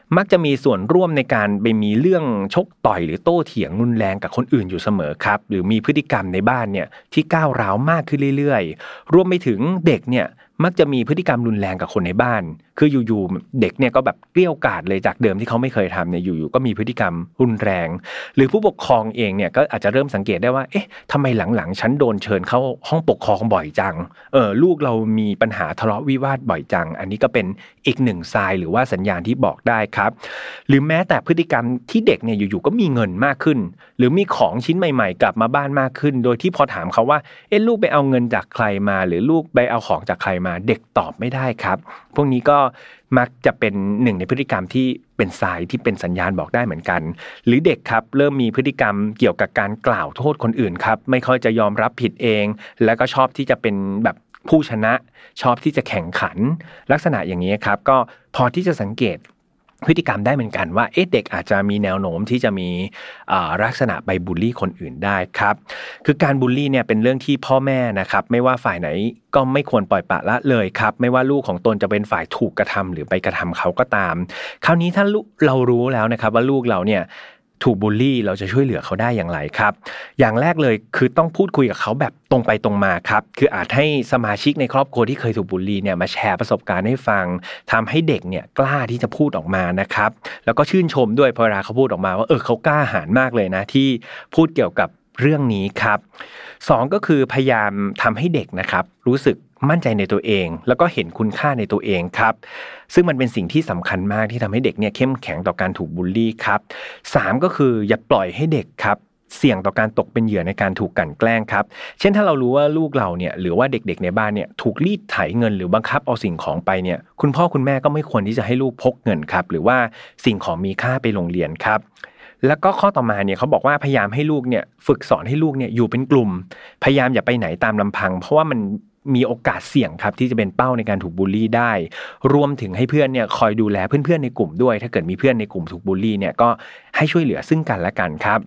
Speaker 3: มักจะมีส่วนร่วมในการไปมีเรื่องชกต่อยหรือโต้เถียงรุนแรงกับคนอื่นอยู่เสมอครับหรือมีพฤติกรรมในบ้านเนี่ยที่ก้าวร้าวมากขึ้นเรื่อยๆรวมไปถึงเด็กเนี่ยมักจะมีพฤติกรรมรุนแรงกับคนในบ้านคืออยู่ๆเด็กเนี่ยก็แบบเกลี้ยกล่อมเลยจากเดิมที่เขาไม่เคยทำเนี่ยอยู่ๆก็มีพฤติกรรมรุนแรงหรือผู้ปกครองเองเนี่ยก็อาจจะเริ่มสังเกตได้ว่าเอ๊ะทำไมหลังๆฉันโดนเชิญเข้าห้องปกครองบ่อยจังลูกเรามีปัญหาทะเลาะวิวาทบ่อยจังอันนี้ก็เป็นอีกหนึ่งทรายหรือว่าสัญญาณที่บอกได้ครับหรือแม้แต่พฤติกรรมที่เด็กเนี่ยอยู่ๆก็มีเงินมากขึ้นหรือมีของชิ้นใหม่ๆกลับมาบ้านมากขึ้นโดยที่พอถามเขาว่าเอ๊ะลูกไปเอาเงินจากใครมาหรือลูกไปเอาของจากใครมาเด็กตอบไม่ได้ครับพวกนี้ก็มักจะเป็นหนึ่งในพฤติกรรมที่เป็นทรายที่เป็นสัญญาณบอกได้เหมือนกันหรือเด็กครับเริ่มมีพฤติกรรมเกี่ยวกับการกล่าวโทษคนอื่นครับไม่ค่อยจะยอมรับผิดเองแล้วก็ชอบที่จะเป็นแบบผู้ชนะชอบที่จะแข่งขันลักษณะอย่างนี้ครับก็พอที่จะสังเกตพฤติกรรมได้เหมือนกันว่าเด็กอาจจะมีแนวโน้มที่จะมีลักษณะไปบูลลี่คนอื่นได้ครับคือการบูลลี่เนี่ยเป็นเรื่องที่พ่อแม่นะครับไม่ว่าฝ่ายไหนก็ไม่ควรปล่อยปละละเลยครับไม่ว่าลูกของตนจะเป็นฝ่ายถูกกระทำหรือไปกระทำเขาก็ตามคราวนี้ถ้าเรารู้แล้วนะครับว่าลูกเราเนี่ยถูกบูลลี่เราจะช่วยเหลือเขาได้อย่างไรครับอย่างแรกเลยคือต้องพูดคุยกับเขาแบบตรงไปตรงมาครับคืออาจให้สมาชิกในครอบครัวที่เคยถูกบูลลี่เนี่ยมาแชร์ประสบการณ์ให้ฟังทำให้เด็กเนี่ยกล้าที่จะพูดออกมานะครับแล้วก็ชื่นชมด้วยพอเวลาเขาพูดออกมาว่าเขากล้าหาญมากเลยนะที่พูดเกี่ยวกับเรื่องนี้ครับ2ก็คือพยายามทำให้เด็กนะครับรู้สึกมั่นใจในตัวเองแล้วก็เห็นคุณค่าในตัวเองครับซึ่งมันเป็นสิ่งที่สำคัญมากที่ทำให้เด็กเนี่ยเข้มแข็งต่อการถูกบูลลี่ครับ3ก็คืออย่าปล่อยให้เด็กครับเสี่ยงต่อการตกเป็นเหยื่อในการถูกกลั่นแกล้งครับเช่นถ้าเรารู้ว่าลูกเราเนี่ยหรือว่าเด็กๆในบ้านเนี่ยถูกรีดไถเงินหรือบังคับเอาสิ่งของไปเนี่ยคุณพ่อคุณแม่ก็ไม่ควรที่จะให้ลูกพกเงินครับหรือว่าสิ่งของมีค่าไปโรงเรียนครับแล้วก็ข้อต่อมาเนี่ยเขาบอกว่าพยายามให้ลูกเนี่ยฝึกสอนให้ลูกเนี่ยอยู่เป็นกลุ่มพยายามอย่าไปไหนตามลำพังเพราะว่ามันมีโอกาสเสี่ยงครับที่จะเป็นเป้าในการถูกบูลลี่ได้รวมถึงให้เพื่อนเนี่ยคอยดูแลเพื่อนๆในกลุ่มด้วยถ้าเกิดมีเพื่อนในกลุ่มถูกบูลลี่เนี่ยก็ให้ช่วยเหลือซึ่งกันและกันครับ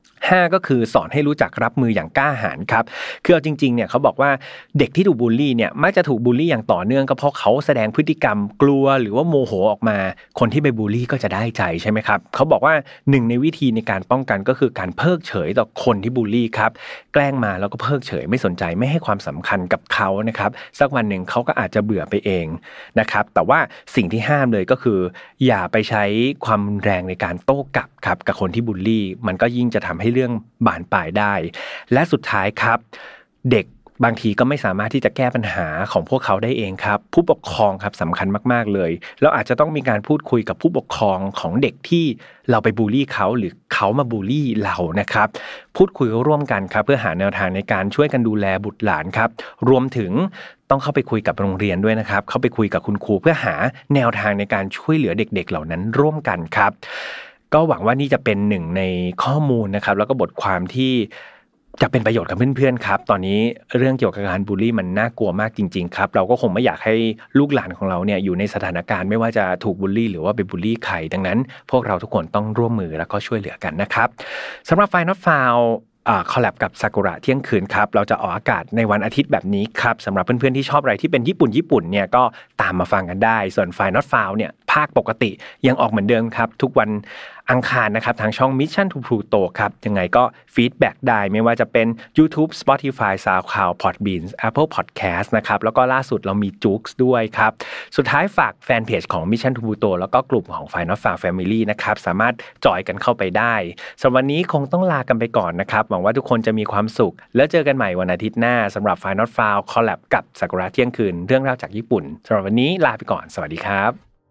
Speaker 3: 5ก็คือสอนให้รู้จักรับมืออย่างกล้าหาญครับคือเอาจริงๆเนี่ยเขาบอกว่าเด็กที่ถูกบูลลี่เนี่ยมักจะถูกบูลลี่อย่างต่อเนื่องก็เพราะเขาแสดงพฤติกรรมกลัวหรือว่าโมโหออกมาคนที่ไปบูลลี่ก็จะได้ใจใช่ไหมครับเขาบอกว่าหนึ่งในวิธีในการป้องกันก็คือการเพิกเฉยต่อคนที่บูลลี่ครับแกล้งมาแล้วก็เพิกเฉยไม่สนใจไม่ให้ความสำคัญกับเขานะครับสักวันหนึ่งเขาก็อาจจะเบื่อไปเองนะครับแต่ว่าสิ่งที่ห้ามเลยก็คืออย่าไปใช้ความรุนแรงในการโต้กลับครับกับคนที่บูลลี่มันก็ยิ่งจะทำให้เรื่องบานปลายได้และสุดท้ายครับเด็กบางทีก็ไม่สามารถที่จะแก้ปัญหาของพวกเขาได้เองครับผู้ปกครองครับสำคัญมากๆเลยเราอาจจะต้องมีการพูดคุยกับผู้ปกครองของเด็กที่เราไปบูลลี่เขาหรือเขามาบูลลี่เรานะครับพูดคุยร่วมกันครับเพื่อหาแนวทางในการช่วยกันดูแลบุตรหลานครับรวมถึงต้องเข้าไปคุยกับโรงเรียนด้วยนะครับเข้าไปคุยกับคุณครูเพื่อหาแนวทางในการช่วยเหลือเด็กๆเหล่านั้นร่วมกันครับก็หวังว่านี่จะเป็นหนึ่งในข้อมูลนะครับแล้วก็บทความที่จะเป็นประโยชน์กับเพื่อนๆครับตอนนี้เรื่องเกี่ยวกับการบูลลี่มันน่ากลัวมากจริงๆครับเราก็คงไม่อยากให้ลูกหลานของเราเนี่ยอยู่ในสถานการณ์ไม่ว่าจะถูกบูลลี่หรือว่าไปบูลลี่ใครดังนั้นพวกเราทุกคนต้องร่วมมือแล้วก็ช่วยเหลือกันนะครับสำหรับ Final Fileคอลแลบกับซากุระเที่ยงคืนครับเราจะออกอากาศในวันอาทิตย์แบบนี้ครับสำหรับเพื่อนๆที่ชอบอะไรที่เป็นญี่ปุ่นเนี่ยก็ตามมาฟังกันได้ส่วน Final File เนี่ยภาคปกติยังออกเหมือนเดิมครับทุกวันอังคารนะครับทางช่อง Mission to Pluto ครับยังไงก็ฟีดแบ็กได้ไม่ว่าจะเป็น YouTube Spotify SoundCloud Podbean Apple Podcast นะครับแล้วก็ล่าสุดเรามี Joox ด้วยครับสุดท้ายฝากแฟนเพจของ Mission to Pluto แล้วก็กลุ่มของ Final File Family นะครับสามารถจอยกันเข้าไปได้สำหรับวันนี้คงต้องลากันไปก่อนนะครับหวังว่าทุกคนจะมีความสุขแล้วเจอกันใหม่วันอาทิตย์หน้าสำหรับ Final File Collab กับซากุระเที่ยงคืนเรื่องราวจากญี่ปุ่นสำหรับวันนี้ลาไปก่อนสวัสดีครับ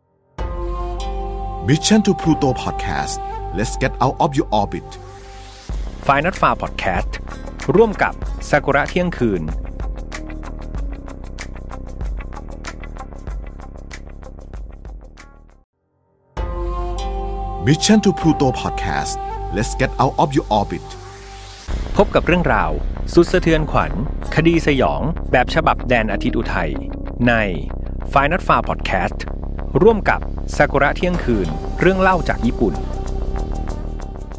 Speaker 1: Mission to Pluto Podcast Let's get out of your orbit
Speaker 3: Final File Podcast ร่วมกับซากุระเที่ยงคืน
Speaker 1: Mission to Pluto Podcast Let's get out of your orbit
Speaker 3: พบกับเรื่องราวสุดสะเทือนขวัญคดีสยองแบบฉบับแดนอาทิตย์อุทัยใน Final File Podcast ร่วมกับซากุระเที่ยงคืนเรื่องเล่าจากญี่ปุ่น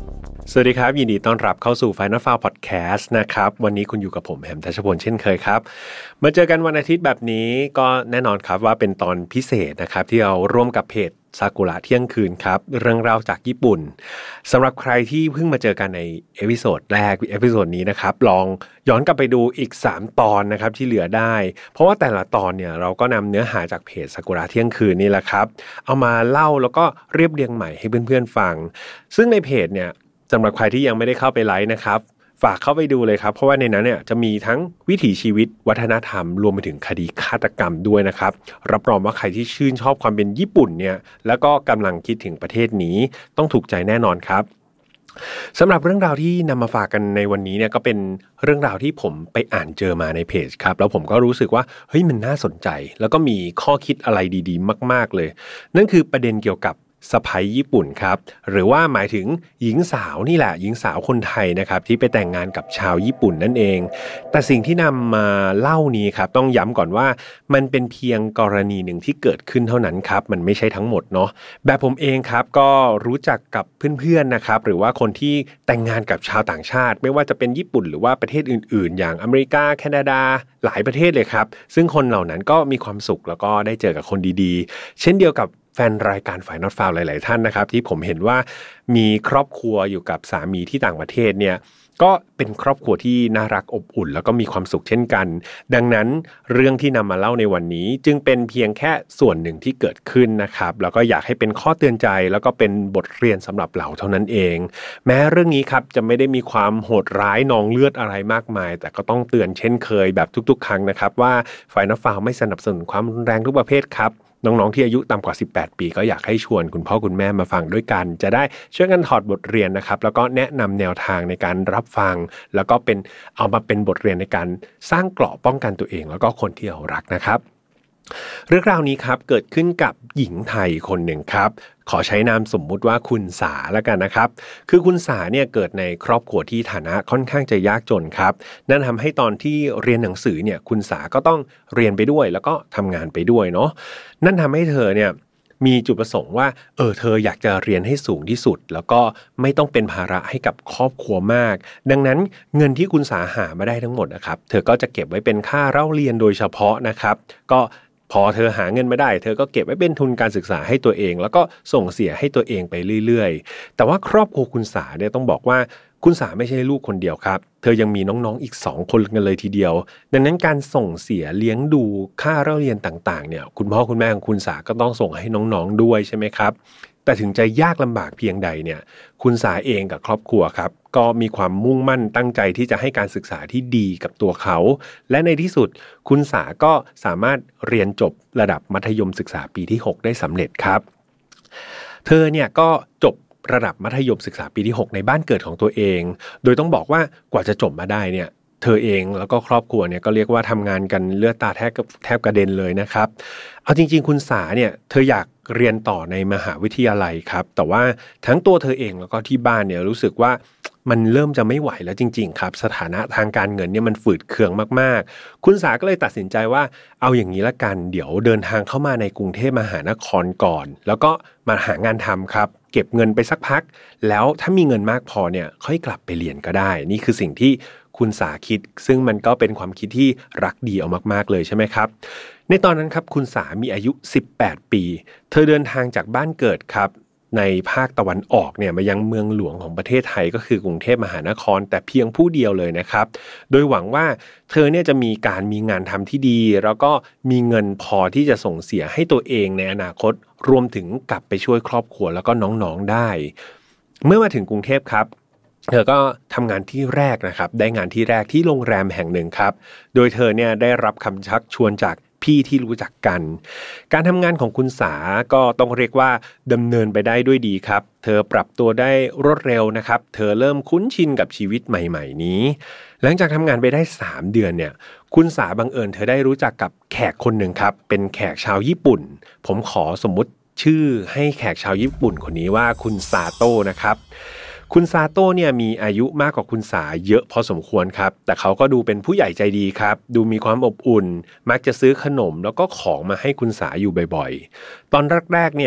Speaker 3: สวัสดีครับยินดีต้อนรับเข้าสู่ Final File Podcast นะครับวันนี้คุณอยู่กับผมแฮมทัชพลเช่นเคยครับมาเจอกันวันอาทิตย์แบบนี้ก็แน่นอนครับว่าเป็นตอนพิเศษนะครับที่เราร่วมกับเพจซากุระเที่ยงคืนครับเรื่องราวจากญี่ปุ่นสำหรับใครที่เพิ่งมาเจอกันในเอพิโซดแรกเอพิโซดนี้นะครับลองย้อนกลับไปดูอีก3ตอนนะครับที่เหลือได้เพราะว่าแต่ละตอนเนี่ยเราก็นำเนื้อหาจากเพจซากุระเที่ยงคืนนี่แหละครับเอามาเล่าแล้วก็เรียบเรียงใหม่ให้เพื่อนๆฟังซึ่งในเพจเนี่ยสำหรับใครที่ยังไม่ได้เข้าไปไลค์นะครับฝากเข้าไปดูเลยครับเพราะว่าในนั้นเนี่ยจะมีทั้งวิถีชีวิตวัฒนธรรมรวมไปถึงคดีฆาตกรรมด้วยนะครับรับรองว่าใครที่ชื่นชอบความเป็นญี่ปุ่นเนี่ยแล้วก็กำลังคิดถึงประเทศนี้ต้องถูกใจแน่นอนครับสำหรับเรื่องราวที่นำมาฝากกันในวันนี้เนี่ยก็เป็นเรื่องราวที่ผมไปอ่านเจอมาในเพจครับแล้วผมก็รู้สึกว่าเฮ้ยมันน่าสนใจแล้วก็มีข้อคิดอะไรดีๆมากๆเลยนั่นคือประเด็นเกี่ยวกับสะใภ้ญี่ปุ่นครับหรือว่าหมายถึงหญิงสาวนี่แหละหญิงสาวคนไทยนะครับที่ไปแต่งงานกับชาวญี่ปุ่นนั่นเองแต่สิ่งที่นำมาเล่านี้ครับต้องย้ำก่อนว่ามันเป็นเพียงกรณีหนึ่งที่เกิดขึ้นเท่านั้นครับมันไม่ใช่ทั้งหมดเนาะแบบผมเองครับก็รู้จักกับเพื่อนๆนะครับหรือว่าคนที่แต่งงานกับชาวต่างชาติไม่ว่าจะเป็นญี่ปุ่นหรือว่าประเทศอื่นๆอย่างอเมริกาแคนาดาหลายประเทศเลยครับซึ่งคนเหล่านั้นก็มีความสุขแล้วก็ได้เจอกับคนดีๆเช่นเดียวกับแฟนรายการฝ่าย Not Found หลายๆท่านนะครับที่ผมเห็นว่ามีครอบครัวอยู่กับสามีที่ต่างประเทศเนี่ยก็เป็นครอบครัวที่น่ารักอบอุ่นแล้วก็มีความสุขเช่นกันดังนั้นเรื่องที่นำมาเล่าในวันนี้จึงเป็นเพียงแค่ส่วนหนึ่งที่เกิดขึ้นนะครับแล้วก็อยากให้เป็นข้อเตือนใจแล้วก็เป็นบทเรียนสำหรับเราเท่านั้นเองแม้เรื่องนี้ครับจะไม่ได้มีความโหดร้ายนองเลือดอะไรมากมายแต่ก็ต้องเตือนเช่นเคยแบบทุกๆครั้งนะครับว่าฝ่าย Not Found ไม่สนับสนุนความรุนแรงทุกประเภทครับน้องๆที่อายุต่ำกว่า18ปีก็อยากให้ชวนคุณพ่อคุณแม่มาฟังด้วยกันจะได้ช่วยกันถอดบทเรียนนะครับแล้วก็แนะนำแนวทางในการรับฟังแล้วก็เอามาเป็นบทเรียนในการสร้างเกราะป้องกันตัวเองแล้วก็คนที่เรารักนะครับเรื่องราวนี้ครับเกิดขึ้นกับหญิงไทยคนหนึ่งครับขอใช้นามสมมุติว่าคุณสาแล้วกันนะครับคือคุณสาเนี่ยเกิดในครอบครัวที่ฐานะค่อนข้างจะยากจนครับนั่นทำให้ตอนที่เรียนหนังสือเนี่ยคุณสาก็ต้องเรียนไปด้วยแล้วก็ทำงานไปด้วยเนาะนั่นทำให้เธอเนี่ยมีจุดประสงค์ว่าเธออยากจะเรียนให้สูงที่สุดแล้วก็ไม่ต้องเป็นภาระให้กับครอบครัวมากดังนั้นเงินที่คุณสาหามาได้ทั้งหมดนะครับเธอก็จะเก็บไว้เป็นค่าเล่าเรียนโดยเฉพาะนะครับก็พอเธอหาเงินมาได้เธอก็เก็บไว้เป็นทุนการศึกษาให้ตัวเองแล้วก็ส่งเสียให้ตัวเองไปเรื่อยๆแต่ว่าครอบครัวคุณสาเนี่ยต้องบอกว่าคุณสาไม่ใช่ลูกคนเดียวครับเธอยังมีน้องๆอีก2คนกันเลยทีเดียวดังนั้นการส่งเสียเลี้ยงดูค่าเล่าเรียนต่างๆเนี่ยคุณพ่อคุณแม่ของคุณสาก็ต้องส่งให้น้องๆด้วยใช่ไหมครับแต่ถึงจะยากลำบากเพียงใดเนี่ยคุณสาเองกับครอบครัวครับก็มีความมุ่งมั่นตั้งใจที่จะให้การศึกษาที่ดีกับตัวเขาและในที่สุดคุณสาก็สามารถเรียนจบระดับมัธยมศึกษาปีที่6ได้สำเร็จครับเธอเนี่ยก็จบระดับมัธยมศึกษาปีที่6ในบ้านเกิดของตัวเองโดยต้องบอกว่ากว่าจะจบมาได้เนี่ยเธอเองแล้วก็ครอบครัวเนี่ยก็เรียกว่าทำงานกันเลือดตาแทบกระเด็นเลยนะครับเอาจริงๆคุณสาเนี่ยเธออยากเรียนต่อในมหาวิทยาลัยครับแต่ว่าทั้งตัวเธอเองแล้วก็ที่บ้านเนี่ยรู้สึกว่ามันเริ่มจะไม่ไหวแล้วจริงๆครับสถานะทางการเงินเนี่ยมันฝืดเคืองมากๆคุณสาก็เลยตัดสินใจว่าเอาอย่างนี้ละกันเดี๋ยวเดินทางเข้ามาในกรุงเทพมหานครก่อนแล้วก็มาหางานทำครับเก็บเงินไปสักพักแล้วถ้ามีเงินมากพอเนี่ยค่อยกลับไปเรียนก็ได้นี่คือสิ่งที่คุณสาคิดซึ่งมันก็เป็นความคิดที่รักดีเอามากๆเลยใช่ไหมครับในตอนนั้นครับคุณสามีอายุ18ปีเธอเดินทางจากบ้านเกิดครับในภาคตะวันออกเนี่ยมายังเมืองหลวงของประเทศไทยก็คือกรุงเทพมหานครแต่เพียงผู้เดียวเลยนะครับโดยหวังว่าเธอเนี่ยจะมีงานทำที่ดีแล้วก็มีเงินพอที่จะส่งเสียให้ตัวเองในอนาคตรวมถึงกลับไปช่วยครอบครัวแล้วก็น้องๆได้เมื่อมาถึงกรุงเทพครับเธอก็ทำงานที่แรกนะครับได้งานที่แรกที่โรงแรมแห่งหนึ่งครับโดยเธอเนี่ยได้รับคำชักชวนจากพี่ที่รู้จักกันการทำงานของคุณสาก็ต้องเรียกว่าดำเนินไปได้ด้วยดีครับเธอปรับตัวได้รวดเร็วนะครับเธอเริ่มคุ้นชินกับชีวิตใหม่ๆนี้หลังจากทำงานไปได้3เดือนเนี่ยคุณสาบังเอิญเธอได้รู้จักกับแขกคนหนึ่งครับเป็นแขกชาวญี่ปุ่นผมขอสมมุติชื่อให้แขกชาวญี่ปุ่นคนนี้ว่าคุณซาโต้นะครับคุณซาโต้เนี่ยมีอายุมากกว่าคุณสาเยอะพอสมควรครับแต่เขาก็ดูเป็นผู้ใหญ่ใจดีครับดูมีความอบอุ่นมักจะซื้อขนมแล้วก็ของมาให้คุณสาอยู่บ่อยๆตอนแรกๆเนี่ย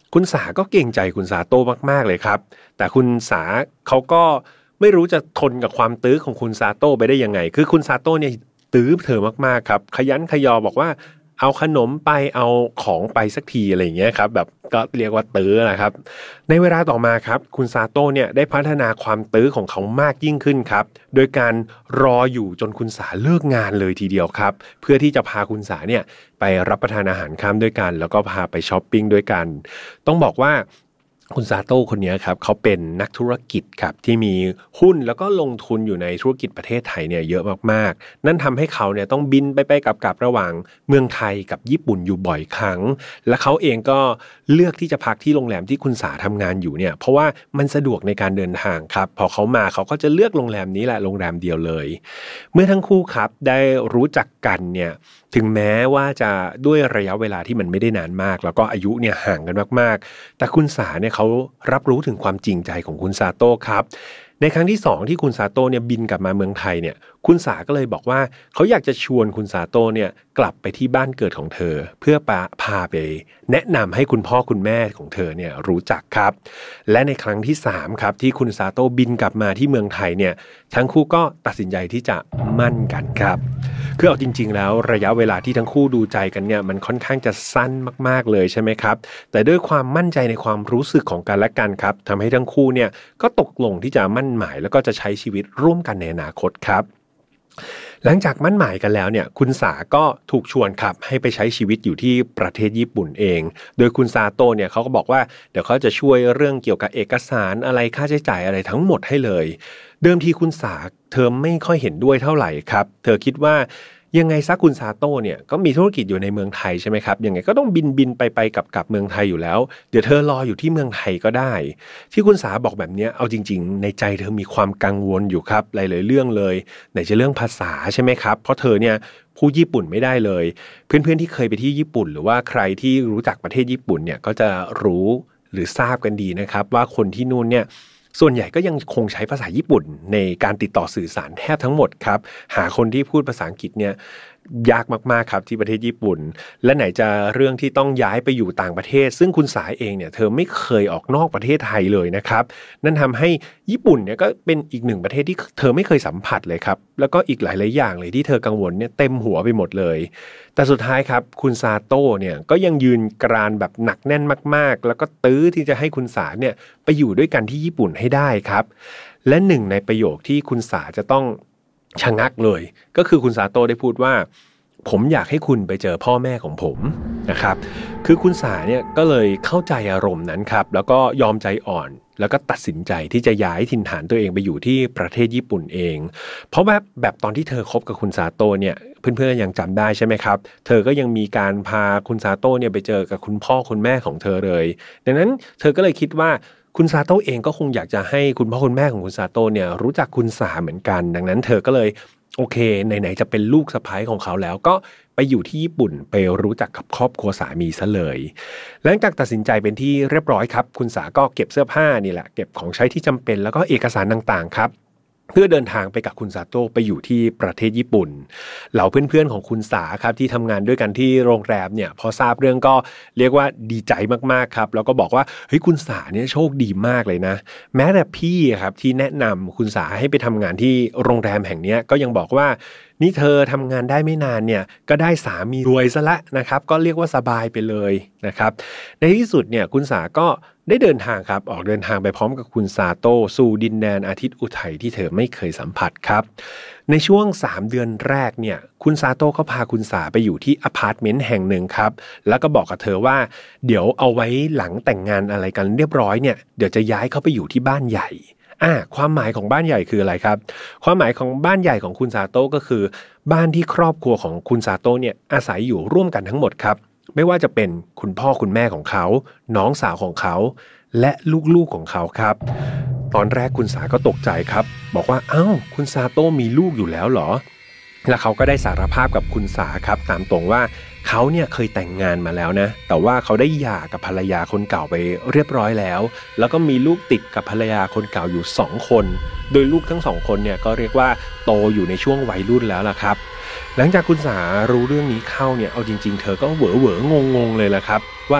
Speaker 3: คุณสาก็เกรงใจคุณซาโต้มากๆเลยครับแต่คุณสาเขาก็ไม่รู้จะทนกับความตื้อของคุณซาโต้ไปได้ยังไงคือคุณซาโต้เนี่ยตื้อเธอมากๆครับขยันขยอบอกว่าเอาขนมไปเอาของไปสักทีอะไรอย่างเงี้ยครับแบบก็เรียกว่าตื้อนะครับในเวลาต่อมาครับคุณซาโต้เนี่ยได้พัฒนาความตื้อของเขามากยิ่งขึ้นครับโดยการรออยู่จนคุณสาเลิกงานเลยทีเดียวครับเพื่อที่จะพาคุณสาเนี่ยไปรับประทานอาหารค่ำด้วยกันแล้วก็พาไปช้อปปิ้งด้วยกันต้องบอกว่าคุณซาโต้คนนี้ครับเขาเป็นนักธุรกิจครับที่มีหุ้นแล้วก็ลงทุนอยู่ในธุรกิจประเทศไทยเนี่ยเยอะมากๆนั่นทำให้เขาเนี่ยต้องบินไปกลับระหว่างเมืองไทยกับญี่ปุ่นอยู่บ่อยครั้งและเขาเองก็เลือกที่จะพักที่โรงแรมที่คุณสาทำงานอยู่เนี่ยเพราะว่ามันสะดวกในการเดินทางครับพอเขามาเขาก็จะเลือกโรงแรมนี้แหละโรงแรมเดียวเลยเมื่อทั้งคู่ครับได้รู้จักกันเนี่ยถึงแม้ว่าจะด้วยระยะเวลาที่มันไม่ได้นานมากแล้วก็อายุเนี่ยห่างกันมากๆแต่คุณสาเนี่ยเขารับรู้ถึงความจริงใจของคุณซาโต้ครับในครั้งที่2ที่คุณซาโต้เนี่ยบินกลับมาเมืองไทยเนี่ยคุณสาก็เลยบอกว่าเขาอยากจะชวนคุณซาโต้เนี่ยกลับไปที่บ้านเกิดของเธอเพื่อพาไปแนะนำให้คุณพ่อคุณแม่ของเธอเนี่ยรู้จักครับและในครั้งที่3ครับที่คุณซาโต้บินกลับมาที่เมืองไทยเนี่ยทั้งคู่ก็ตัดสินใจที่จะมั่นกันครับคือเอาจริงๆแล้วระยะเวลาที่ทั้งคู่ดูใจกันเนี่ยมันค่อนข้างจะสั้นมากๆเลยใช่ไหมครับแต่ด้วยความมั่นใจในความรู้สึกของกันและกันครับทำให้ทั้งคู่เนี่ยก็ตกลงที่จะมั่นหมายแล้วก็จะใช้ชีวิตร่วมกันในอนาคตครับหลังจากมั่นหมายกันแล้วเนี่ยคุณสาก็ถูกชวนครับให้ไปใช้ชีวิตอยู่ที่ประเทศญี่ปุ่นเองโดยคุณซาโต้เนี่ยเขาก็บอกว่าเดี๋ยวเขาจะช่วยเรื่องเกี่ยวกับเอกสารอะไรค่าใช้จ่ายอะไรทั้งหมดให้เลยเดิมทีคุณสาเธอไม่ค่อยเห็นด้วยเท่าไหร่ครับเธอคิดว่ายังไงซะคุณซาโต้เนี่ยก็มีธุรกิจอยู่ในเมืองไทยใช่ไหมครับยังไงก็ต้องบินไปกลับเมืองไทยอยู่แล้วเดี๋ยวเธอรออยู่ที่เมืองไทยก็ได้ที่คุณสาบอกแบบนี้เอาจริงๆในใจเธอมีความกังวลอยู่ครับหลายๆเรื่องเลยไหนจะเรื่องภาษาใช่ไหมครับเพราะเธอเนี่ยพูดญี่ปุ่นไม่ได้เลยเพื่อนๆที่เคยไปที่ญี่ปุ่นหรือว่าใครที่รู้จักประเทศญี่ปุ่นเนี่ยก็จะรู้หรือทราบกันดีนะครับว่าคนที่นู่นเนี่ยส่วนใหญ่ก็ยังคงใช้ภาษาญี่ปุ่นในการติดต่อสื่อสารแทบทั้งหมดครับหาคนที่พูดภาษาอังกฤษเนี่ยยากมากๆครับที่ประเทศญี่ปุ่นและไหนจะเรื่องที่ต้องย้ายไปอยู่ต่างประเทศซึ่งคุณสายเองเนี่ยเธอไม่เคยออกนอกประเทศไทยเลยนะครับนั่นทำให้ญี่ปุ่นเนี่ยก็เป็นอีกหนึ่งประเทศที่เธอไม่เคยสัมผัสเลยครับแล้วก็อีกหลายๆอย่างเลยที่เธอกังวลเนี่ยเต็มหัวไปหมดเลยแต่สุดท้ายครับคุณซาโต้เนี่ยก็ยังยืนกรานแบบหนักแน่นมากๆแล้วก็ตื้อที่จะให้คุณสาเนี่ยไปอยู่ด้วยกันที่ญี่ปุ่นให้ได้ครับและหนึ่งในประโยคที่คุณสาจะต้องชะงักเลยก็คือคุณซาโต้ได้พูดว่าผมอยากให้คุณไปเจอพ่อแม่ของผมนะครับคือคุณสาเนี่ยก็เลยเข้าใจอารมณ์นั้นครับแล้วก็ยอมใจอ่อนแล้วก็ตัดสินใจที่จะย้ายถิ่นฐานตัวเองไปอยู่ที่ประเทศญี่ปุ่นเองเพราะแบบตอนที่เธอคบกับคุณซาโต้เนี่ยเพื่อนๆยังจำได้ใช่ไหมครับเธอก็ยังมีการพาคุณซาโต้เนี่ยไปเจอกับคุณพ่อคุณแม่ของเธอเลยดังนั้นเธอก็เลยคิดว่าคุณซาโต้เองก็คงอยากจะให้คุณพ่อคุณแม่ของคุณซาโต้เนี่ยรู้จักคุณสาเหมือนกันดังนั้นเธอก็เลยโอเคไหนๆจะเป็นลูกสะใภ้ของเขาแล้วก็ไปอยู่ที่ญี่ปุ่นไปรู้จักกับครอบครัวสามีซะเลยหลังจากตัดสินใจเป็นที่เรียบร้อยครับคุณสาก็เก็บเสื้อผ้านี่แหละเก็บของใช้ที่จำเป็นแล้วก็เอกสารต่างๆครับเพื่อเดินทางไปกับคุณซาโต้ไปอยู่ที่ประเทศญี่ปุ่นเหล่าเพื่อนๆของคุณสาครับที่ทำงานด้วยกันที่โรงแรมเนี่ยพอทราบเรื่องก็เรียกว่าดีใจมากๆครับแล้วก็บอกว่าเฮ้ยคุณสาเนี่ยโชคดีมากเลยนะแม้แต่พี่ครับที่แนะนำคุณสาให้ไปทำงานที่โรงแรมแห่งนี้ก็ยังบอกว่านี่เธอทำงานได้ไม่นานเนี่ยก็ได้สามีรวยซะละนะครับก็เรียกว่าสบายไปเลยนะครับในที่สุดเนี่ยคุณสาก็ได้เดินทางครับออกเดินทางไปพร้อมกับคุณซาโต้สู่ดินแดนอาทิตย์อุทัยที่เธอไม่เคยสัมผัสครับในช่วง3เดือนแรกเนี่ยคุณซาโต้เขาพาคุณสาไปอยู่ที่อพาร์ตเมนต์แห่งหนึ่งครับแล้วก็บอกกับเธอว่าเดี๋ยวเอาไว้หลังแต่งงานอะไรกันเรียบร้อยเนี่ยเดี๋ยวจะย้ายเขาไปอยู่ที่บ้านใหญ่ความหมายของบ้านใหญ่คืออะไรครับความหมายของบ้านใหญ่ของคุณซาโต้ก็คือบ้านที่ครอบครัวของคุณซาโต้เนี่ยอาศัยอยู่ร่วมกันทั้งหมดครับไม่ว่าจะเป็นคุณพ่อคุณแม่ของเขาน้องสาวของเขาและลูกๆของเขาครับตอนแรกคุณสาก็ตกใจครับบอกว่าเอ้าคุณซาโต้มีลูกอยู่แล้วเหรอและเขาก็ได้สารภาพกับคุณสาครับตามตรงว่าเขาเนี่ยเคยแต่งงานมาแล้วนะแต่ว่าเขาได้หย่ากับภรรยาคนเก่าไปเรียบร้อยแล้วแล้วก็มีลูกติดกับภรรยาคนเก่าอยู่2คนโดยลูกทั้ง2คนเนี่ยก็เรียกว่าโตอยู่ในช่วงวัยรุ่นแล้วล่ะครับหลังจากคุณสารู้เรื่องนี้เข้าเนี่ยเอาจริงๆเธอก็เหวอๆงงๆเลยล่ะครับว่าเอ๊ะ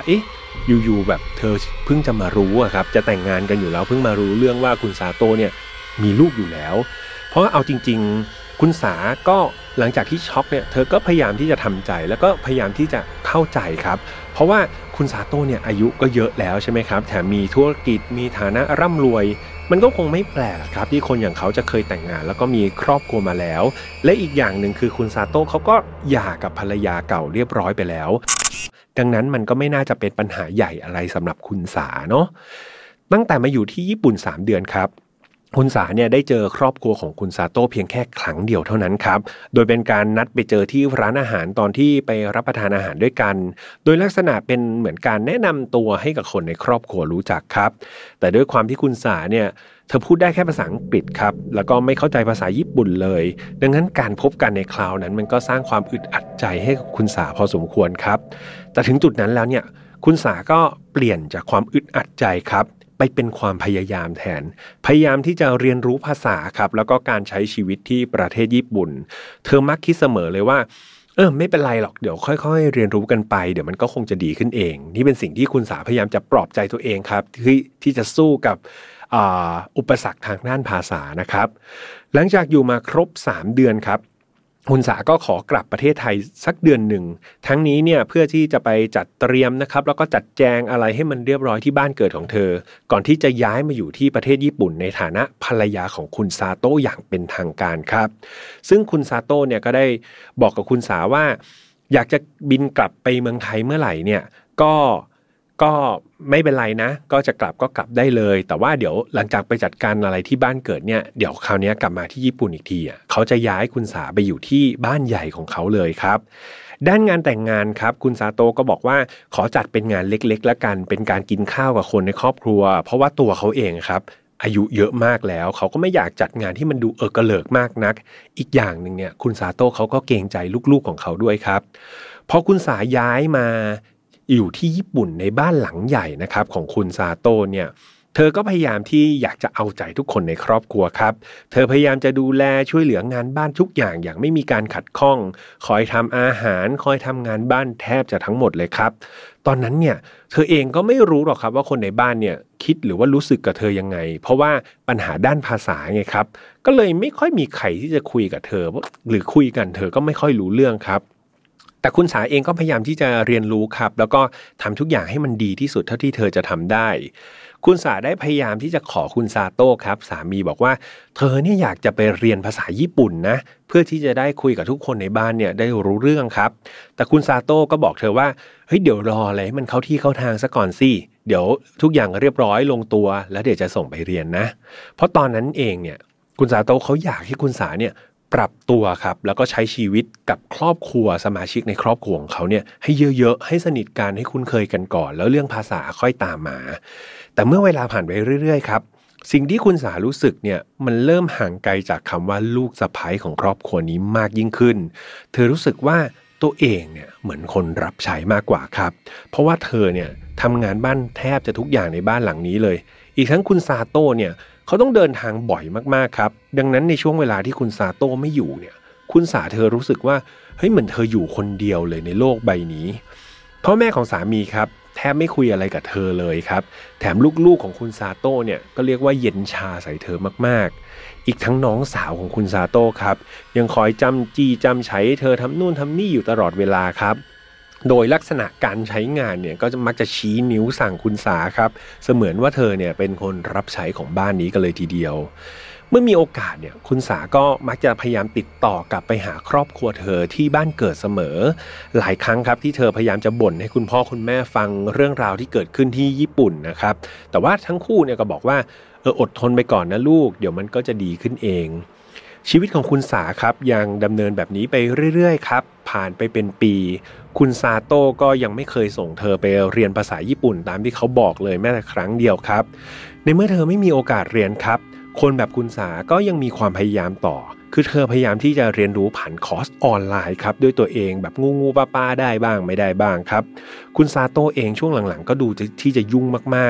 Speaker 3: อยู่ๆแบบเธอเพิ่งจะมารู้อะครับจะแต่งงานกันอยู่แล้วเพิ่งมารู้เรื่องว่าคุณซาโตะเนี่ยมีลูกอยู่แล้วเพราะเอาจริงๆคุณสาก็หลังจากที่ช็อกเนี่ยเธอก็พยายามที่จะทำใจแล้วก็พยายามที่จะเข้าใจครับเพราะว่าคุณซาโตะเนี่ยอายุก็เยอะแล้วใช่ไหมครับแถมมีธุรกิจมีฐานะร่ำรวยมันก็คงไม่แปลกครับที่คนอย่างเขาจะเคยแต่งงานแล้วก็มีครอบครัวมาแล้วและอีกอย่างหนึ่งคือคุณซาโตะเขาก็หย่ากับภรรยาเก่าเรียบร้อยไปแล้วดังนั้นมันก็ไม่น่าจะเป็นปัญหาใหญ่อะไรสำหรับคุณสาเนาะตั้งแต่มาอยู่ที่ญี่ปุ่น3 เดือนครับคุณสาเนี่ยได้เจอครอบครัวของคุณซาโตะเพียงแค่ครั้งเดียวเท่านั้นครับโดยเป็นการนัดไปเจอที่ร้านอาหารตอนที่ไปรับประทานอาหารด้วยกันโดยลักษณะเป็นเหมือนการแนะนำตัวให้กับคนในครอบครัวรู้จักครับแต่ด้วยความที่คุณสาเนี่ยเธอพูดได้แค่ภาษาอังกฤษครับแล้วก็ไม่เข้าใจภาษาญี่ปุ่นเลยดังนั้นการพบกันในคราวนั้นมันก็สร้างความอึดอัดใจให้กับคุณสาพอสมควรครับแต่ถึงจุดนั้นแล้วเนี่ยคุณสาก็เปลี่ยนจากความอึดอัดใจครับไปเป็นความพยายามแทนพยายามที่จะเรียนรู้ภาษาครับแล้วก็การใช้ชีวิตที่ประเทศญี่ปุ่นเธอมักคิดเสมอเลยว่าไม่เป็นไรหรอกเดี๋ยวค่อยๆเรียนรู้กันไปเดี๋ยวมันก็คงจะดีขึ้นเองนี่เป็นสิ่งที่คุณสาพยายามจะปลอบใจตัวเองครับที่จะสู้กับอุปสรรคทางด้านภาษานะครับหลังจากอยู่มาครบ3 เดือนครับคุณสาก็ขอกลับประเทศไทยสักเดือนหนึ่งทั้งนี้เนี่ยเพื่อที่จะไปจัดเตรียมนะครับแล้วก็จัดแจงอะไรให้มันเรียบร้อยที่บ้านเกิดของเธอก่อนที่จะย้ายมาอยู่ที่ประเทศญี่ปุ่นในฐานะภรรยาของคุณซาโตะอย่างเป็นทางการครับซึ่งคุณซาโตะเนี่ยก็ได้บอกกับคุณสาว่าอยากจะบินกลับไปเมืองไทยเมื่อไหร่เนี่ยก็ไม่เป็นไรนะก็จะกลับก็กลับได้เลยแต่ว่าเดี๋ยวหลังจากไปจัดการอะไรที่บ้านเกิดเนี่ยเดี๋ยวคราวนี้กลับมาที่ญี่ปุ่นอีกทีเขาจะย้ายคุณสาไปอยู่ที่บ้านใหญ่ของเขาเลยครับด้านงานแต่งงานครับคุณซาโตะก็บอกว่าขอจัดเป็นงานเล็กๆละกันเป็นการกินข้าวกับคนในครอบครัวเพราะว่าตัวเขาเองครับอายุเยอะมากแล้วเขาก็ไม่อยากจัดงานที่มันดูกระเลิกมากนักอีกอย่างนึงเนี่ยคุณซาโตะเขาก็เกรงใจลูกๆของเขาด้วยครับพอคุณสาย้ายมาอยู่ที่ญี่ปุ่นในบ้านหลังใหญ่นะครับของคุณซาโตะเนี่ยเธอก็พยายามที่อยากจะเอาใจทุกคนในครอบครัวครับเธอพยายามจะดูแลช่วยเหลืองานบ้านทุกอย่างไม่มีการขัดข้องคอยทำอาหารคอยทำงานบ้านแทบจะทั้งหมดเลยครับตอนนั้นเนี่ยเธอเองก็ไม่รู้หรอกครับว่าคนในบ้านเนี่ยคิดหรือว่ารู้สึกกับเธอยังไงเพราะว่าปัญหาด้านภาษาไงครับก็เลยไม่ค่อยมีใครที่จะคุยกับเธอหรือคุยกันเธอก็ไม่ค่อยรู้เรื่องครับแต่คุณสาเองก็พยายามที่จะเรียนรู้ครับแล้วก็ทำทุกอย่างให้มันดีที่สุดเท่าที่เธอจะทำได้คุณสาได้พยายามที่จะขอคุณซาโต้ครับสามีบอกว่าเธอเนี่ยอยากจะไปเรียนภาษาญี่ปุ่นนะเพื่อที่จะได้คุยกับทุกคนในบ้านเนี่ยได้รู้เรื่องครับแต่คุณซาโต้ก็บอกเธอว่าเฮ้ยเดี๋ยวรออะไรให้มันเข้าที่เข้าทางซะก่อนสิเดี๋ยวทุกอย่างเรียบร้อยลงตัวแล้วเดี๋ยวจะส่งไปเรียนนะเพราะตอนนั้นเองเนี่ยคุณซาโต้เขาอยากให้คุณสาเนี่ยปรับตัวครับแล้วก็ใช้ชีวิตกับครอบครัวสมาชิกในครอบครัวของเขาเนี่ยให้เยอะๆให้สนิทกันให้คุ้นเคยกันก่อนแล้วเรื่องภาษาค่อยตามมาแต่เมื่อเวลาผ่านไปเรื่อยๆครับสิ่งที่คุณสารู้สึกเนี่ยมันเริ่มห่างไกลจากคำว่าลูกสะใภ้ของครอบครัวนี้มากยิ่งขึ้นเธอรู้สึกว่าตัวเองเนี่ยเหมือนคนรับใช้มากกว่าครับเพราะว่าเธอเนี่ยทำงานบ้านแทบจะทุกอย่างในบ้านหลังนี้เลยอีกทั้งคุณซาโต้เนี่ยเขาต้องเดินทางบ่อยมากๆครับดังนั้นในช่วงเวลาที่คุณซาโต้ไม่อยู่เนี่ยคุณสาเธอรู้สึกว่าเฮ้ยเหมือนเธออยู่คนเดียวเลยในโลกใบนี้พ่อแม่ของสามีครับแทบไม่คุยอะไรกับเธอเลยครับแถมลูกๆของคุณซาโต้เนี่ยก็เรียกว่าเย็นชาใส่เธอมากๆอีกทั้งน้องสาวของคุณซาโต้ครับยังคอยจำจี้จำใช้เธอทำนู่นทำนี่อยู่ตลอดเวลาครับโดยลักษณะการใช้งานเนี่ยก็จะมักจะชี้นิ้วสั่งคุณสาครับเสมือนว่าเธอเนี่ยเป็นคนรับใช้ของบ้านนี้กันเลยทีเดียวเมื่อมีโอกาสเนี่ยคุณสาก็มักจะพยายามติดต่อกลับไปหาครอบครัวเธอที่บ้านเกิดเสมอหลายครั้งครับที่เธอพยายามจะบ่นให้คุณพ่อคุณแม่ฟังเรื่องราวที่เกิดขึ้นที่ญี่ปุ่นนะครับแต่ว่าทั้งคู่เนี่ยก็บอกว่าอดทนไปก่อนนะลูกเดี๋ยวมันก็จะดีขึ้นเองชีวิตของคุณสาครับยังดำเนินแบบนี้ไปเรื่อยๆครับผ่านไปเป็นปีคุณซาโต้ก็ยังไม่เคยส่งเธอไปเรียนภาษาญี่ปุ่นตามที่เขาบอกเลยแม้แต่ครั้งเดียวครับในเมื่อเธอไม่มีโอกาสเรียนครับคนแบบคุณสาก็ยังมีความพยายามต่อคือเธอพยายามที่จะเรียนรู้ผ่านคอร์สออนไลน์ครับด้วยตัวเองแบบงูๆป้าๆได้บ้างไม่ได้บ้างครับคุณซาโต้เองช่วงหลังๆก็ดูที่จะยุ่งมากๆ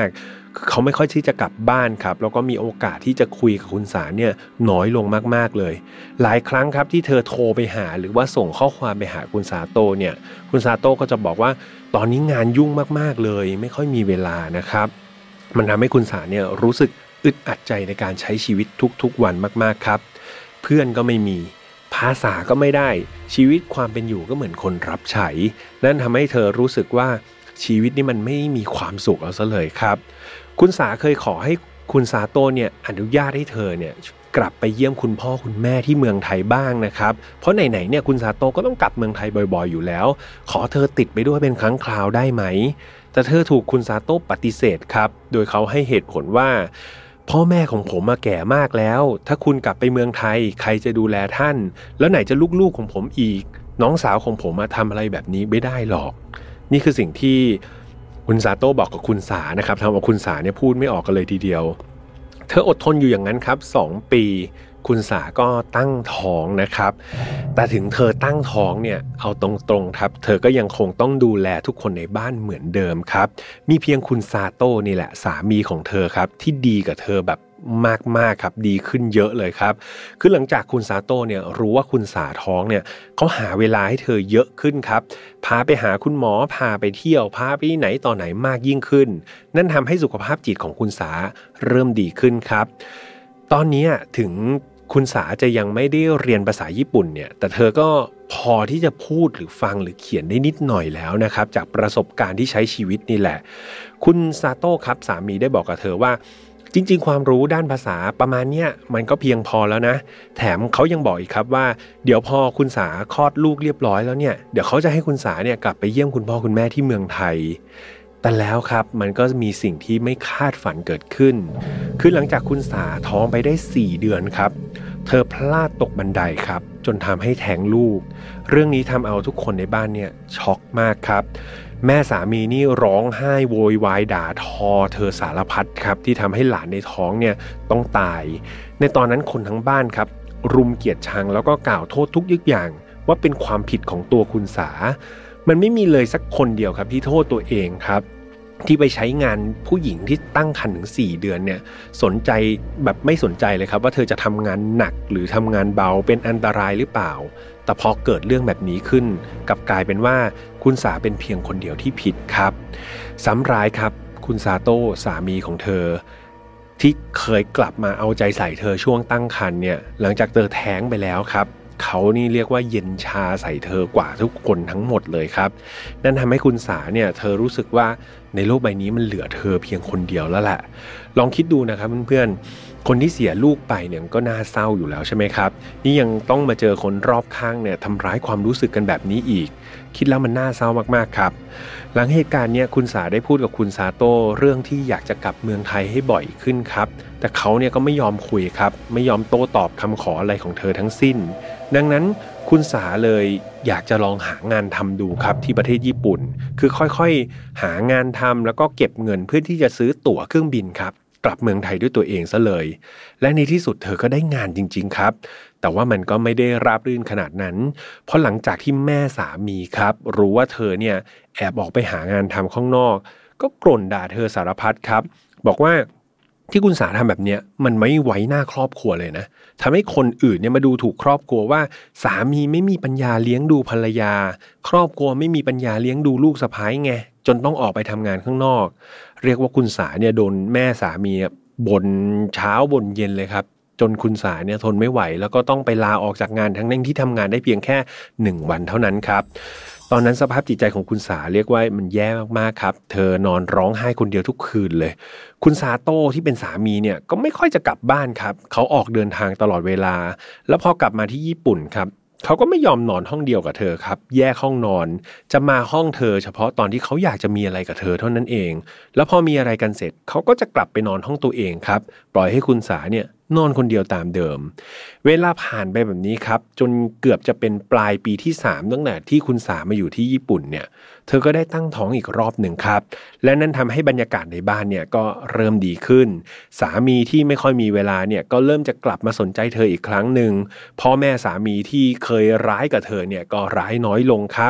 Speaker 3: เขาไม่ค่อยที่จะกลับบ้านครับแล้วก็มีโอกาสที่จะคุยกับคุณสาเนี่ยน้อยลงมากๆเลยหลายครั้งครับที่เธอโทรไปหาหรือว่าส่งข้อความไปหาคุณซาโตะเนี่ยคุณซาโตะก็จะบอกว่าตอนนี้งานยุ่งมากๆเลยไม่ค่อยมีเวลานะครับมันทำให้คุณสาเนี่ยรู้สึกอึดอัดใจในการใช้ชีวิตทุกๆวันมากๆครับเพื่อนก็ไม่มีภาษาก็ไม่ได้ชีวิตความเป็นอยู่ก็เหมือนคนรับใช้นั่นทำให้เธอรู้สึกว่าชีวิตนี้มันไม่มีความสุขเอาซะเลยครับคุณสาเคยขอให้คุณซาโตะเนี่ยอนุญาตให้เธอเนี่ยกลับไปเยี่ยมคุณพ่อคุณแม่ที่เมืองไทยบ้างนะครับเพราะไหนๆเนี่ยคุณซาโตะก็ต้องกลับเมืองไทยบ่อยๆอยู่แล้วขอเธอติดไปด้วยเป็นครั้งคราวได้ไหมแต่เธอถูกคุณซาโตะปฏิเสธครับโดยเขาให้เหตุผลว่าพ่อแม่ของผมมาแก่มากแล้วถ้าคุณกลับไปเมืองไทยใครจะดูแลท่านแล้วไหนจะลูกๆของผมอีกน้องสาวของผมมาทำอะไรแบบนี้ไม่ได้หรอกนี่คือสิ่งที่คุณซาโตะบอกกับคุณสานะครับทำเอาคุณสาเนี่ยพูดไม่ออกกันเลยทีเดียวเธออดทนอยู่อย่างนั้นครับ2 ปีคุณสาก็ตั้งท้องนะครับแต่ถึงเธอตั้งท้องเนี่ยเอาตรงๆครับเธอก็ยังคงต้องดูแลทุกคนในบ้านเหมือนเดิมครับมีเพียงคุณซาโตะนี่แหละสามีของเธอครับที่ดีกับเธอแบบมากๆครับดีขึ้นเยอะเลยครับคือหลังจากคุณซาโตะเนี่ยรู้ว่าคุณสาท้องเนี่ยเขาหาเวลาให้เธอเยอะขึ้นครับพาไปหาคุณหมอพาไปเที่ยวพาไปไหนต่อไหนมากยิ่งขึ้นนั่นทำให้สุขภาพจิตของคุณสาเริ่มดีขึ้นครับตอนนี้ถึงคุณสาจะยังไม่ได้เรียนภาษาญี่ปุ่นเนี่ยแต่เธอก็พอที่จะพูดหรือฟังหรือเขียนได้นิดหน่อยแล้วนะครับจากประสบการณ์ที่ใช้ชีวิตนี่แหละคุณซาโตะครับสามีได้บอกกับเธอว่าจริงๆความรู้ด้านภาษาประมาณเนี้ยมันก็เพียงพอแล้วนะแถมเขายังบอกอีกครับว่าเดี๋ยวพอคุณสาคลอดลูกเรียบร้อยแล้วเนี่ยเดี๋ยวเขาจะให้คุณสาเนี่ยกลับไปเยี่ยมคุณพ่อคุณแม่ที่เมืองไทยแต่แล้วครับมันก็มีสิ่งที่ไม่คาดฝันเกิดขึ้นคือหลังจากคุณสาท้องไปได้4 เดือนครับเธอพลาดตกบันไดครับจนทำให้แท้งลูกเรื่องนี้ทำเอาทุกคนในบ้านเนี่ยช็อกมากครับแม่สามีนี่ร้องไห้โวยวายด่าทอเธอสารพัดครับที่ทำให้หลานในท้องเนี่ยต้องตายในตอนนั้นคนทั้งบ้านครับรุมเกลียดชังแล้วก็กล่าวโทษทุกอย่างว่าเป็นความผิดของตัวคุณสามันไม่มีเลยสักคนเดียวครับที่โทษตัวเองครับที่ไปใช้งานผู้หญิงที่ตั้งครรภ์ถึง4 เดือนเนี่ยสนใจแบบไม่สนใจเลยครับว่าเธอจะทำงานหนักหรือทำงานเบาเป็นอันตรายหรือเปล่าแต่พอเกิดเรื่องแบบนี้ขึ้นกลับกลายเป็นว่าคุณสาเป็นเพียงคนเดียวที่ผิดครับซ้ำร้ายครับคุณซาโตะสามีของเธอที่เคยกลับมาเอาใจใส่เธอช่วงตั้งครรภ์เนี่ยหลังจากเธอแท้งไปแล้วครับเขานี่เรียกว่าเย็นชาใส่เธอกว่าทุกคนทั้งหมดเลยครับนั่นทำให้คุณสาเนี่ยเธอรู้สึกว่าในโลกใบนี้มันเหลือเธอเพียงคนเดียวแล้วแหละลองคิดดูนะครับเพื่อนๆคนที่เสียลูกไปเนี่ยก็น่าเศร้าอยู่แล้วใช่ไหมครับนี่ยังต้องมาเจอคนรอบข้างเนี่ยทำร้ายความรู้สึกกันแบบนี้อีกคิดแล้วมันน่าเศร้ามากๆครับหลังเหตุการณ์เนี่ยคุณสาได้พูดกับคุณซาโตะเรื่องที่อยากจะกลับเมืองไทยให้บ่อยขึ้นครับแต่เขาเนี่ยก็ไม่ยอมคุยครับไม่ยอมโต้ตอบคำขออะไรของเธอทั้งสิ้นดังนั้นคุณสาเลยอยากจะลองหางานทำดูครับที่ประเทศญี่ปุ่นคือค่อยๆหางานทำแล้วก็เก็บเงินเพื่อที่จะซื้อตั๋วเครื่องบินครับกลับเมืองไทยด้วยตัวเองซะเลยและในที่สุดเธอก็ได้งานจริงๆครับแต่ว่ามันก็ไม่ได้ราบรื่นขนาดนั้นเพราะหลังจากที่แม่สามีครับรู้ว่าเธอเนี่ยแอบออกไปหางานทำข้างนอกก็กร่นด่าเธอสารพัดครับบอกว่าที่คุณสาทำแบบเนี้ยมันไม่ไว้หน้าครอบครัวเลยนะทำให้คนอื่นเนี่ยมาดูถูกครอบครัวว่าสามีไม่มีปัญญาเลี้ยงดูภรรยาครอบครัวไม่มีปัญญาเลี้ยงดูลูกสะใภ้ไงจนต้องออกไปทำงานข้างนอกเรียกว่าคุณสาเนี่ยโดนแม่สามีบ่นเช้าบ่นเย็นเลยครับจนคุณสาเนี่ยทนไม่ไหวแล้วก็ต้องไปลาออกจากงานทั้งนั้นที่ทำงานได้เพียงแค่1 วันเท่านั้นครับตอนนั้นสภาพจิตใจของคุณสาเรียกว่ามันแย่มากๆครับเธอนอนร้องไห้คนเดียวทุกคืนเลยคุณซาโตะที่เป็นสามีเนี่ยก็ไม่ค่อยจะกลับบ้านครับเขาออกเดินทางตลอดเวลาแล้วพอกลับมาที่ญี่ปุ่นครับเขาก็ไม่ยอมนอนห้องเดียวกับเธอครับแยกห้องนอนจะมาห้องเธอเฉพาะตอนที่เขาอยากจะมีอะไรกับเธอเท่านั้นเองแล้วพอมีอะไรกันเสร็จเขาก็จะกลับไปนอนห้องตัวเองครับปล่อยให้คุณสาเนี่ยนอนคนเดียวตามเดิมเวลาผ่านไปแบบนี้ครับจนเกือบจะเป็นปลายปีที่3ตั้งแต่ที่คุณสามาอยู่ที่ญี่ปุ่นเนี่ยเธอก็ได้ตั้งท้องอีกรอบหนึ่งครับและนั่นทำให้บรรยากาศในบ้านเนี่ยก็เริ่มดีขึ้นสามีที่ไม่ค่อยมีเวลาเนี่ยก็เริ่มจะกลับมาสนใจเธออีกครั้งหนึ่งพ่อแม่สามีที่เคยร้ายกับเธอเนี่ยก็ร้ายน้อยลงครับ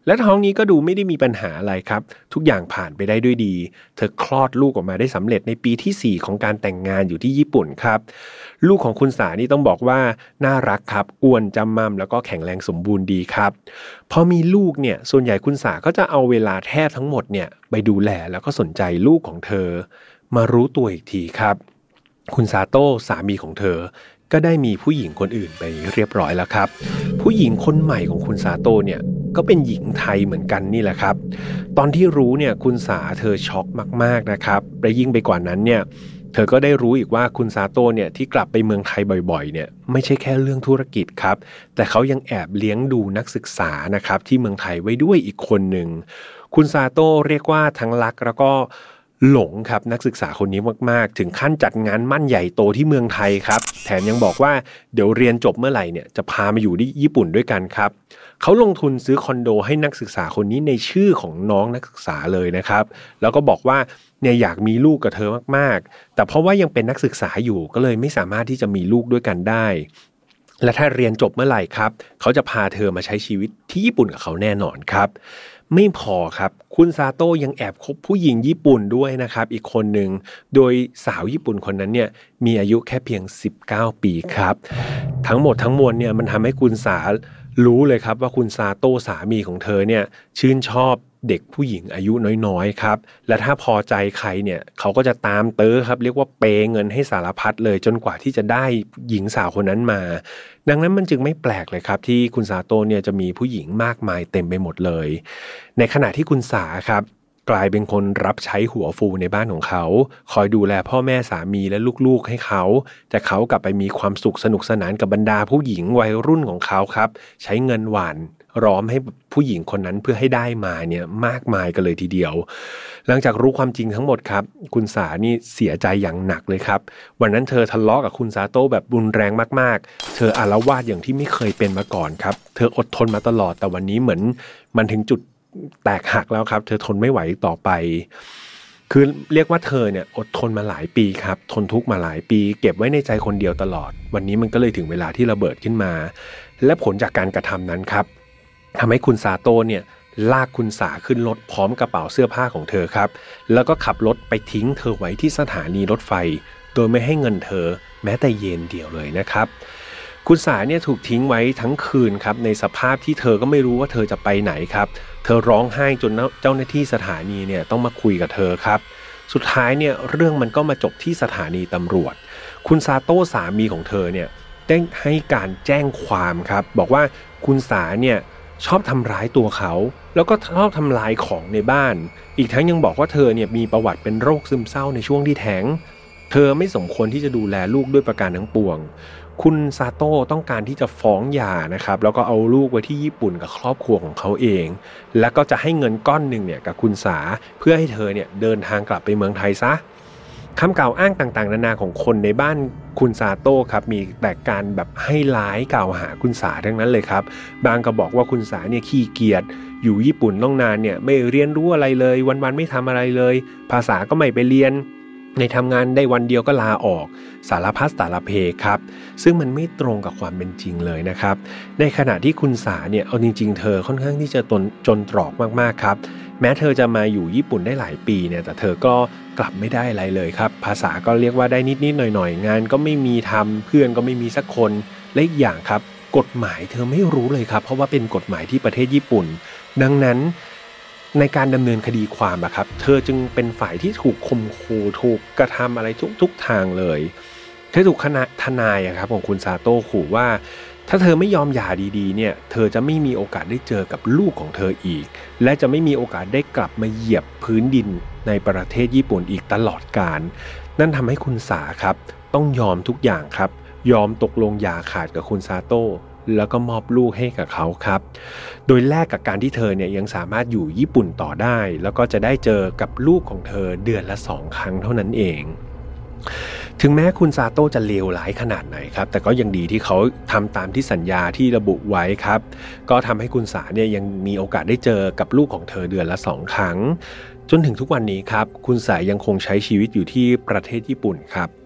Speaker 3: และท้องนี้ก็ดูไม่ได้มีปัญหาอะไรครับทุกอย่างผ่านไปได้ด้วยดีเธอคลอดลูกออกมาได้สำเร็จในปีที่4ของการแต่งงานอยู่ที่ญี่ปุ่นครับลูกของคุณสานี่ต้องบอกว่าน่ารักครับอ้วนจำมั่มแล้วก็แข็งแรงสมบูรณ์ดีครับพอมีลูกเนี่ยส่วนใหญ่คุณสาก็จะเอาเวลาแทบทั้งหมดเนี่ยไปดูแลแล้วก็สนใจลูกของเธอมารู้ตัวอีกทีครับคุณซาโต้สามีของเธอก็ได้มีผู้หญิงคนอื่นไปเรียบร้อยแล้วครับผู้หญิงคนใหม่ของคุณซาโต้เนี่ยก็เป็นหญิงไทยเหมือนกันนี่แหละครับตอนที่รู้เนี่ยคุณสาเธอช็อกมากๆนะครับและยิ่งไปกว่านั้นเนี่ยเธอก็ได้รู้อีกว่าคุณซาโต้เนี่ยที่กลับไปเมืองไทยบ่อยๆเนี่ยไม่ใช่แค่เรื่องธุรกิจครับแต่เขายังแอบเลี้ยงดูนักศึกษานะครับที่เมืองไทยไว้ด้วยอีกคนหนึ่งคุณซาโต้เรียกว่าทั้งรักแล้วก็หลงครับนักศึกษาคนนี้มากๆถึงขั้นจัดงานมั่นใหญ่โตที่เมืองไทยครับแถมยังบอกว่าเดี๋ยวเรียนจบเมื่อไหร่เนี่ยจะพามาอยู่ที่ญี่ปุ่นด้วยกันครับเขาลงทุนซื้อคอนโดให้นักศึกษาคนนี้ในชื่อของน้องนักศึกษาเลยนะครับแล้วก็บอกว่าเนี่ยอยากมีลูกกับเธอมากๆแต่เพราะว่ายังเป็นนักศึกษาอยู่ก็เลยไม่สามารถที่จะมีลูกด้วยกันได้และถ้าเรียนจบเมื่อไหร่ครับเขาจะพาเธอมาใช้ชีวิตที่ญี่ปุ่นกับเขาแน่นอนครับไม่พอครับคุณซาโต้ยังแอบคบผู้หญิงญี่ปุ่นด้วยนะครับอีกคนหนึ่งโดยสาวญี่ปุ่นคนนั้นเนี่ยมีอายุแค่เพียง19ปีครับทั้งหมดทั้งมวลเนี่ยมันทำให้คุณสารู้เลยครับว่าคุณซาโต้สามีของเธอเนี่ยชื่นชอบเด็กผู้หญิงอายุน้อยๆครับและถ้าพอใจใครเนี่ยเขาก็จะตามเต๋อครับเรียกว่าเปย์เงินให้สารพัดเลยจนกว่าที่จะได้หญิงสาวคนนั้นมาดังนั้นมันจึงไม่แปลกเลยครับที่คุณซาโต้เนี่ยจะมีผู้หญิงมากมายเต็มไปหมดเลยในขณะที่คุณสาครับกลายเป็นคนรับใช้หัวฟูในบ้านของเขาคอยดูแลพ่อแม่สามีและลูกๆให้เขาแต่เขากลับไปมีความสุขสนุกสนานกับบรรดาผู้หญิงวัยรุ่นของเขาครับใช้เงินหวานร้อมให้ผู้หญิงคนนั้นเพื่อให้ได้มาเนี่ยมากมายกันเลยทีเดียวหลังจากรู้ความจริงทั้งหมดครับคุณสานี่เสียใจอย่างหนักเลยครับวันนั้นเธอทะเลาะกับคุณซาโต้แบบรุนแรงมากๆเธออาละวาดอย่างที่ไม่เคยเป็นมาก่อนครับเธออดทนมาตลอดแต่วันนี้เหมือนมันถึงจุดแตกหักแล้วครับเธอทนไม่ไหวต่อไปคือเรียกว่าเธอเนี่ยอดทนมาหลายปีครับทนทุกข์มาหลายปีเก็บไว้ในใจคนเดียวตลอดวันนี้มันก็เลยถึงเวลาที่ระเบิดขึ้นมาและผลจากการกระทำนั้นครับทำให้คุณซาโต้เนี่ยลากคุณสาขึ้นรถพร้อมกระเป๋าเสื้อผ้าของเธอครับแล้วก็ขับรถไปทิ้งเธอไว้ที่สถานีรถไฟโดยไม่ให้เงินเธอแม้แต่เยนเดียวเลยนะครับคุณสาเนี่ยถูกทิ้งไว้ทั้งคืนครับในสภาพที่เธอก็ไม่รู้ว่าเธอจะไปไหนครับเธอร้องไห้จนเจ้าหน้าที่สถานีเนี่ยต้องมาคุยกับเธอครับสุดท้ายเนี่ยเรื่องมันก็มาจบที่สถานีตำรวจคุณซาโต้สามีของเธอเนี่ยได้ให้การแจ้งความครับบอกว่าคุณสาเนี่ยชอบทำร้ายตัวเขาแล้วก็ชอบทำลายของในบ้านอีกทั้งยังบอกว่าเธอเนี่ยมีประวัติเป็นโรคซึมเศร้าในช่วงที่แท้งเธอไม่สมควรที่จะดูแลลูกด้วยประการทั้งปวงคุณซาโต้ต้องการที่จะฟ้องหย่านะครับแล้วก็เอาลูกไว้ที่ญี่ปุ่นกับครอบครัวของเขาเองแล้วก็จะให้เงินก้อนหนึ่งเนี่ยกับคุณสาเพื่อให้เธอเนี่ยเดินทางกลับไปเมืองไทยซะคำกล่าวอ้างต่างๆนานาของคนในบ้านคุณซาโต้ครับมีแต่การแบบให้ร้ายกล่าวหาคุณสาทั้งนั้นเลยครับบางก็บอกว่าคุณสาเนี่ยขี้เกียจอยู่ญี่ปุ่นต้องนานเนี่ยไม่เรียนรู้อะไรเลยวันๆไม่ทำอะไรเลยภาษาก็ไม่ไปเรียนในทำงานได้วันเดียวก็ลาออกสารพัดสารเพครับซึ่งมันไม่ตรงกับความเป็นจริงเลยนะครับในขณะที่คุณสาเนี่ยเอาจริงๆเธอค่อนข้างที่จะจนตรอกมากๆครับแม้เธอจะมาอยู่ญี่ปุ่นได้หลายปีเนี่ยแต่เธอก็กลับไม่ได้อะไรเลยครับภาษาก็เรียกว่าได้นิดๆหน่อยๆงานก็ไม่มีทำเพื่อนก็ไม่มีสักคนและอีกอย่างครับกฎหมายเธอไม่รู้เลยครับเพราะว่าเป็นกฎหมายที่ประเทศญี่ปุ่นดังนั้นในการดำเนินคดีความอะครับเธอจึงเป็นฝ่ายที่ถูกข่มขู่ถูกกระทำอะไรทุกทางเลยเธอถูกทนายครับของคุณซาโต้ขู่ว่าถ้าเธอไม่ยอมหย่าดีๆเนี่ยเธอจะไม่มีโอกาสได้เจอกับลูกของเธออีกและจะไม่มีโอกาสได้กลับมาเหยียบพื้นดินในประเทศญี่ปุ่นอีกตลอดกาลนั่นทำให้คุณสาครับต้องยอมทุกอย่างครับยอมตกลงหย่าขาดกับคุณซาโต้แล้วก็มอบลูกให้กับเขาครับโดยแลกกับการที่เธอเนี่ยยังสามารถอยู่ญี่ปุ่นต่อได้แล้วก็จะได้เจอกับลูกของเธอเดือนละ2 ครั้งเท่านั้นเองถึงแม้คุณซาโต้จะเลวร้ายขนาดไหนครับแต่ก็ยังดีที่เขาทำตามที่สัญญาที่ระบุไว้ครับก็ทำให้คุณสาเนี่ยยังมีโอกาสได้เจอกับลูกของเธอเดือนละ2 ครั้งจนถึงทุกวันนี้ครับคุณสายังคงใช้ชีวิตอยู่ที่ประเทศญี่ปุ่นครับ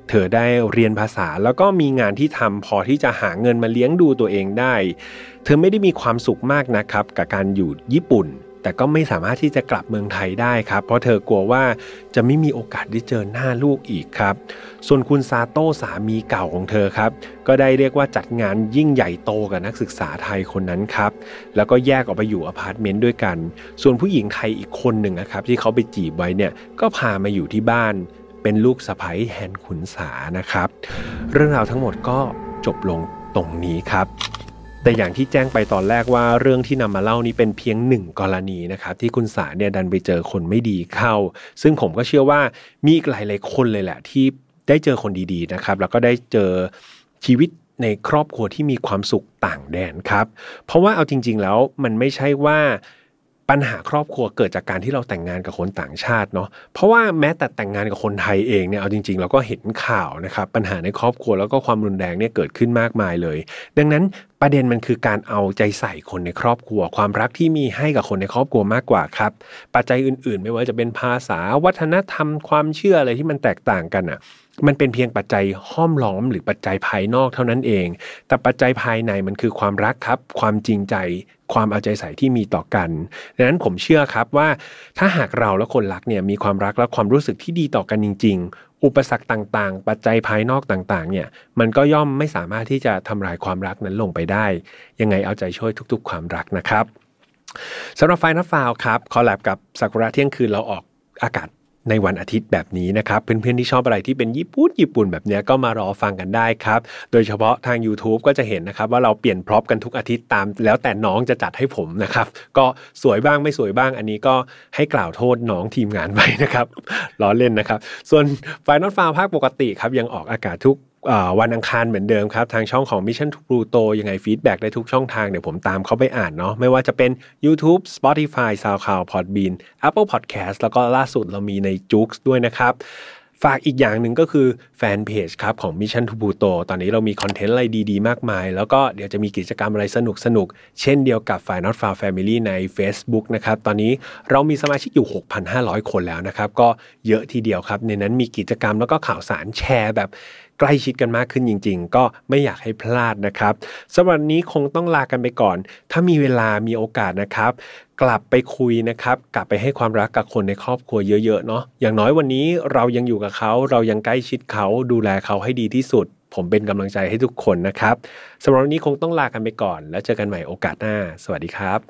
Speaker 3: เธอได้เรียนภาษาแล้วก็มีงานที่ทำพอที่จะหาเงินมาเลี้ยงดูตัวเองได้เธอไม่ได้มีความสุขมากนะครับกับการอยู่ญี่ปุ่นแต่ก็ไม่สามารถที่จะกลับเมืองไทยได้ครับเพราะเธอกลัวว่าจะไม่มีโอกาสได้เจอหน้าลูกอีกครับส่วนคุณซาโต้สามีเก่าของเธอครับก็ได้เรียกว่าจัดงานยิ่งใหญ่โตกับนักศึกษาไทยคนนั้นครับแล้วก็แยกออกไปอยู่อพาร์ตเมนต์ด้วยกันส่วนผู้หญิงไทยอีกคนหนึ่งนะครับที่เขาไปจีบไว้เนี่ยก็พามาอยู่ที่บ้านเป็นลูกสะใภ้แทนขุนสานะครับเรื่องราวทั้งหมดก็จบลงตรงนี้ครับแต่อย่างที่แจ้งไปตอนแรกว่าเรื่องที่นำมาเล่านี้เป็นเพียงหนึ่งกรณีนะครับที่คุณสาเนี่ยดันไปเจอคนไม่ดีเข้าซึ่งผมก็เชื่อว่ามีอีกหลายๆคนเลยแหละที่ได้เจอคนดีๆนะครับแล้วก็ได้เจอชีวิตในครอบครัวที่มีความสุขต่างแดนครับเพราะว่าเอาจริงๆแล้วมันไม่ใช่ว่าปัญหาครอบครัวเกิดจากการที่เราแต่งงานกับคนต่างชาติเนาะเพราะว่าแม้แต่แต่งงานกับคนไทยเองเนี่ยเอาจริงๆเราก็เห็นข่าวนะครับปัญหาในครอบครัวแล้วก็ความรุนแรงเนี่ยเกิดขึ้นมากมายเลยดังนั้นประเด็นมันคือการเอาใจใส่คนในครอบครัวความรักที่มีให้กับคนในครอบครัวมากกว่าครับปัจจัยอื่นๆไม่ว่าจะเป็นภาษาวัฒนธรรมความเชื่ออะไรที่มันแตกต่างกันอ่ะมันเป็นเพียงปัจจัยห้อมล้อมหรือปัจจัยภายนอกเท่านั้นเองแต่ปัจจัยภายในมันคือความรักครับความจริงใจความเอาใจใส่ที่มีต่อกันดังนั้นผมเชื่อครับว่าถ้าหากเราและคนรักเนี่ยมีความรักและความรู้สึกที่ดีต่อกันจริงๆอุปสรรคต่างๆปัจจัยภายนอกต่างๆเนี่ยมันก็ย่อมไม่สามารถที่จะทำลายความรักนั้นลงไปได้ยังไงเอาใจช่วยทุกๆความรักนะครับสำหรับ Final File ครับคอลแลบกับซากุระเที่ยงคืนเราออกอากาศในวันอาทิตย์แบบนี้นะครับเพื่อนๆที่ชอบอะไรที่เป็นญี่ปุ่นแบบนี้ก็มารอฟังกันได้ครับโดยเฉพาะทาง YouTube ก็จะเห็นนะครับว่าเราเปลี่ยนพร็อพกันทุกอาทิตย์ตามแล้วแต่น้องจะจัดให้ผมนะครับก็สวยบ้างไม่สวยบ้างอันนี้ก็ให้กล่าวโทษน้องทีมงานไปนะครับล้อเล่นนะครับส่วน Final File ภาคปกติครับยังออกอากาศทุกวันอังคารเหมือนเดิมครับทางช่องของ Mission to Pluto ยังไงฟีดแบ็กได้ทุกช่องทางเดี๋ยวผมตามเขาไปอ่านเนาะไม่ว่าจะเป็น YouTube Spotify SoundCloud Podbean Apple Podcast แล้วก็ล่าสุดเรามีใน Joox ด้วยนะครับฝากอีกอย่างหนึ่งก็คือแฟนเพจครับของ Mission to Pluto ตอนนี้เรามีคอนเทนต์อะไรดีๆมากมายแล้วก็เดี๋ยวจะมีกิจกรรมอะไรสนุกๆเช่นเดียวกับ Final File Family ใน Facebook นะครับตอนนี้เรามีสมาชิกอยู่ 6,500 คนแล้วนะครับก็เยอะทีเดียวครับในนั้นมีกิจกรรมแล้วก็ข่าวสารแชร์แบบใกล้ชิดกันมากขึ้นจริงๆก็ไม่อยากให้พลาดนะครับสำหรับวันนี้คงต้องลากันไปก่อนถ้ามีเวลามีโอกาสนะครับกลับไปคุยนะครับกลับไปให้ความรักกับคนในครอบครัวเยอะๆเนาะอย่างน้อยวันนี้เรายังอยู่กับเขาเรายังใกล้ชิดเขาดูแลเขาให้ดีที่สุดผมเป็นกำลังใจให้ทุกคนนะครับสำหรับวันนี้คงต้องลากันไปก่อนแล้วเจอกันใหม่โอกาสหน้าสวัสดีครับ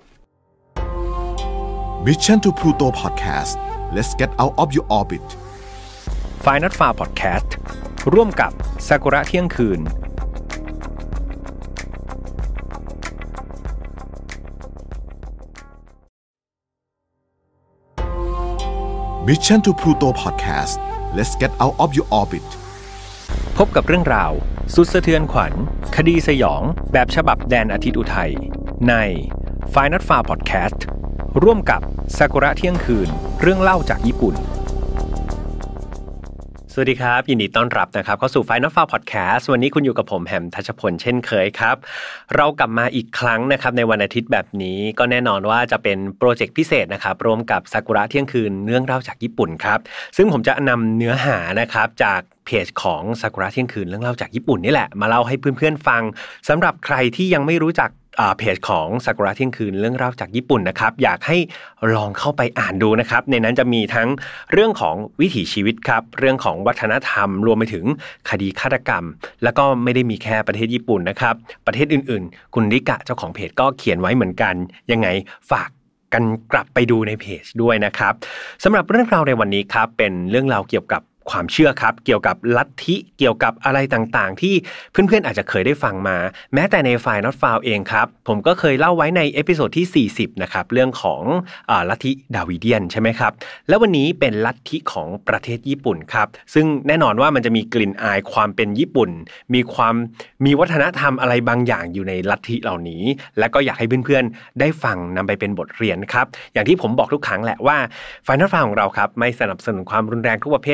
Speaker 1: Mission to Pluto Podcast Let's get out of your orbit
Speaker 2: Final File Podcast ร่วมกับซากุระเที่ยงคืน
Speaker 1: Mission to Pluto Podcast Let's get out of your orbit
Speaker 2: พบกับเรื่องราวสุดสะเทือนขวัญคดีสยองแบบฉบับแดนอาทิตย์อุทัยใน Final File Podcast ร่วมกับซากุระเที่ยงคืนเรื่องเล่าจากญี่ปุ่นสวัสดีครับยินดีต้อนรับนะครับเข้าสู่ Final File Podcast วันนี้คุณอยู่กับผมแฮมทัชพลเช่นเคยครับเรากลับมาอีกครั้งนะครับในวันอาทิตย์แบบนี้ก็แน่นอนว่าจะเป็นโปรเจกต์พิเศษนะครับร่วมกับซากุระเที่ยงคืนเรื่องเล่าจากญี่ปุ่นครับซึ่งผมจะนำเนื้อหานะครับจากเพจของซากุระเที่ยงคืนเรื่องเล่าจากญี่ปุ่นนี่แหละมาเล่าให้เพื่อนๆฟังสำหรับใครที่ยังไม่รู้จักเพจของซากุระเที่ยงคืนเรื่องเล่าจากญี่ปุ่นนะครับอยากให้ลองเข้าไปอ่านดูนะครับในนั้นจะมีทั้งเรื่องของวิถีชีวิตครับเรื่องของวัฒนธรรมรวมไปถึงคดีฆาตกรรมแล้วก็ไม่ได้มีแค่ประเทศญี่ปุ่นนะครับประเทศอื่นๆคุณริกะเจ้าของเพจก็เขียนไว้เหมือนกันยังไงฝากกันกลับไปดูในเพจด้วยนะครับสำหรับเรื่องราวในวันนี้ครับเป็นเรื่องราวเกี่ยวกับความเชื่อครับเกี่ยวกับลัทธิเกี่ยวกับอะไรต่างๆที่เพื่อนๆอาจจะเคยได้ฟังมาแม้แต่ใน Final File เองครับผมก็เคยเล่าไว้ในเอพิโซดที่40นะครับเรื่องของลัทธิดาวิเดียนใช่ไหมครับแล้ววันนี้เป็นลัทธิของประเทศญี่ปุ่นครับซึ่งแน่นอนว่ามันจะมีกลิ่นอายความเป็นญี่ปุ่นมีวัฒนธรรมอะไรบางอย่างอยู่ในลัทธิเหล่านี้และก็อยากให้เพื่อนๆได้ฟังนำไปเป็นบทเรียนครับอย่างที่ผมบอกทุกครั้งแหละว่า Final File ของเราครับไม่สนับสนุนความรุนแรงทุกประเภทครับ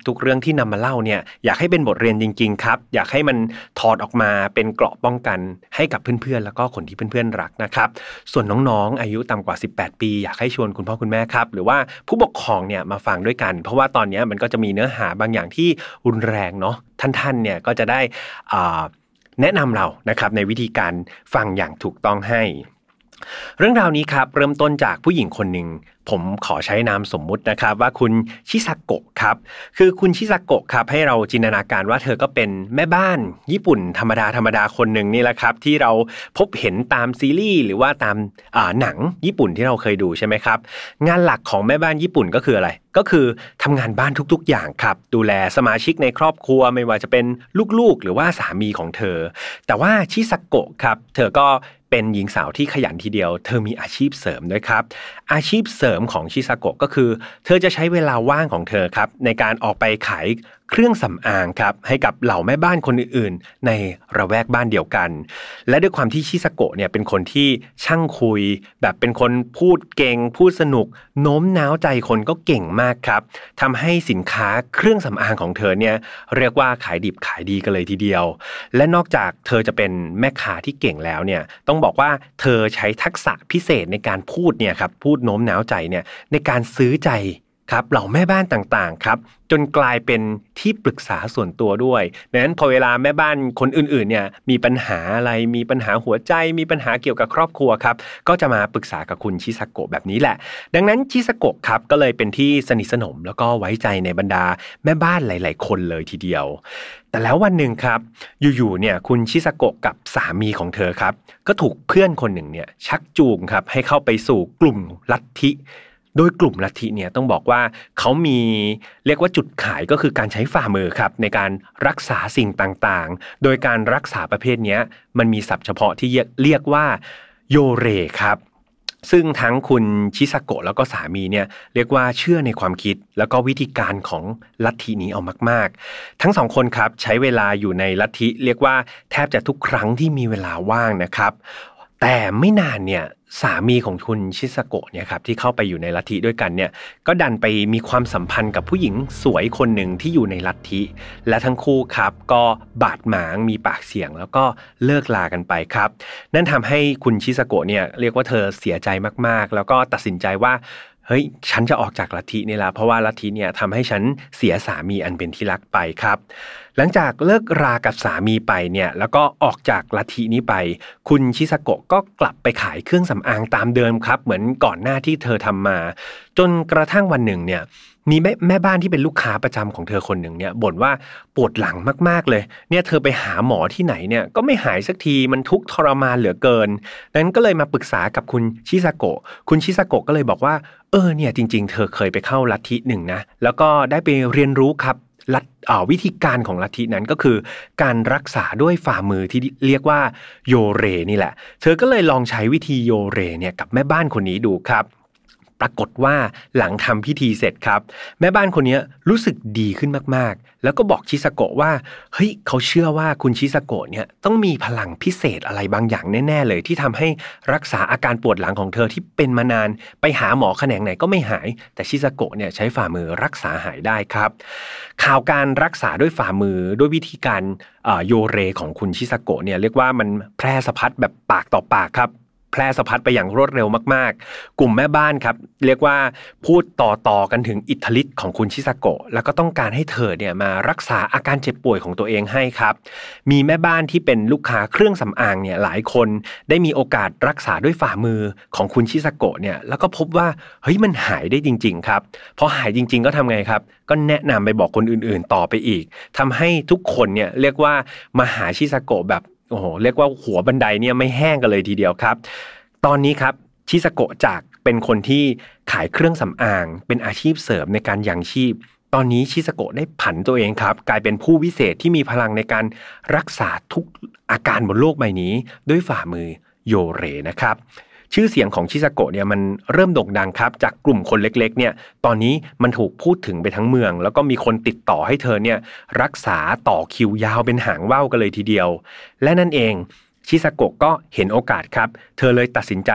Speaker 3: ทุกเรื่องที่นำมาเล่าเนี่ยอยากให้เป็นบทเรียนจริงๆครับอยากให้มันถอดออกมาเป็นเกราะป้องกันให้กับเพื่อนๆแล้วก็คนที่เพื่อนๆรักนะครับส่วนน้องๆอายุต่ำกว่า18ปีอยากให้ชวนคุณพ่อคุณแม่ครับหรือว่าผู้ปกครองเนี่ยมาฟังด้วยกันเพราะว่าตอนนี้มันก็จะมีเนื้อหาบางอย่างที่รุนแรงเนาะท่านๆเนี่ยก็จะได้แนะนำเรานะครับในวิธีการฟังอย่างถูกต้องให้เรื่องราวนี้ครับเริ่มต้นจากผู้หญิงคนหนึ่งผมขอใช้นามสมมุตินะครับว่าคุณชิซาโกะครับคือคุณชิซาโกะครับให้เราจินตนาการว่าเธอก็เป็นแม่บ้านญี่ปุ่นธรรมดาคนหนึ่งนี่แหละครับที่เราพบเห็นตามซีรีส์หรือว่าตามหนังญี่ปุ่นที่เราเคยดูใช่ไหมครับงานหลักของแม่บ้านญี่ปุ่นก็คืออะไรก็คือทำงานบ้านทุกๆอย่างครับดูแลสมาชิกในครอบครัวไม่ว่าจะเป็นลูกๆหรือว่าสามีของเธอแต่ว่าชิซาโกะครับเธอก็เป็นหญิงสาวที่ขยันทีเดียวเธอมีอาชีพเสริมด้วยครับอาชีพเสริมของชิซาโกะก็คือเธอจะใช้เวลาว่างของเธอครับในการออกไปขายเครื่องสำอางครับให้กับเหล่าแม่บ้านคนอื่นๆในระแวกบ้านเดียวกันและด้วยความที่ชิซาโกะเนี่ยเป็นคนที่ช่างคุยแบบเป็นคนพูดเก่งพูดสนุกโน้มน้าวใจคนก็เก่งมากครับทำให้สินค้าเครื่องสำอางของเธอเนี่ยเรียกว่าขายดิบขายดีกันเลยทีเดียวและนอกจากเธอจะเป็นแม่ค้าที่เก่งแล้วเนี่ยต้องบอกว่าเธอใช้ทักษะพิเศษในการพูดเนี่ยครับพูดโน้มน้าวใจเนี่ยในการซื้อใจครับเหล่าแม่บ้านต่างๆครับจนกลายเป็นที่ปรึกษาส่วนตัวด้วยดังนั้นพอเวลาแม่บ้านคนอื่นๆเนี่ยมีปัญหาอะไรมีปัญหาหัวใจมีปัญหาเกี่ยวกับครอบครัวครับก็จะมาปรึกษากับคุณชิซาโกะแบบนี้แหละดังนั้นชิซาโกะครับก็เลยเป็นที่สนิทสนมแล้วก็ไว้ใจในบรรดาแม่บ้านหลายๆคนเลยทีเดียวแต่แล้ววันหนึ่งครับอยู่ๆเนี่ยคุณชิซาโกะกับสามีของเธอครับก็ถูกเพื่อนคนหนึ่งเนี่ยชักจูงครับให้เข้าไปสู่กลุ่มลัทธิโดยกลุ่มลัทธิเนี่ยต้องบอกว่าเขามีเรียกว่าจุดขายก็คือการใช้ฝ่ามือครับในการรักษาสิ่งต่างๆโดยการรักษาประเภทนี้มันมีศัพท์เฉพาะที่เรียกว่าโยเรครับซึ่งทั้งคุณชิซาโกะแล้วก็สามีเนี่ยเรียกว่าเชื่อในความคิดแล้วก็วิธีการของลัทธินี้เอามากๆทั้งสองคนครับใช้เวลาอยู่ในลัทธิเรียกว่าแทบจะทุกครั้งที่มีเวลาว่างนะครับแต่ไม่นานเนี่ยสามีของคุณชิซาโกะเนี่ยครับที่เข้าไปอยู่ในลัทธิด้วยกันเนี่ยก็ดันไปมีความสัมพันธ์กับผู้หญิงสวยคนหนึ่งที่อยู่ในลัทธิและทั้งคู่ครับก็บาดหมางมีปากเสียงแล้วก็เลิกลากันไปครับนั่นทำให้คุณชิซาโกะเนี่ยเรียกว่าเธอเสียใจมากๆแล้วก็ตัดสินใจว่าเฮ้ยฉันจะออกจากลัทธินี่แหละเพราะว่าลัทธิเนี่ยทำให้ฉันเสียสามีอันเป็นที่รักไปครับหลังจากเลิกรากับสามีไปเนี่ยแล้วก็ออกจากลัทธินี้ไปคุณชิซาโกะก็กลับไปขายเครื่องสำอางตามเดิมครับเหมือนก่อนหน้าที่เธอทำมาจนกระทั่งวันหนึ่งเนี่ยมีแม่บ้านที่เป็นลูกค้าประจำของเธอคนหนึ่งเนี่ยบ่นว่าปวดหลังมากๆเลยเนี่ยเธอไปหาหมอที่ไหนเนี่ยก็ไม่หายสักทีมันทุกข์ทรมานเหลือเกินดังนั้นก็เลยมาปรึกษากับคุณชิซาโกะคุณชิซาโกะก็เลยบอกว่าเนี่ยจริงๆเธอเคยไปเข้าลัทธิหนึ่งนะแล้วก็ได้ไปเรียนรู้ครับวิธีการของลัทธินั้นก็คือการรักษาด้วยฝ่ามือที่เรียกว่าโยเรนี่แหละเธอก็เลยลองใช้วิธีโยเรเนี่ยกับแม่บ้านคนนี้ดูครับปรากฏว่าหลังทำพิธีเสร็จครับแม่บ้านคนนี้รู้สึกดีขึ้นมากๆแล้วก็บอกชิซาโกะว่าเฮ้ยเขาเชื่อว่าคุณชิซาโกะเนี่ยต้องมีพลังพิเศษอะไรบางอย่างแน่ๆเลยที่ทำให้รักษาอาการปวดหลังของเธอที่เป็นมานานไปหาหมอแขนงไหนก็ไม่หายแต่ชิซาโกะเนี่ยใช้ฝ่ามือรักษาหายได้ครับข่าวการรักษาด้วยฝ่ามือด้วยวิธีการโยเรของคุณชิซาโกะเนี่ยเรียกว่ามันแพร่สะพัดแบบปากต่อปากครับแพร่สะพัดไปอย่างรวดเร็วมากๆกลุ่มแม่บ้านครับเรียกว่าพูดต่อกันถึงอิทธิฤทธิ์ของคุณชิซาโกะแล้วก็ต้องการให้เธอเนี่ยมารักษาอาการเจ็บป่วยของตัวเองให้ครับมีแม่บ้านที่เป็นลูกค้าเครื่องสำอางเนี่ยหลายคนได้มีโอกาสรักษาด้วยฝ่ามือของคุณชิซาโกะเนี่ยแล้วก็พบว่าเฮ้ยมันหายได้จริงๆครับพอหายจริงๆก็ทำไงครับก็แนะนำไปบอกคนอื่นๆต่อไปอีกทำให้ทุกคนเนี่ยเรียกว่ามาหาชิซาโกะแบบโอ้โหเรียกว่าหัวบันไดเนี่ยไม่แห้งกันเลยทีเดียวครับตอนนี้ครับชิซาโกะจากเป็นคนที่ขายเครื่องสำอางเป็นอาชีพเสริมในการยังชีพตอนนี้ชิซาโกะได้ผันตัวเองครับกลายเป็นผู้วิเศษที่มีพลังในการรักษาทุกอาการบนโลกใบนี้ด้วยฝ่ามือโยเรนะครับชื่อเสียงของชิซาโกะเนี่ยมันเริ่มโด่งดังครับจากกลุ่มคนเล็กๆเนี่ยตอนนี้มันถูกพูดถึงไปทั้งเมืองแล้วก็มีคนติดต่อให้เธอเนี่ยรักษาต่อคิวยาวเป็นหางว่าวกันเลยทีเดียวและนั่นเองชิซาโกะก็เห็นโอกาสครับเธอเลยตัดสินใจ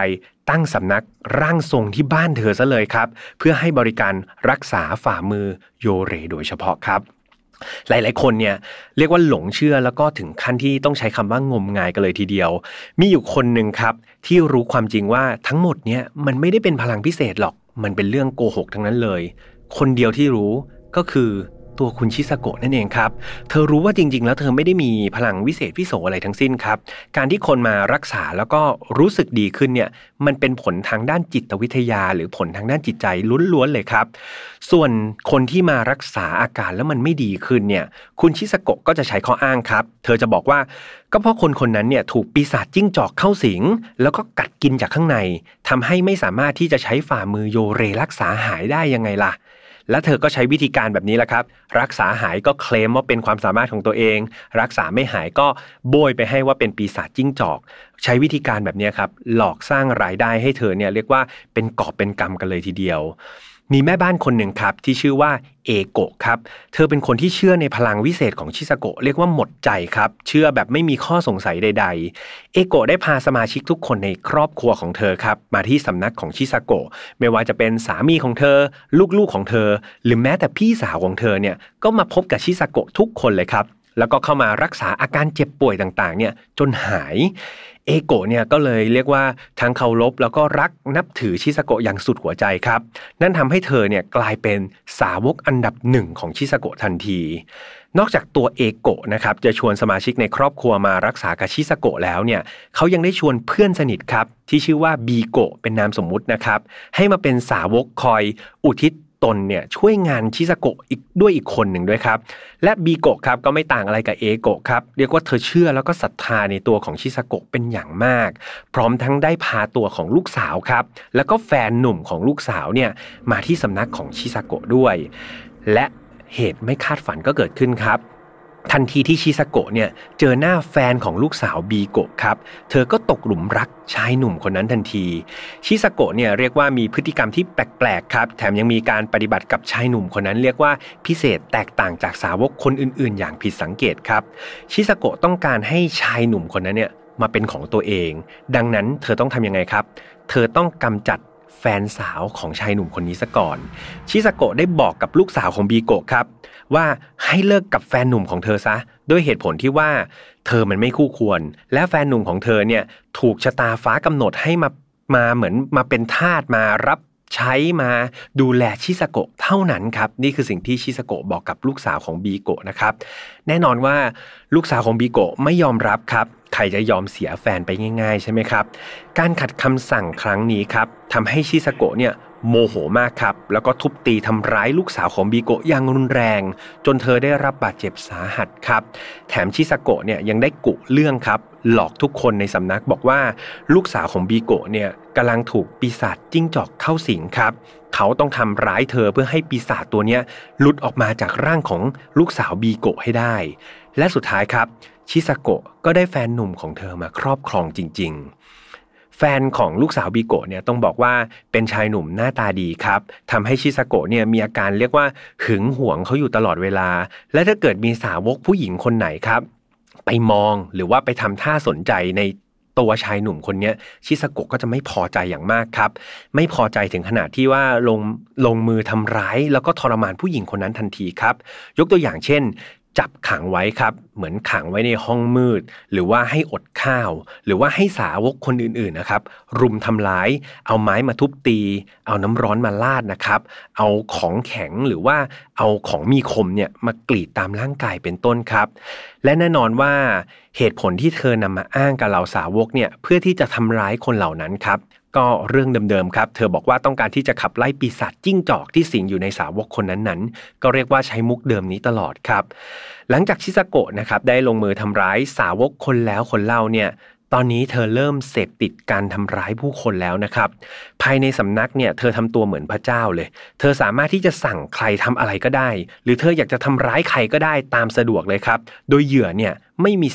Speaker 3: ตั้งสำนักร่างทรงที่บ้านเธอซะเลยครับเพื่อให้บริการรักษาฝ่ามือโยเรโดยเฉพาะครับหลายๆคนเนี่ยเรียกว่าหลงเชื่อแล้วก็ถึงขั้นที่ต้องใช้คำว่างมงายกันเลยทีเดียวมีอยู่คนหนึ่งครับที่รู้ความจริงว่าทั้งหมดเนี่ยมันไม่ได้เป็นพลังพิเศษหรอกมันเป็นเรื่องโกหกทั้งนั้นเลยคนเดียวที่รู้ก็คือตัวคุณชิซาโกะนั่นเองครับเธอรู้ว่าจริงๆแล้วเธอไม่ได้มีพลังวิเศษวิโสอะไรทั้งสิ้นครับการที่คนมารักษาแล้วก็รู้สึกดีขึ้นเนี่ยมันเป็นผลทางด้านจิตวิทยาหรือผลทางด้านจิตใจล้วนๆเลยครับส่วนคนที่มารักษาอาการแล้วมันไม่ดีขึ้นเนี่ยคุณชิซาโกะก็จะใช้ข้ออ้างครับเธอจะบอกว่าก็เพราะคนคนนั้นเนี่ยถูกปีศาจจิ้งจอกเข้าสิงแล้วก็กัดกินจากข้างในทำให้ไม่สามารถที่จะใช้ฝ่ามือโยเรรักษาหายได้ยังไงล่ะและเธอก็ใช้วิธีการแบบนี้แหละครับรักษาหายก็เคลมว่าเป็นความสามารถของตัวเองรักษาไม่หายก็โบยไปให้ว่าเป็นปีศาจจิ้งจอกใช้วิธีการแบบนี้ครับหลอกสร้างรายได้ให้เธอเนี่ยเรียกว่าเป็นกอบเป็นกำกันเลยทีเดียวมีแม่บ้านคนหนึ่งครับที่ชื่อว่าเอโกะครับเธอเป็นคนที่เชื่อในพลังวิเศษของชิซาโกะเรียกว่าหมดใจครับเชื่อแบบไม่มีข้อสงสัยใดๆเอโกะได้พาสมาชิกทุกคนในครอบครัวของเธอครับมาที่สำนักของชิซาโกะไม่ว่าจะเป็นสามีของเธอลูกๆของเธอหรือแม้แต่พี่สาวของเธอเนี่ยก็มาพบกับชิซาโกะทุกคนเลยครับแล้วก็เข้ามารักษาอาการเจ็บป่วยต่างๆเนี่ยจนหายเอโกะเนี่ยก็เลยเรียกว่าทั้งเคารพแล้วก็รักนับถือชิซาโกะอย่างสุดหัวใจครับนั่นทำให้เธอเนี่ยกลายเป็นสาวกอันดับหนึ่งของชิซาโกะทันทีนอกจากตัวเอโกะนะครับจะชวนสมาชิกในครอบครัวมารักษากับชิซาโกะแล้วเนี่ยเขายังได้ชวนเพื่อนสนิทครับที่ชื่อว่าบีโกะเป็นนามสมมุตินะครับให้มาเป็นสาวกคอยอุทิศตนเนี่ยช่วยงานชิซาโกะอีกคนหนึ่งด้วยครับและบีโกะครับก็ไม่ต่างอะไรกับเอโกะครับเรียกว่าเธอเชื่อแล้วก็ศรัทธาในตัวของชิซาโกะเป็นอย่างมากพร้อมทั้งได้พาตัวของลูกสาวครับแล้วก็แฟนหนุ่มของลูกสาวเนี่ยมาที่สำนักของชิซาโกะด้วยและเหตุไม่คาดฝันก็เกิดขึ้นครับทันทีที่ชิซาโกะเนี่ยเจอหน้าแฟนของลูกสาวบีโกะครับเธอก็ตกหลุมรักชายหนุ่มคนนั้นทันทีชิซาโกะเนี่ยเรียกว่ามีพฤติกรรมที่แปลกๆครับแถมยังมีการปฏิบัติกับชายหนุ่มคนนั้นเรียกว่าพิเศษแตกต่างจากสาวกคนอื่นๆอย่างผิดสังเกตครับชิซาโกะต้องการให้ชายหนุ่มคนนั้นเนี่ยมาเป็นของตัวเองดังนั้นเธอต้องทำยังไงครับเธอต้องกำจัดแฟนสาวของชายหนุ่มคนนี้ซะก่อนชิซาโกะได้บอกกับลูกสาวของบีโกะครับว่าให้เลิกกับแฟนหนุ่มของเธอซะด้วยเหตุผลที่ว่าเธอมันไม่คู่ควรและแฟนหนุ่มของเธอเนี่ยถูกชะตาฟ้ากำหนดให้มาเหมือนมาเป็นทาสมารับใช้มาดูแลชิซาโกะเท่านั้นครับนี่คือสิ่งที่ชิซาโกะบอกกับลูกสาวของบีโกะนะครับแน่นอนว่าลูกสาวของบีโกะไม่ยอมรับครับใครจะยอมเสียแฟนไปง่ายๆใช่ไหมครับการขัดคำสั่งครั้งนี้ครับทำให้ชิซาโกะเนี่ยโมโหมากครับแล้วก็ทุบตีทำร้ายลูกสาวของบีโกะอย่างรุนแรงจนเธอได้รับบาดเจ็บสาหัสครับแถมชิซาโกะเนี่ยยังได้กุเรื่องครับหลอกทุกคนในสำนักบอกว่าลูกสาวของบีโกะเนี่ยกำลังถูกปีศาจจิ้งจอกเข้าสิงครับเขาต้องทำร้ายเธอเพื่อให้ปีศาจตัวเนี้ยหลุดออกมาจากร่างของลูกสาวบีโกะให้ได้และสุดท้ายครับชิซาโกะก็ได้แฟนหนุ่มของเธอมาครอบครองจริงๆแฟนของลูกสาวบีโกะเนี่ยต้องบอกว่าเป็นชายหนุ่มหน้าตาดีครับทำให้ชิซาโกะเนี่ยมีอาการเรียกว่าหึงหวงเขาอยู่ตลอดเวลาและถ้าเกิดมีสาวกผู้หญิงคนไหนครับไปมองหรือว่าไปทำท่าสนใจในตัวชายหนุ่มคนนี้ชิซาโกะก็จะไม่พอใจอย่างมากครับไม่พอใจถึงขนาดที่ว่าลงมือทำร้ายแล้วก็ทรมานผู้หญิงคนนั้นทันทีครับยกตัวอย่างเช่นจับขังไว้ครับเหมือนขังไว้ในห้องมืดหรือว่าให้อดข้าวหรือว่าให้สาวกคนอื่นๆนะครับรุมทำร้ายเอาไม้มาทุบตีเอาน้ำร้อนมาลาดนะครับเอาของแข็งหรือว่าเอาของมีคมเนี่ยมากรีดตามร่างกายเป็นต้นครับและแน่นอนว่าเหตุผลที่เธอนำมาอ้างกับเหล่าสาวกเนี่ยเพื่อที่จะทำร้ายคนเหล่านั้นครับก็เรื่องเดิมๆครับเธอบอกว่าต้องการที่จะขับไล่ปีศาจจิ้งจอกที่สิงอยู่ในสาวกคนนั้นๆก็เรียกว่าใช้มุกเดิมนี้ตลอดครับหลังจากชิซาโกะนะครับได้ลงมือทำร้ายสาวกคนแล้วคนเล่าเนี่ยตอนนี้เธอเริ่มเสพติดการทำร้ายผู้คนแล้วนะครับภายในสำนักเนี่ยเธอทำตัวเหมือนพระเจ้าเลยเธอสามารถที่จะสั่งใครทำอะไรก็ได้หรือเธออยากจะทำร้ายใครก็ได้ตามสะดวกเลยครับโดยเหยื่อเนี่ยไม่มีสิทธิ์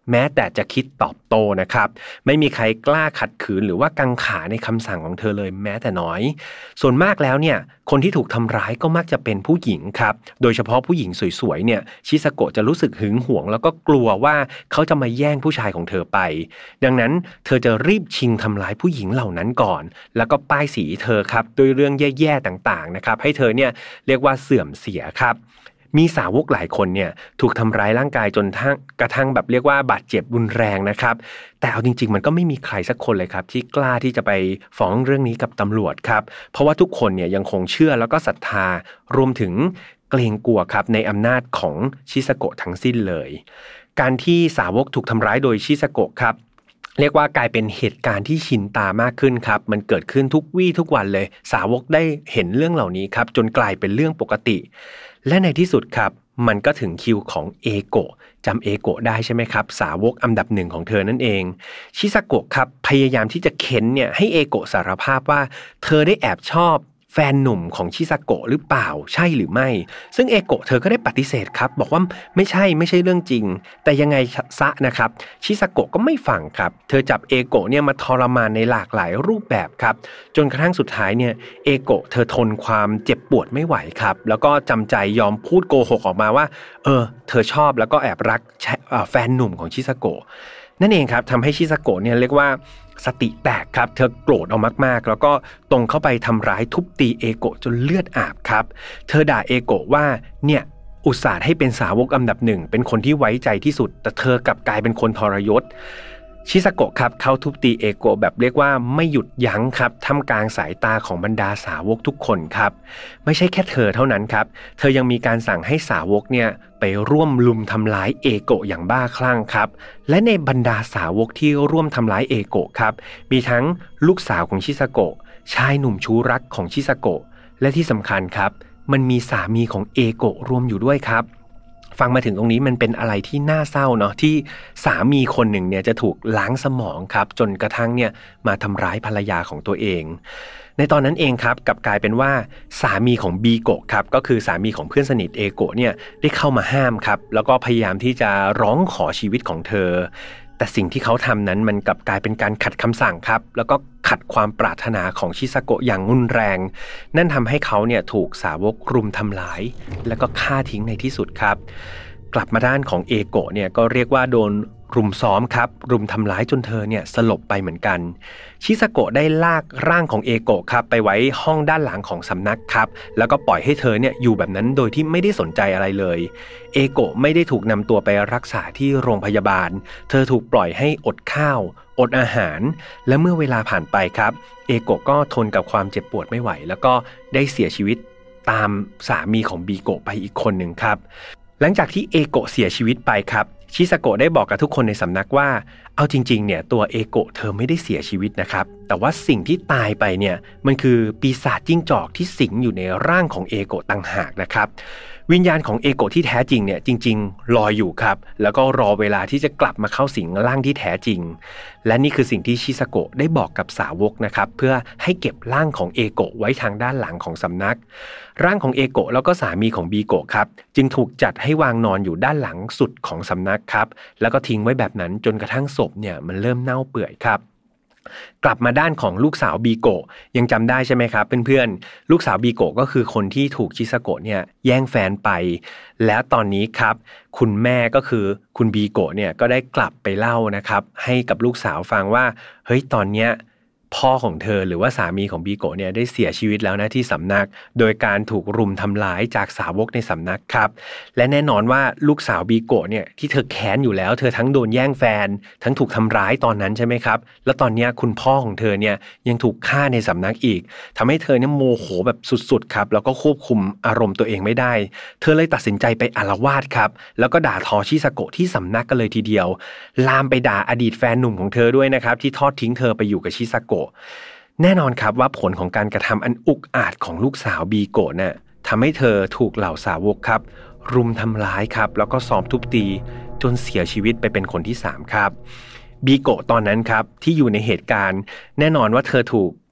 Speaker 3: แม้แต่จะคิดตอบโต้นะครับไม่มีใครกล้าขัดขืนหรือว่ากังขาในคำสั่งของเธอเลยแม้แต่น้อยส่วนมากแล้วเนี่ยคนที่ถูกทำร้ายก็มักจะเป็นผู้หญิงครับโดยเฉพาะผู้หญิงสวยๆเนี่ยชิซาโกะจะรู้สึกหึงหวงแล้วก็กลัวว่าเขาจะมาแย่งผู้ชายของเธอไปดังนั้นเธอจะรีบชิงทำร้ายผู้หญิงเหล่านั้นก่อนแล้วก็ป้ายสีเธอครับด้วยเรื่องแย่ๆต่างๆนะครับให้เธอเนี่ยเรียกว่าเสื่อมเสียครับมีสาวกหลายคนเนี่ยถูกทำร้ายร่างกายจนกระทั่งแบบเรียกว่าบาดเจ็บรุนแรงนะครับแต่เอาจริงๆมันก็ไม่มีใครสักคนเลยครับที่กล้าที่จะไปฟ้องเรื่องนี้กับตำรวจครับเพราะว่าทุกคนเนี่ยยังคงเชื่อแล้วก็ศรัทธารวมถึงเกรงกลัวครับในอำนาจของชิซาโกะทั้งสิ้นเลยการที่สาวกถูกทำร้ายโดยชิซาโกะครับเรียกว่ากลายเป็นเหตุการณ์ที่ชินตามากขึ้นครับมันเกิดขึ้นทุกวี่ทุกวันเลยสาวกได้เห็นเรื่องเหล่านี้ครับจนกลายเป็นเรื่องปกติและในที่สุดครับมันก็ถึงคิวของเอโกะจำเอโกะได้ใช่ไหมครับสาวกอันดับหนึ่งของเธอนั่นเองชิซาโกะครับพยายามที่จะเค้นเนี่ยให้เอโกะสารภาพว่าเธอได้แอบชอบแฟนหนุ่มของชิซาโกะหรือเปล่าใช่หรือไม่ซึ่งเอโกะเธอก็ได้ปฏิเสธครับบอกว่าไม่ใช่เรื่องจริงแต่ยังไงซะนะครับชิซาโกะก็ไม่ฟังครับเธอจับเอโกะเนี่ยมาทรมานในหลากหลายรูปแบบครับจนกระทั่งสุดท้ายเนี่ยเอโกะเธอทนความเจ็บปวดไม่ไหวครับแล้วก็จำใจยอมพูดโกหกออกมาว่าเธอชอบแล้วก็แอบรักแฟนหนุ่มของชิซาโกะนั่นเองครับทำให้ชิซาโกะเนี่ยเรียกว่าสติแตกครับเธอโกรธเอามากๆแล้วก็ตรงเข้าไปทำร้ายทุบตีเอโกะจนเลือดอาบครับเธอด่าเอโกะว่าเนี่ยอุตส่าห์ให้เป็นสาวกอันดับหนึ่งเป็นคนที่ไว้ใจที่สุดแต่เธอกลับกลายเป็นคนทรยศชิซาโกะครับเขาทุบตีเอโกะแบบเรียกว่าไม่หยุดยั้งครับท่ามกลางสายตาของบรรดาสาวกทุกคนครับไม่ใช่แค่เธอเท่านั้นครับเธอยังมีการสั่งให้สาวกเนี่ยไปร่วมลุมทำร้ายเอโกะอย่างบ้าคลั่งครับและในบรรดาสาวกที่ร่วมทำร้ายเอโกะครับมีทั้งลูกสาวของชิซาโกะชายหนุ่มชูรักของชิซาโกะและที่สำคัญครับมันมีสามีของเอโกะรวมอยู่ด้วยครับฟังมาถึงตรงนี้มันเป็นอะไรที่น่าเศร้าเนาะที่สามีคนหนึ่งเนี่ยจะถูกล้างสมองครับจนกระทั่งเนี่ยมาทำร้ายภรรยาของตัวเองในตอนนั้นเองครับกลับกลายเป็นว่าสามีของบีโกะครับก็คือสามีของเพื่อนสนิทเอโกะเนี่ยได้เข้ามาห้ามครับแล้วก็พยายามที่จะร้องขอชีวิตของเธอแต่สิ่งที่เขาทำนั้นมันกลับกลายเป็นการขัดคำสั่งครับแล้วก็ขัดความปรารถนาของชิซาโกะอย่างรุนแรงนั่นทำให้เขาเนี่ยถูกสาวกรุมทำลายแล้วก็ฆ่าทิ้งในที่สุดครับกลับมาด้านของเอโกะเนี่ยก็เรียกว่าโดนรุมซ้อมครับรุมทำร้ายจนเธอเนี่ยสลบไปเหมือนกันชิซาโกะได้ลากร่างของเอโกะครับไปไว้ห้องด้านหลังของสำนักครับแล้วก็ปล่อยให้เธอเนี่ยอยู่แบบนั้นโดยที่ไม่ได้สนใจอะไรเลยเอโกะไม่ได้ถูกนำตัวไปรักษาที่โรงพยาบาลเธอถูกปล่อยให้อดข้าวอดอาหารและเมื่อเวลาผ่านไปครับเอโกะก็ทนกับความเจ็บปวดไม่ไหวแล้วก็ได้เสียชีวิตตามสามีของบีโกะไปอีกคนหนึ่งครับหลังจากที่เอโกะเสียชีวิตไปครับชิซาโกะได้บอกกับทุกคนในสำนักว่าเอาจริงๆเนี่ยตัวเอโกะเธอไม่ได้เสียชีวิตนะครับแต่ว่าสิ่งที่ตายไปเนี่ยมันคือปีศาจจิ้งจอกที่สิงอยู่ในร่างของเอโกะต่างหากนะครับวิญญาณของเอโกะที่แท้จริงเนี่ยจริงๆรออยู่ครับแล้วก็รอเวลาที่จะกลับมาเข้าสิงร่างที่แท้จริงและนี่คือสิ่งที่ชิซาโกะได้บอกกับสาวกนะครับเพื่อให้เก็บร่างของเอโกะไว้ทางด้านหลังของสำนักร่างของเอโกะแล้วก็สามีของบีโกะครับจึงถูกจัดให้วางนอนอยู่ด้านหลังสุดของสำนักครับแล้วก็ทิ้งไว้แบบนั้นจนกระทั่งศพเนี่ยมันเริ่มเน่าเปื่อยครับกลับมาด้านของลูกสาวบีโกะยังจำได้ใช่ไหมครับเพื่อนๆลูกสาวบีโกะก็คือคนที่ถูกชิซาโกะเนี่ยแย่งแฟนไปแล้วตอนนี้ครับคุณแม่ก็คือคุณบีโกะเนี่ยก็ได้กลับไปเล่านะครับให้กับลูกสาวฟังว่าเฮ้ยตอนเนี้ยพ่อของเธอหรือว่าสามีของบีโกะเนี่ยได้เสียชีวิตแล้วนะที่สำนักโดยการถูกรุมทำร้ายจากสาวกในสำนักครับและแน่นอนว่าลูกสาวบีโกะเนี่ยที่เธอแค้นอยู่แล้วเธอทั้งโดนแย่งแฟนทั้งถูกทำร้ายตอนนั้นใช่ไหมครับแล้วตอนนี้คุณพ่อของเธอเนี่ยยังถูกฆ่าในสำนักอีกทำให้เธอเนี่ยโมโหแบบสุดๆครับแล้วก็ควบคุมอารมณ์ตัวเองไม่ได้เธอเลยตัดสินใจไปอาละวาดครับแล้วก็ด่าทอชิซาโกะที่สำนักกันเลยทีเดียวลามไปด่าอดีตแฟนหนุ่มของเธอด้วยนะครับที่ทอดทิ้งเธอไปอยู่กับชิซาโกะแน่นอนครับว่าผลของการกระทำอันอุกอาจของลูกสาวบีโกะน่ะทำให้เธอถูกเหล่าสาวกครับรุมทำร้ายครับแล้วก็ซ้อมทุบตีจนเสียชีวิตไปเป็นคนที่3ครับบีโกะตอนนั้นครับที่อยู่ในเหตุการณ์แน่นอนว่าเธอถูก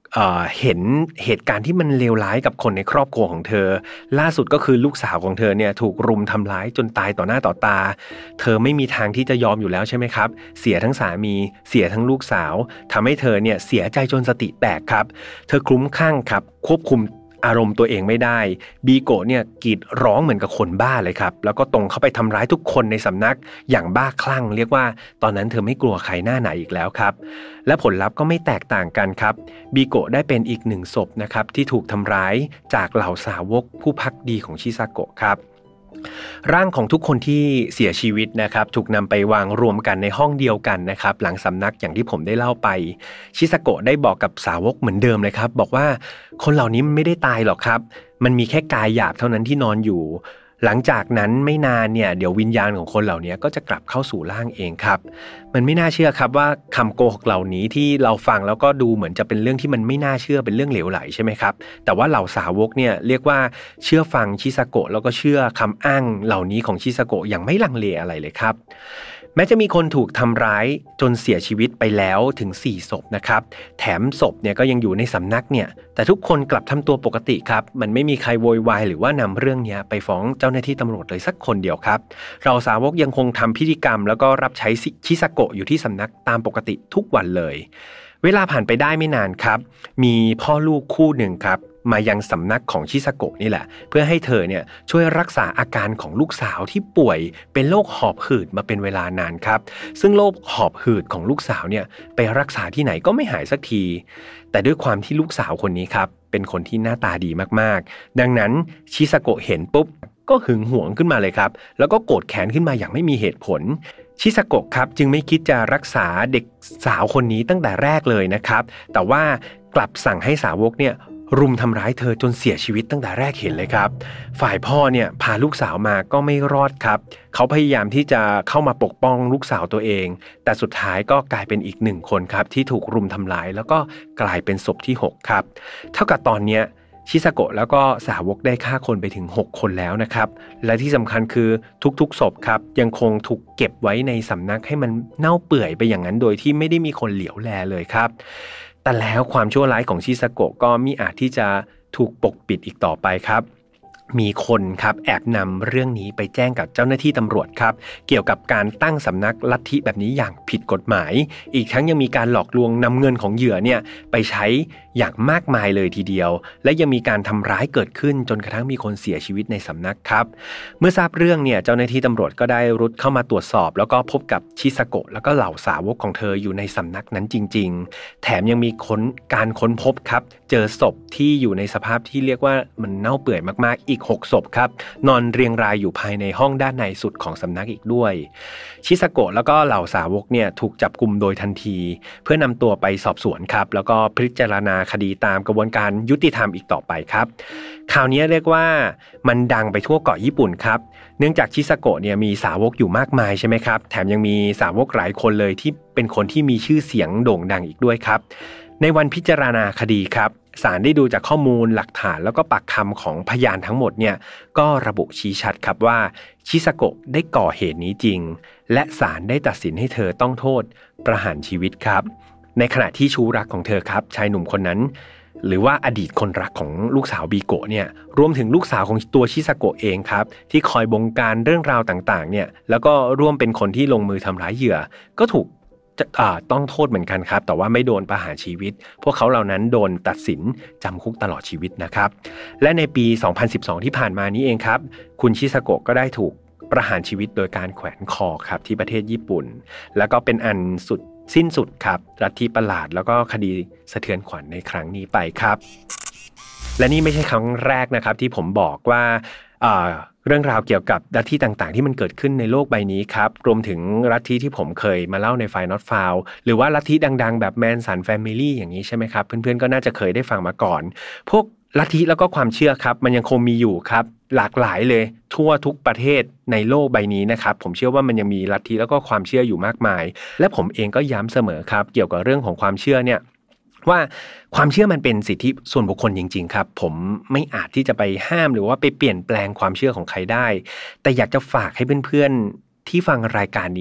Speaker 3: เห็นเหตุการณ์ที่มันเลวร้ายกับคนในครอบครัวของเธอล่าสุดก็คือลูกสาวของเธอเนี่ยถูกรุมทำร้ายจนตายต่อหน้าต่อตาเธอไม่มีทางที่จะยอมอยู่แล้วใช่ไหมครับเสียทั้งสามีเสียทั้งลูกสาวทำให้เธอเนี่ยเสียใจจนสติแตกครับเธอคลุ้มคลั่งครับควบคุมอารมณ์ตัวเองไม่ได้บีโกะเนี่ยกรีดร้องเหมือนกับคนบ้าเลยครับแล้วก็ตรงเข้าไปทำร้ายทุกคนในสำนักอย่างบ้าคลั่งเรียกว่าตอนนั้นเธอไม่กลัวใครหน้าไหนอีกแล้วครับและผลลัพธ์ก็ไม่แตกต่างกันครับบีโกะได้เป็นอีกหนึ่งศพนะครับที่ถูกทำร้ายจากเหล่าสาวกผู้ภักดีของชิซาโกะครับร่างของทุกคนที่เสียชีวิตนะครับถูกนำไปวางรวมกันในห้องเดียวกันนะครับหลังสำนักอย่างที่ผมได้เล่าไปชิซาโกะได้บอกกับสาวกเหมือนเดิมเลยครับบอกว่าคนเหล่านี้มันไม่ได้ตายหรอกครับมันมีแค่กายหยาบเท่านั้นที่นอนอยู่หลังจากนั้นไม่นานเนี่ยเดี๋ยววิญญาณของคนเหล่านี้ก็จะกลับเข้าสู่ร่างเองครับมันไม่น่าเชื่อครับว่าคำโกหกเหล่านี้ที่เราฟังแล้วก็ดูเหมือนจะเป็นเรื่องที่มันไม่น่าเชื่อเป็นเรื่องเหลวไหลใช่ไหมครับแต่ว่าเหล่าสาวกเนี่ยเรียกว่าเชื่อฟังชิซาโกะแล้วก็เชื่อคำอ้างเหล่านี้ของชิซาโกะอย่างไม่ลังเลอะไรเลยครับแม้จะมีคนถูกทำร้ายจนเสียชีวิตไปแล้วถึง4ศพนะครับแถมศพเนี่ยก็ยังอยู่ในสำนักเนี่ยแต่ทุกคนกลับทำตัวปกติครับมันไม่มีใครโวยวายหรือว่านำเรื่องนี้ไปฟ้องเจ้าหน้าที่ตำรวจเลยสักคนเดียวครับเราสาวกยังคงทำพิธีกรรมแล้วก็รับใช้ชิซาโกะอยู่ที่สำนักตามปกติทุกวันเลยเวลาผ่านไปได้ไม่นานครับมีพ่อลูกคู่หนึ่งครับมายังสำนักของชิซาโกะนี่แหละเพื่อให้เธอเนี่ยช่วยรักษาอาการของลูกสาวที่ป่วยเป็นโรคหอบหืดมาเป็นเวลานานครับซึ่งโรคหอบหืดของลูกสาวเนี่ยไปรักษาที่ไหนก็ไม่หายสักทีแต่ด้วยความที่ลูกสาวคนนี้ครับเป็นคนที่หน้าตาดีมากๆดังนั้นชิซาโกะเห็นปุ๊บก็หึงหวงขึ้นมาเลยครับแล้วก็โกรธแค้นขึ้นมาอย่างไม่มีเหตุผลชิซาโกะครับจึงไม่คิดจะรักษาเด็กสาวคนนี้ตั้งแต่แรกเลยนะครับแต่ว่ากลับสั่งให้สาวกเนี่ยรุมทำร้ายเธอจนเสียชีวิตตั้งแต่แรกเห็นเลยครับฝ่ายพ่อเนี่ยพาลูกสาวมาก็ไม่รอดครับเขาพยายามที่จะเข้ามาปกป้องลูกสาวตัวเองแต่สุดท้ายก็กลายเป็นอีก1คนครับที่ถูกรุมทำร้ายแล้วก็กลายเป็นศพที่6ครับเท่ากับตอนนี้ชิซาโกะแล้วก็สาวกได้ฆ่าคนไปถึง6คนแล้วนะครับและที่สำคัญคือทุกๆศพครับยังคงถูกเก็บไว้ในสำนักให้มันเน่าเปื่อยไปอย่างนั้นโดยที่ไม่ได้มีคนเหลียวแลเลยครับแต่แล้วความชั่วร้ายของชิซาโกะก็มิอาจที่จะถูกปกปิดอีกต่อไปครับมีคนครับแอบนำเรื่องนี้ไปแจ้งกับเจ้าหน้าที่ตำรวจครับเกี่ยวกับการตั้งสำนักลัทธิแบบนี้อย่างผิดกฎหมายอีกทั้งยังมีการหลอกลวงนำเงินของเหยื่อเนี่ยไปใช้อย่างมากมายเลยทีเดียวและยังมีการทำร้ายเกิดขึ้นจนกระทั่งมีคนเสียชีวิตในสำนักครับเมื่อทราบเรื่องเนี่ยเจ้าหน้าที่ตำรวจก็ได้รุดเข้ามาตรวจสอบแล้วก็พบกับชิซาโกะแล้วก็เหล่าสาวกของเธออยู่ในสำนักนั้นจริงๆแถมยังมีการค้นพบครับเจอศพที่อยู่ในสภาพที่เรียกว่ามันเน่าเปื่อยมากๆอีก6ศพครับนอนเรียงรายอยู่ภายในห้องด้านในสุดของสำนักอีกด้วยชิซาโกะแล้วก็เหล่าสาวกเนี่ยถูกจับกุมโดยทันทีเพื่อนำตัวไปสอบสวนครับแล้วก็พิจารณาคดีตามกระบวนการยุติธรรมอีกต่อไปครับข่าวนี้เรียกว่ามันดังไปทั่วเกาะญี่ปุ่นครับเนื่องจากชิซาโกะเนี่ยมีสาวกอยู่มากมายใช่ไหมครับแถมยังมีสาวกหลายคนเลยที่เป็นคนที่มีชื่อเสียงโด่งดังอีกด้วยครับในวันพิจารณาคดีครับศาลได้ดูจากข้อมูลหลักฐานแล้วก็ปากคำของพยานทั้งหมดเนี่ยก็ระบุชี้ชัดครับว่าชิซาโกะได้ก่อเหตุนี้จริงและศาลได้ตัดสินให้เธอต้องโทษประหารชีวิตครับในขณะที่ชู้รักของเธอครับชายหนุ่มคนนั้นหรือว่าอดีตคนรักของลูกสาวบีโกะเนี่ยรวมถึงลูกสาวของตัวชิซาโกะเองครับที่คอยบงการเรื่องราวต่างๆเนี่ยแล้วก็ร่วมเป็นคนที่ลงมือทำร้ายเหยื่อก็ถูกต้องโทษเหมือนกันครับแต่ว่าไม่โดนประหารชีวิตพวกเขาเหล่านั้นโดนตัดสินจำคุกตลอดชีวิตนะครับและในปี 2012 ที่ผ่านมานี้เองครับคุณชิซาโกะก็ได้ถูกประหารชีวิตโดยการแขวนคอครับที่ประเทศญี่ปุ่นแล้วก็เป็นอันสิ้นสุดครับลัทธิประหลาดแล้วก็คดีสะเทือนขวัญในครั้งนี้ไปครับและนี่ไม่ใช่ครั้งแรกนะครับที่ผมบอกว่าเรื่องราวเกี่ยวกับลัทธิต่างๆที่มันเกิดขึ้นในโลกใบนี้ครับรวมถึงลัทธิที่ผมเคยมาเล่าในไฟล์ Not Found หรือว่าลัทธิดังๆแบบแมนสันแฟมิลี่อย่างนี้ใช่ไหมครับเพื่อนๆก็น่าจะเคยได้ฟังมาก่อนพวกลัทธิแล้วก็ความเชื่อครับมันยังคงมีอยู่ครับหลากหลายเลยทั่วทุกประเทศในโลกใบนี้นะครับผมเชื่อว่ามันยังมีลัทธิแล้วก็ความเชื่ออยู่มากมายและผมเองก็ย้ำเสมอครับเกี่ยวกับเรื่องของความเชื่อเนี่ยว่าความเชื่อมันเป็นสิทธิส่วนบุคคลจริงๆครับผมไม่อาจที่จะไปห้ามหรือว่าไปเปลี่ยนแปลงความเชื่อของใครได้แต่อยากจะฝากให้เพื่อนๆที่ฟังรายการนี้แบบ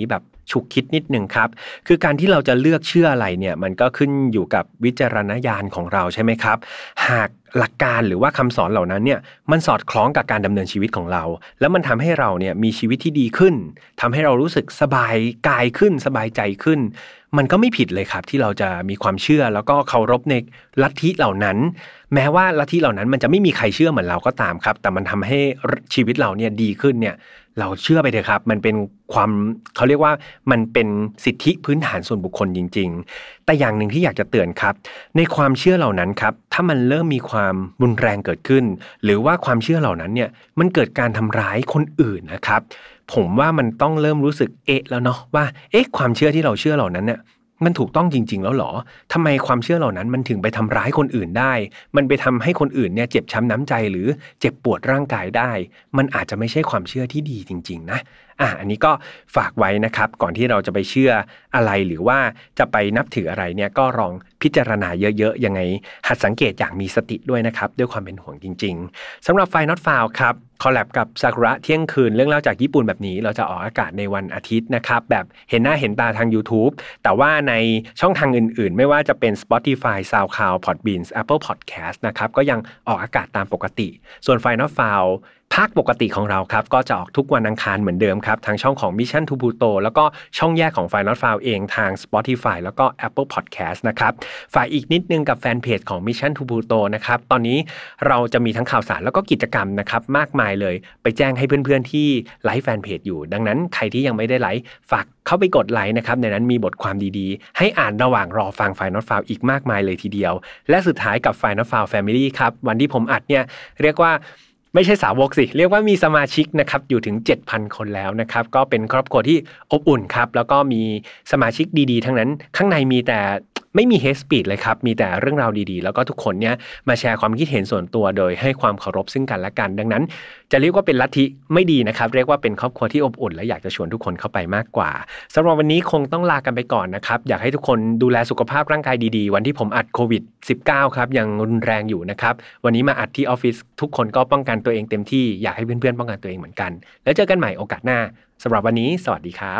Speaker 3: ฉุกคิดนิดนึงครับคือการที่เราจะเลือกเชื่ออะไรเนี่ยมันก็ขึ้นอยู่กับวิจารณญาณของเราใช่ไหมครับหากหลักการหรือว่าคำสอนเหล่านั้นเนี่ยมันสอดคล้องกับการดำเนินชีวิตของเราแล้วมันทำให้เราเนี่ยมีชีวิตที่ดีขึ้นทำให้เรารู้สึกสบายกายขึ้นสบายใจขึ้นมันก็ไม่ผิดเลยครับที่เราจะมีความเชื่อแล้วก็เคารพในลัทธิเหล่านั้นแม้ว่าลัทธิเหล่านั้นมันจะไม่มีใครเชื่อเหมือนเราก็ตามครับแต่มันทำให้ชีวิตเราเนี่ยดีขึ้นเนี่ยเราเชื่อไปเถอะครับมันเป็นความเขาเรียกว่ามันเป็นสิทธิพื้นฐานส่วนบุคคลจริงๆแต่อย่างหนึ่งที่อยากจะเตือนครับในความเชื่อเหล่านั้นครับถ้ามันเริ่มมีความรุนแรงเกิดขึ้นหรือว่าความเชื่อเหล่านั้นเนี่ยมันเกิดการทำร้ายคนอื่นนะครับผมว่ามันต้องเริ่มรู้สึกแล้วเนาะว่าความเชื่อที่เราเชื่อเหล่านั้นเนี่ยมันถูกต้องจริงๆแล้วหรอทำไมความเชื่อเหล่านั้นมันถึงไปทำร้ายคนอื่นได้มันไปทำให้คนอื่นเนี่ยเจ็บช้ำน้ำใจหรือเจ็บปวดร่างกายได้มันอาจจะไม่ใช่ความเชื่อที่ดีจริงๆนะอันนี้ก็ฝากไว้นะครับก่อนที่เราจะไปเชื่ออะไรหรือว่าจะไปนับถืออะไรเนี่ยก็ลองพิจารณาเยอะๆยังไงหัดสังเกตอย่างมีสติด้วยนะครับด้วยความเป็นห่วงจริงๆสำหรับ File Not Found ครับคอลแลบกับซากุระเที่ยงคืนเรื่องเล่าจากญี่ปุ่นแบบนี้เราจะออกอากาศในวันอาทิตย์นะครับแบบเห็นหน้าเห็นตาทาง YouTube แต่ว่าในช่องทางอื่นๆไม่ว่าจะเป็น Spotify SoundCloud Podbean Apple Podcast นะครับก็ยังออกอากาศตามปกติส่วน File Not Foundภาคปกติของเราครับก็จะออกทุกวันอังคารเหมือนเดิมครับทางช่องของ Mission to Pluto แล้วก็ช่องแยกของ File Not Found เองทาง Spotify แล้วก็ Apple Podcast นะครับฝ่ายอีกนิดนึงกับแฟนเพจของ Mission to Pluto นะครับตอนนี้เราจะมีทั้งข่าวสารแล้วก็กิจกรรมนะครับมากมายเลยไปแจ้งให้เพื่อนๆที่ไลค์แฟนเพจอยู่ดังนั้นใครที่ยังไม่ได้ไลค์ฝากเข้าไปกดไลค์นะครับในนั้นมีบทความดีๆให้อ่านระหว่างรอฟัง File Not Found อีกมากมายเลยทีเดียวและสุดท้ายกับ File Not Found Family ครับวันที่ผมอัดเนี่ยเรียกว่าไม่ใช่สาวกสิเรียกว่ามีสมาชิกนะครับอยู่ถึง 7,000 คนแล้วนะครับก็เป็นครอบครัวที่อบอุ่นครับแล้วก็มีสมาชิกดีๆทั้งนั้นข้างในมีแต่ไม่มี hate speech เลยครับมีแต่เรื่องราวดีๆแล้วก็ทุกคนเนี่ยมาแชร์ความคิดเห็นส่วนตัวโดยให้ความเคารพซึ่งกันและกันดังนั้นจะเรียกว่าเป็นลัทธิไม่ดีนะครับเรียกว่าเป็นครอบครัวที่อบอุ่นและอยากจะชวนทุกคนเข้าไปมากกว่าสำหรับวันนี้คงต้องลากันไปก่อนนะครับอยากให้ทุกคนดูแลสุขภาพร่างกายดีๆวันที่ผมอัดโควิด -19 ครับยังรุนแรงอยู่นะครับวันนี้มาอัดที่ออฟฟิศทุกคนก็ป้องกันตัวเองเต็มที่อยากให้เพื่อนๆป้องกันตัวเองเหมือนกันแล้วเจอกันใหม่โอกาสหน้าสำหรับวันนี้สวัสดีครับ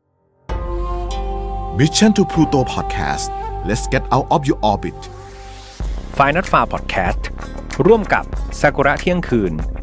Speaker 1: Mission to Pluto Podcast Let's get out of your orbit
Speaker 3: File Not Found Podcast ร่วมกับซากุระเที่ยงคืน